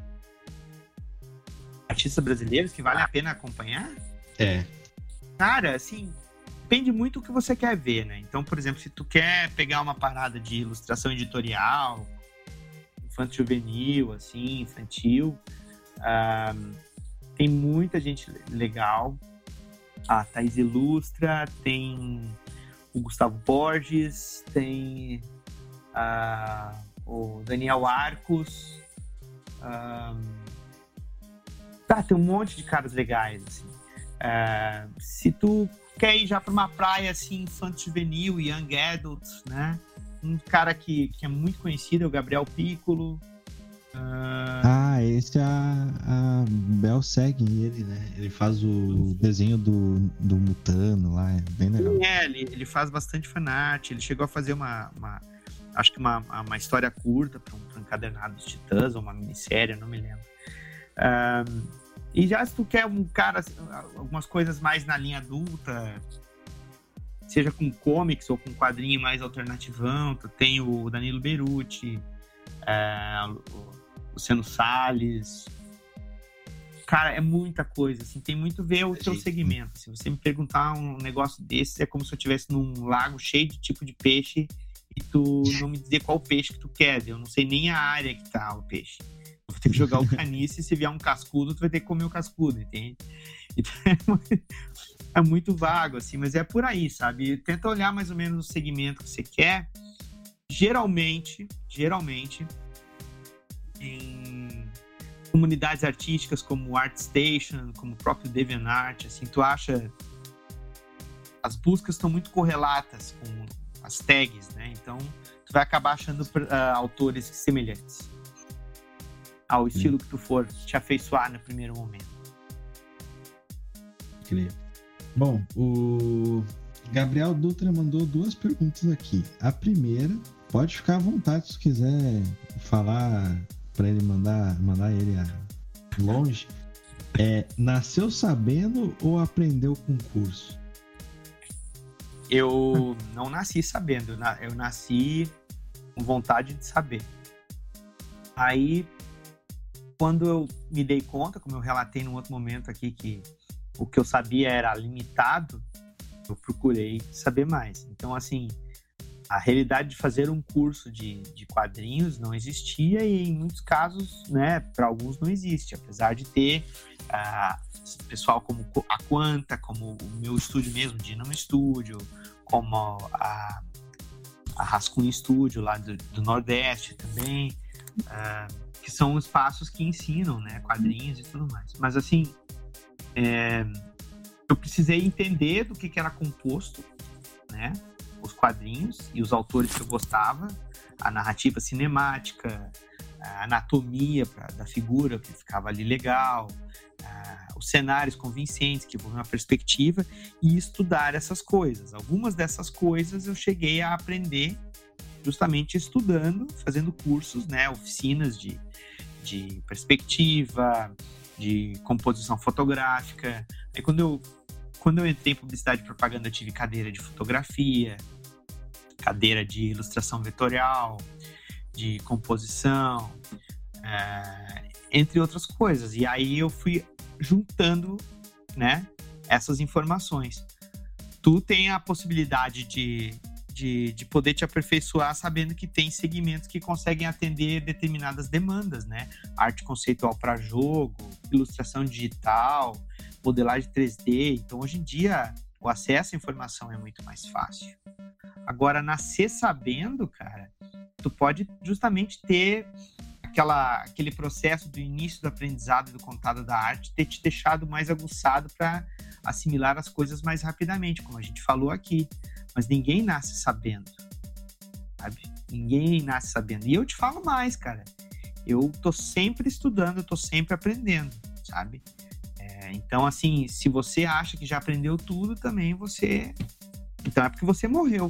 Artistas brasileiros que valem a pena acompanhar? É. Cara, assim... Depende muito do que você quer ver, né? Então, por exemplo, se tu quer pegar uma parada de ilustração editorial, infantil juvenil, assim, infantil, uh, tem muita gente legal. A Thaís Ilustra, tem o Gustavo Borges, tem uh, o Daniel Arcos. Uh, tá, tem um monte de caras legais, assim. Uh, se tu quer ir já para uma praia assim, infantil juvenil, young adults, né? Um cara que, que é muito conhecido é o Gabriel Piccolo. Uh... Ah, esse é a, a Bel segue ele, né? Ele faz o desenho do, do Mutano lá, é bem legal. Sim, é, ele, ele faz bastante fanart, ele chegou a fazer uma, uma acho que uma, uma história curta para um, um encadernado dos Titãs, ou uma minissérie, não me lembro. Uh, E já se tu quer um cara, algumas coisas mais na linha adulta, seja com comics ou com quadrinho mais alternativão, tu tem o Danilo Beruti, é, Luciano Salles. Cara, é muita coisa, assim, tem muito a ver o teu segmento. Se você me perguntar um negócio desse, é como se eu estivesse num lago cheio de tipo de peixe e tu não me dizer qual peixe que tu quer. Eu não sei nem a área que tá o peixe. Eu vou ter que jogar o caniço e se vier um cascudo, tu vai ter que comer o cascudo, entende? Então, é muito vago, assim, mas é por aí, sabe? Tenta olhar mais ou menos o segmento que você quer. Geralmente, geralmente, em comunidades artísticas como o ArtStation, como o próprio DeviantArt, assim, tu acha... As buscas estão muito correlatas com as tags, né? Então, tu vai acabar achando uh, autores semelhantes ao estilo que tu for te afeiçoar no primeiro momento. Incrível. Bom, o Gabriel Dutra mandou duas perguntas aqui. A primeira, pode ficar à vontade se quiser falar para ele mandar, mandar ele longe. É, nasceu sabendo ou aprendeu com curso? Eu não nasci sabendo, eu nasci com vontade de saber. Aí, quando eu me dei conta, como eu relatei num outro momento aqui, que o que eu sabia era limitado, eu procurei saber mais. Então, assim, a realidade de fazer um curso de, de quadrinhos não existia e, em muitos casos, né, para alguns não existe, apesar de ter uh, pessoal como a Quanta, como o meu estúdio mesmo, Dynamo Studio, como a, a Rascunho Studio lá do, do Nordeste também, uh, que são espaços que ensinam, né, quadrinhos e tudo mais. Mas, assim, é, eu precisei entender do que, que era composto, né, os quadrinhos e os autores que eu gostava, a narrativa cinemática, a anatomia pra, da figura que ficava ali legal, uh, os cenários convincentes que vão uma perspectiva, e estudar essas coisas. Algumas dessas coisas eu cheguei a aprender justamente estudando, fazendo cursos, né, oficinas de, de perspectiva, de composição fotográfica. Aí quando eu, quando eu entrei em publicidade e propaganda, eu tive cadeira de fotografia, cadeira de ilustração vetorial, de composição, é, entre outras coisas. E aí eu fui juntando, né, essas informações. Tu tem a possibilidade de, de, de poder te aperfeiçoar sabendo que tem segmentos que conseguem atender determinadas demandas, né? Arte conceitual para jogo, ilustração digital, modelagem três D. Então, hoje em dia, o acesso à informação é muito mais fácil. Agora, nascer sabendo, cara, tu pode justamente ter aquela, aquele processo do início do aprendizado e do contato da arte ter te deixado mais aguçado para assimilar as coisas mais rapidamente, como a gente falou aqui. Mas ninguém nasce sabendo, sabe? Ninguém nasce sabendo. E eu te falo mais, cara. Eu tô sempre estudando, eu tô sempre aprendendo, sabe? É, então, assim, se você acha que já aprendeu tudo, também você... Então é porque você morreu.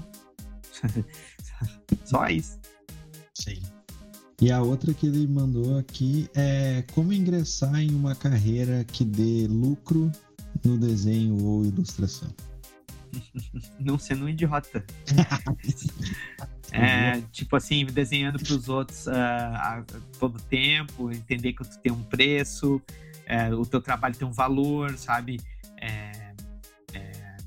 Só isso. Sim. E a outra que ele mandou aqui é como ingressar em uma carreira que dê lucro no desenho ou ilustração. Não sendo um idiota. É, tipo assim, desenhando para os outros uh, a todo tempo, entender que tu tem um preço, uh, o teu trabalho tem um valor, sabe? É, é...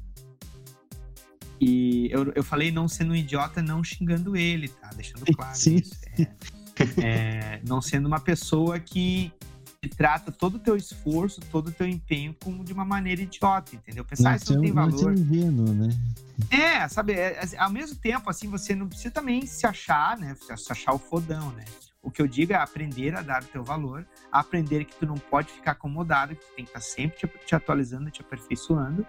E eu, eu falei não sendo um idiota, não xingando ele, tá? Deixando claro Sim. isso. É, é, não sendo uma pessoa que trata todo o teu esforço, todo o teu empenho como de uma maneira idiota, entendeu? Pensar isso não tem valor. Ingênuo, né? É, sabe, é, é, ao mesmo tempo, assim, você não precisa também se achar, né, se achar o fodão, né? O que eu digo é aprender a dar o teu valor, aprender que tu não pode ficar acomodado, que tu tem que estar sempre te, te atualizando, te aperfeiçoando,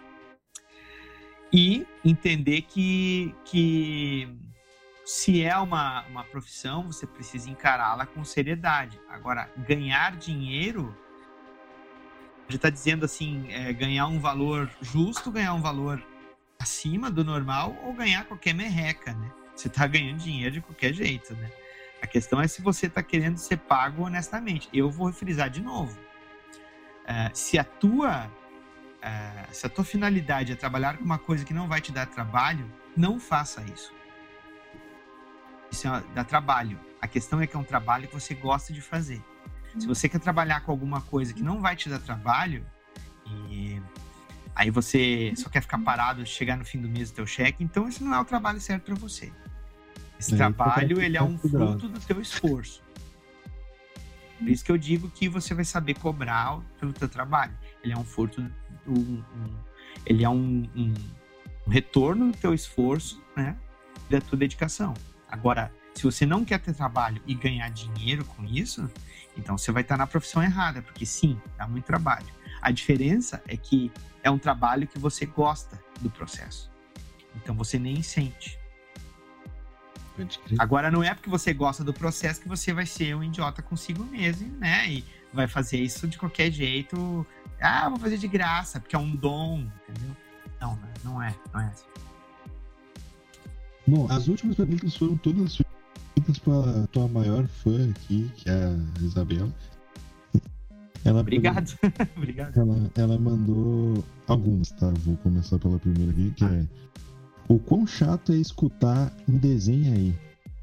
e entender que, que se é uma, uma profissão, você precisa encará-la com seriedade. Agora, ganhar dinheiro, já está dizendo assim, é, ganhar um valor justo, ganhar um valor acima do normal ou ganhar qualquer merreca, né? Você está ganhando dinheiro de qualquer jeito, né? A questão é se você está querendo ser pago honestamente. Eu vou frisar de novo. É, se a tua, é, se a tua finalidade é trabalhar com uma coisa que não vai te dar trabalho, não faça isso. isso é, dá trabalho. A questão é que é um trabalho que você gosta de fazer. Se você quer trabalhar com alguma coisa que não vai te dar trabalho, e aí você só quer ficar parado, chegar no fim do mês do teu cheque, então esse não é o trabalho certo para você. Esse é, trabalho, ele é um fruto do teu esforço. Por isso que eu digo que você vai saber cobrar pelo teu trabalho. Ele é um fruto, um, um, ele é um, um, um retorno do teu esforço, né, da tua dedicação. Agora, se você não quer ter trabalho e ganhar dinheiro com isso, então você vai estar na profissão errada, porque sim, dá muito trabalho. A diferença é que é um trabalho que você gosta do processo. Então você nem sente. Agora, não é porque você gosta do processo que você vai ser um idiota consigo mesmo, né? E vai fazer isso de qualquer jeito. Ah, vou fazer de graça, porque é um dom, entendeu? Não, não é, não é assim. Bom, as últimas perguntas foram todas feitas pela tua maior fã aqui, que é a Isabel. Ela Obrigado. Obrigado. Ela, ela mandou algumas, tá? Vou começar pela primeira aqui, que é: o quão chato é escutar um desenho aí?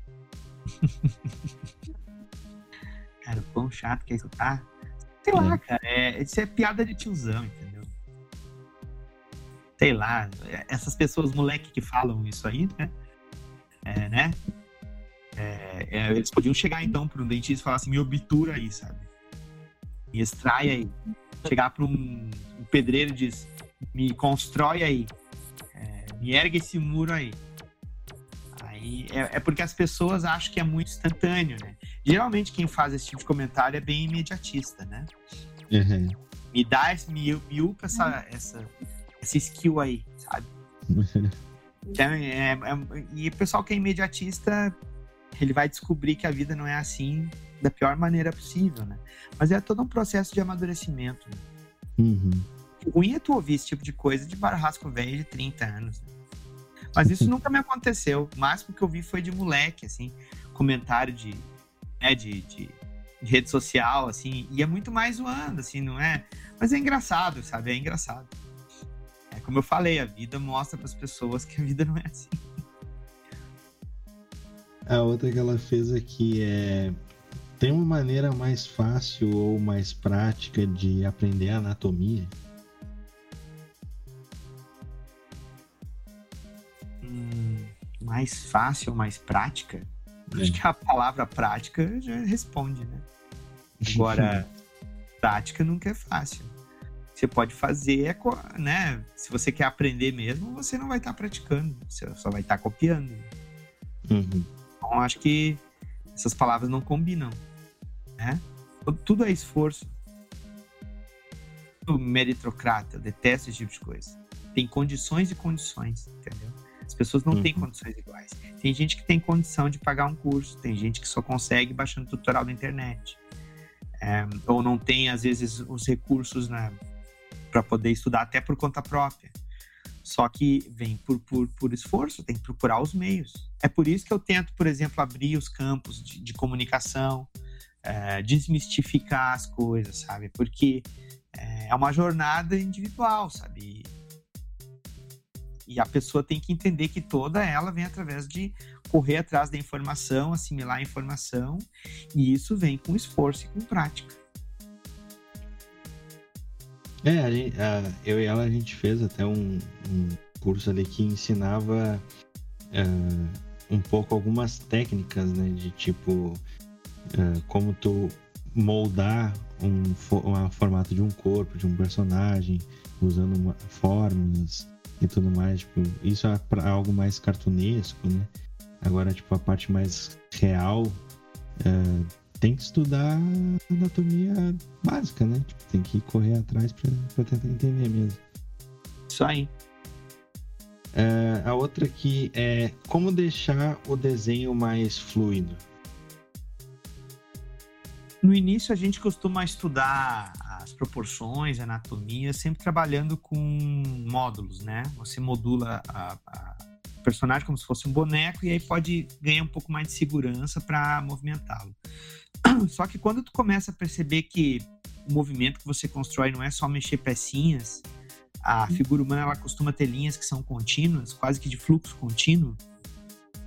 Cara, o quão chato que é escutar? Sei lá, é. cara. É, isso é piada de tiozão, entendeu? Sei lá. Essas pessoas, moleque, que falam isso aí, né? É, né? É, é, eles podiam chegar, então, para um dentista e falar assim: me obtura aí, sabe? Me extrai aí. Chegar para um, um pedreiro e diz: me constrói aí. Me ergue esse muro aí. Aí é, é porque as pessoas acham que é muito instantâneo, né? Geralmente quem faz esse tipo de comentário é bem imediatista, né? Uhum. Me dá, me, me upa essa, essa, essa skill aí, sabe? Então, é, é, e o pessoal que é imediatista, ele vai descobrir que a vida não é assim da pior maneira possível, né? Mas é todo um processo de amadurecimento. Né? Uhum. O ruim é tu ouvir esse tipo de coisa de barrasco velho de trinta anos. Né? Mas isso nunca me aconteceu. O máximo que eu vi foi de moleque, assim, comentário de, né, de, de, de rede social, assim, e é muito mais zoando, assim, não é? Mas é engraçado, sabe? É engraçado. É como eu falei, a vida mostra para as pessoas que a vida não é assim. A outra que ela fez aqui é: tem uma maneira mais fácil ou mais prática de aprender anatomia? Mais fácil ou mais prática? É. Acho que a palavra prática já responde, né? Agora, prática nunca é fácil. Você pode fazer, né? Se você quer aprender mesmo, você não vai estar praticando, você só vai estar copiando. Uhum. Então, acho que essas palavras não combinam, né? Tudo é esforço. O meritocrata, eu detesto esse tipo de coisa. Tem condições e condições, entendeu? As pessoas não uhum. têm condições iguais. Tem gente que tem condição de pagar um curso, tem gente que só consegue baixando tutorial da internet. É, ou não tem, às vezes, os recursos, né, para poder estudar até por conta própria. Só que vem por, por, por esforço, tem que procurar os meios. É por isso que eu tento, por exemplo, abrir os campos de, de comunicação, é, desmistificar as coisas, sabe? Porque é, é uma jornada individual, sabe? E a pessoa tem que entender que toda ela vem através de correr atrás da informação, assimilar a informação, e isso vem com esforço e com prática. É, a gente, a, eu e ela, a gente fez até um, um curso ali que ensinava uh, um pouco algumas técnicas, né, de tipo uh, como tu moldar um, um formato de um corpo, de um personagem, usando uma, formas e tudo mais, tipo, isso é pra algo mais cartunesco, né? Agora, tipo, a parte mais real, uh, tem que estudar anatomia básica, né? Tipo, tem que correr atrás pra, pra tentar entender mesmo. Isso aí. Uh, a outra aqui é como deixar o desenho mais fluido. No início, a gente costuma estudar as proporções, a anatomia, sempre trabalhando com módulos, né? Você modula a, a personagem como se fosse um boneco e aí pode ganhar um pouco mais de segurança para movimentá-lo. Só que quando tu começa a perceber que o movimento que você constrói não é só mexer pecinhas, a figura humana ela costuma ter linhas que são contínuas, quase que de fluxo contínuo,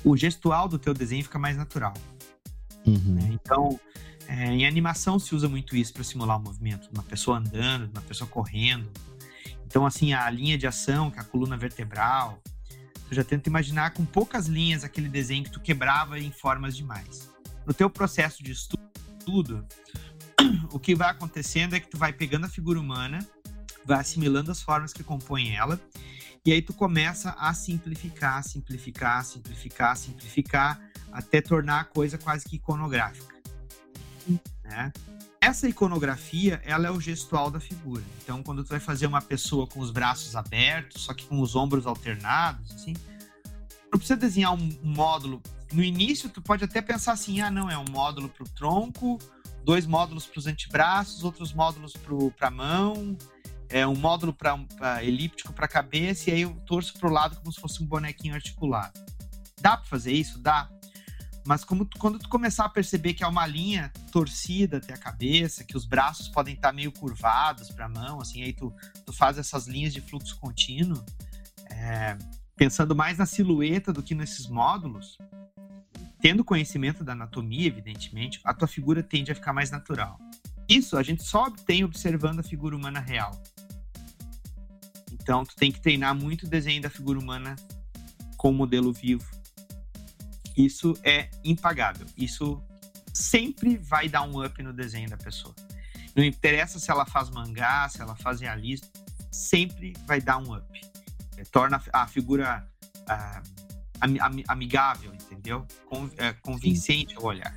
o gestual do teu desenho fica mais natural. Uhum. Né? Então, é, em animação se usa muito isso para simular o movimento de uma pessoa andando, de uma pessoa correndo. Então, assim, a linha de ação, que é a coluna vertebral, tu já tenta imaginar com poucas linhas aquele desenho que tu quebrava em formas demais. No teu processo de estudo, o que vai acontecendo é que tu vai pegando a figura humana, vai assimilando as formas que compõem ela, e aí tu começa a simplificar, simplificar, simplificar, simplificar, até tornar a coisa quase que iconográfica, né? Essa iconografia, ela é o gestual da figura. Então, quando tu vai fazer uma pessoa com os braços abertos, só que com os ombros alternados, assim, não precisa desenhar um, um módulo. No início, tu pode até pensar assim, ah, não, é um módulo para o tronco, dois módulos para os antebraços, outros módulos para a mão, é um módulo para um, elíptico para a cabeça, e aí eu torço para o lado como se fosse um bonequinho articulado. Dá para fazer isso? Dá. Mas como tu, quando tu começar a perceber que é uma linha torcida até a cabeça, que os braços podem estar meio curvados para a mão, assim, aí tu, tu faz essas linhas de fluxo contínuo, é, pensando mais na silhueta do que nesses módulos, tendo conhecimento da anatomia, evidentemente, a tua figura tende a ficar mais natural. Isso a gente só obtém observando a figura humana real. Então, tu tem que treinar muito o desenho da figura humana com o modelo vivo. Isso é impagável. Isso sempre vai dar um up no desenho da pessoa. Não interessa se ela faz mangá, se ela faz realismo, sempre vai dar um up. É, torna a figura ah, am, am, amigável, entendeu? Con, é, convincente ao olhar.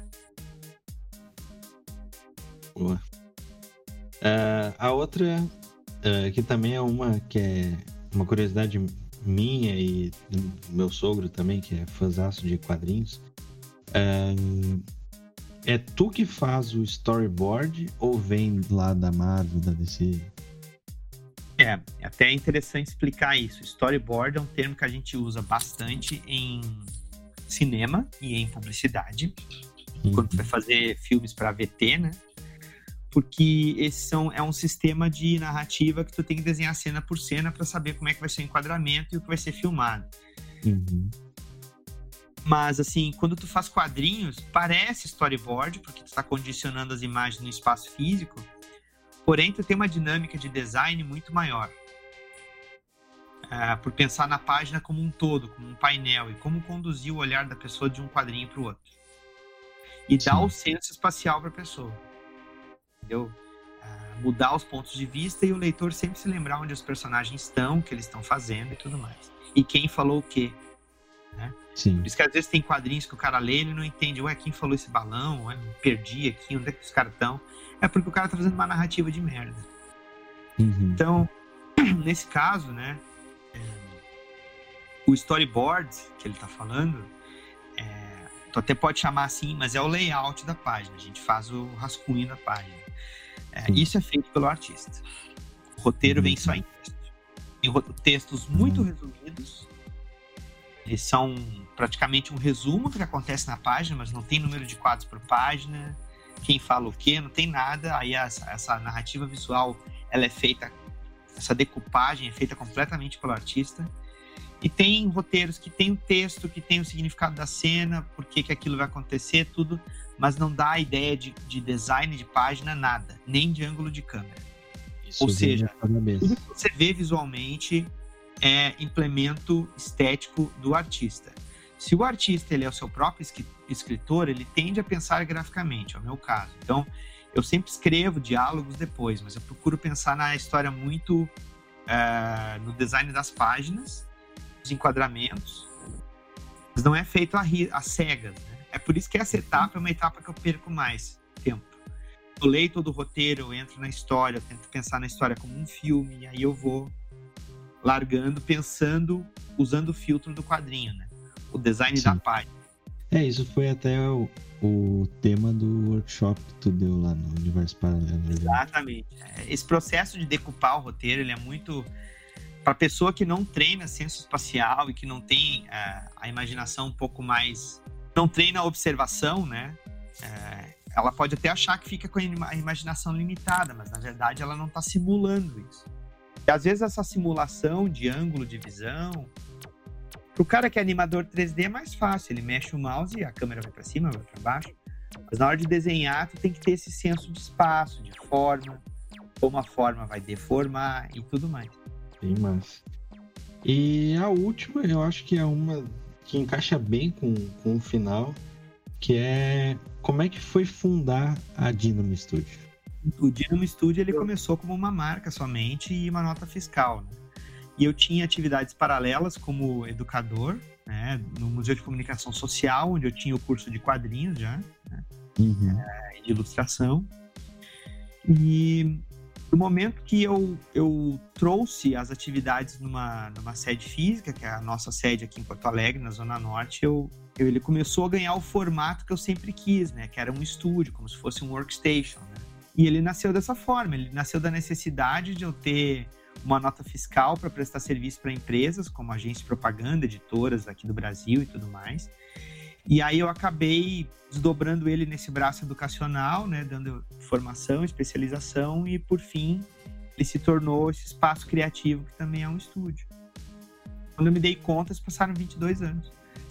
Boa. Uh, a outra, uh, que também é uma que é uma curiosidade minha e do meu sogro também, que é fãzaço de quadrinhos, uh, é tu que faz o storyboard ou vem lá da Marvel, da D C? É, é até interessante explicar isso. Storyboard é um termo que a gente usa bastante em cinema e em publicidade, uhum. Quando tu vai fazer filmes para V T, né? Porque esse são, é um sistema de narrativa que tu tem que desenhar cena por cena para saber como é que vai ser o enquadramento e o que vai ser filmado. Uhum. Mas, assim, quando tu faz quadrinhos, parece storyboard, porque tu está condicionando as imagens no espaço físico, porém, tu tem uma dinâmica de design muito maior. É, por pensar na página como um todo, como um painel, e como conduzir o olhar da pessoa de um quadrinho para o outro. E dar o senso espacial para a pessoa. Entendeu? Uh, mudar os pontos de vista e o leitor sempre se lembrar onde os personagens estão, o que eles estão fazendo e tudo mais. E quem falou o quê. Né? Sim. Por isso que às vezes tem quadrinhos que o cara lê e ele não entende. Ué, quem falou esse balão? Ué, me perdi aqui, onde é que os caras estão? É porque o cara tá fazendo uma narrativa de merda. Uhum. Então, nesse caso, né, é, o storyboard que ele tá falando, é, tu até pode chamar assim, mas é o layout da página. A gente faz o rascunho da página. É, isso é feito pelo artista. O roteiro uhum. vem só em texto. Tem textos muito uhum. resumidos. Eles são praticamente um resumo do que acontece na página, mas não tem número de quadros por página, quem fala o quê, não tem nada. Aí essa, essa narrativa visual, ela é feita, essa decupagem é feita completamente pelo artista. E tem roteiros que tem o texto, que tem o significado da cena, por que que aquilo vai acontecer, tudo, mas não dá a ideia de, de design de página, nada, nem de ângulo de câmera. Isso. Ou seja, tudo que você vê visualmente é implemento estético do artista. Se o artista ele é o seu próprio escritor, ele tende a pensar graficamente, é o meu caso. Então, eu sempre escrevo diálogos depois, mas eu procuro pensar na história muito uh, no design das páginas, os enquadramentos, mas não é feito a, a cegas, né? É por isso que essa etapa é uma etapa que eu perco mais tempo. Eu leio todo o roteiro, eu entro na história, eu tento pensar na história como um filme, e aí eu vou largando, pensando, usando o filtro do quadrinho, né? O design Sim. da página. É, isso foi até o, o tema do workshop que tu deu lá no Universo Paralelo. Exatamente. Esse processo de decupar o roteiro, ele é muito... Para pessoa que não treina senso espacial e que não tem é, a imaginação um pouco mais... Não treina a observação, né? É, ela pode até achar que fica com a imaginação limitada, mas na verdade ela não está simulando isso. E às vezes essa simulação de ângulo de visão, Pro cara que é animador três D é mais fácil, ele mexe o mouse e a câmera vai para cima, vai para baixo. Mas na hora de desenhar, tu tem que ter esse senso de espaço, de forma, como a forma vai deformar e tudo mais. Bem massa. E a última, eu acho que é uma que encaixa bem com, com o final, que é como é que foi fundar a Dynamo Studio? O Dynamo Studio, ele começou como uma marca somente e uma nota fiscal, né? E eu tinha atividades paralelas como educador, né, no Museu de Comunicação Social, onde eu tinha o curso de quadrinhos já, né, uhum. é, de ilustração. E no momento que eu, eu trouxe as atividades numa, numa sede física, que é a nossa sede aqui em Porto Alegre, na Zona Norte, eu, eu, ele começou a ganhar o formato que eu sempre quis, né, que era um estúdio, como se fosse um workstation, né? E ele nasceu dessa forma, ele nasceu da necessidade de eu ter uma nota fiscal para prestar serviço para empresas, como agências de propaganda, editoras aqui do Brasil e tudo mais. E aí eu acabei desdobrando ele nesse braço educacional, né, dando formação, especialização, e por fim ele se tornou esse espaço criativo que também é um estúdio. Quando eu me dei conta, se passaram vinte e dois anos.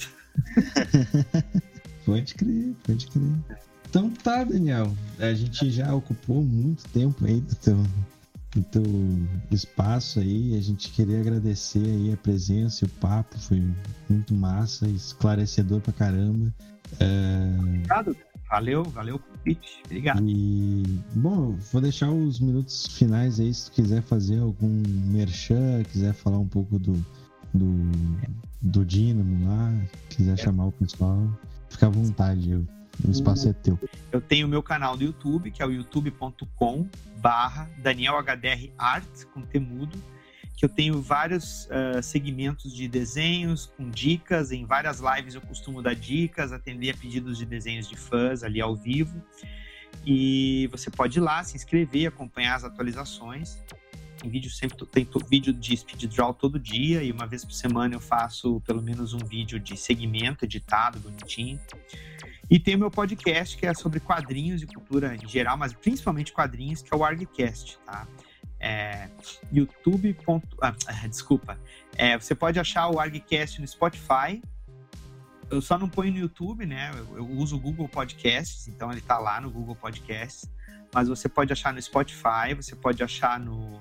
Pode crer, pode crer. Então tá, Daniel, a gente já ocupou muito tempo aí do teu, do teu espaço aí, a gente queria agradecer aí a presença e o papo, foi muito massa, esclarecedor pra caramba. É... Obrigado, valeu, valeu o convite, obrigado. E, bom, vou deixar os minutos finais aí, se tu quiser fazer algum merchan, quiser falar um pouco do, do, do Dynamo lá, quiser é. chamar o pessoal, fica à vontade, eu. O espaço é teu. Eu tenho o meu canal do YouTube, que é o youtube ponto com barra Daniel H D R Art, com temudo, que eu tenho vários uh, segmentos de desenhos, com dicas. Em várias lives eu costumo dar dicas, atender a pedidos de desenhos de fãs ali ao vivo. E você pode ir lá, se inscrever, acompanhar as atualizações. Tem vídeo sempre, tem vídeo de speed draw todo dia, e uma vez por semana eu faço pelo menos um vídeo de segmento editado, bonitinho. E tem o meu podcast, que é sobre quadrinhos e cultura em geral, mas principalmente quadrinhos, que é o ArgCast, tá? É, YouTube. Ah, desculpa. É, você pode achar o ArgCast no Spotify. Eu só não ponho no YouTube, né? Eu, eu uso o Google Podcasts, então ele tá lá no Google Podcasts. Mas você pode achar no Spotify, você pode achar no,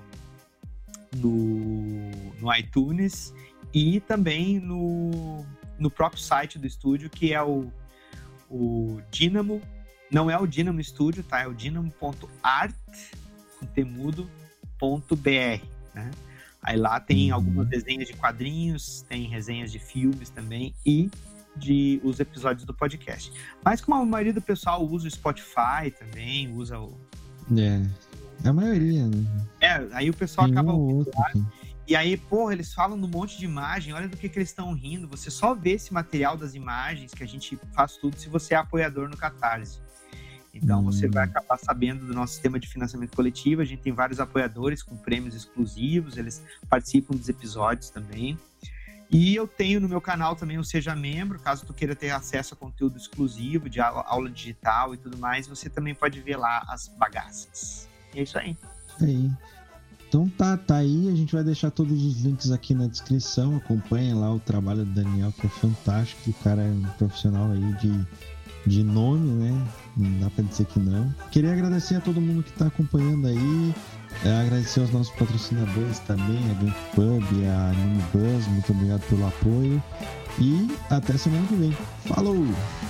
no, no iTunes e também no, no próprio site do estúdio, que é o o Dynamo, não é o Dynamo Studio, tá? É o dynamo ponto art, com temudo, ponto br, né? Aí lá tem algumas desenhas de quadrinhos, tem resenhas de filmes também e de os episódios do podcast. Mas como a maioria do pessoal usa o Spotify também, usa o... É, a maioria, né? É, aí o pessoal tem acaba um ouvindo outro, lá. assim. E aí, porra, eles falam num monte de imagem, olha do que, que eles estão rindo. Você só vê esse material das imagens, que a gente faz tudo, se você é apoiador no Catarse. Então, hum. você vai acabar sabendo do nosso sistema de financiamento coletivo. A gente tem vários apoiadores com prêmios exclusivos, eles participam dos episódios também. E eu tenho no meu canal também o Seja Membro, caso tu queira ter acesso a conteúdo exclusivo, de aula, aula digital e tudo mais, você também pode ver lá as bagaças. E é isso aí. Aí. Então tá, tá aí, a gente vai deixar todos os links aqui na descrição, acompanha lá o trabalho do Daniel, que é fantástico, o cara é um profissional aí de, de nome, né, não dá pra dizer que não. Queria agradecer a todo mundo que tá acompanhando aí, é, agradecer aos nossos patrocinadores também, a GamePub, a Animebuzz, muito obrigado pelo apoio, e até semana que vem. Falou!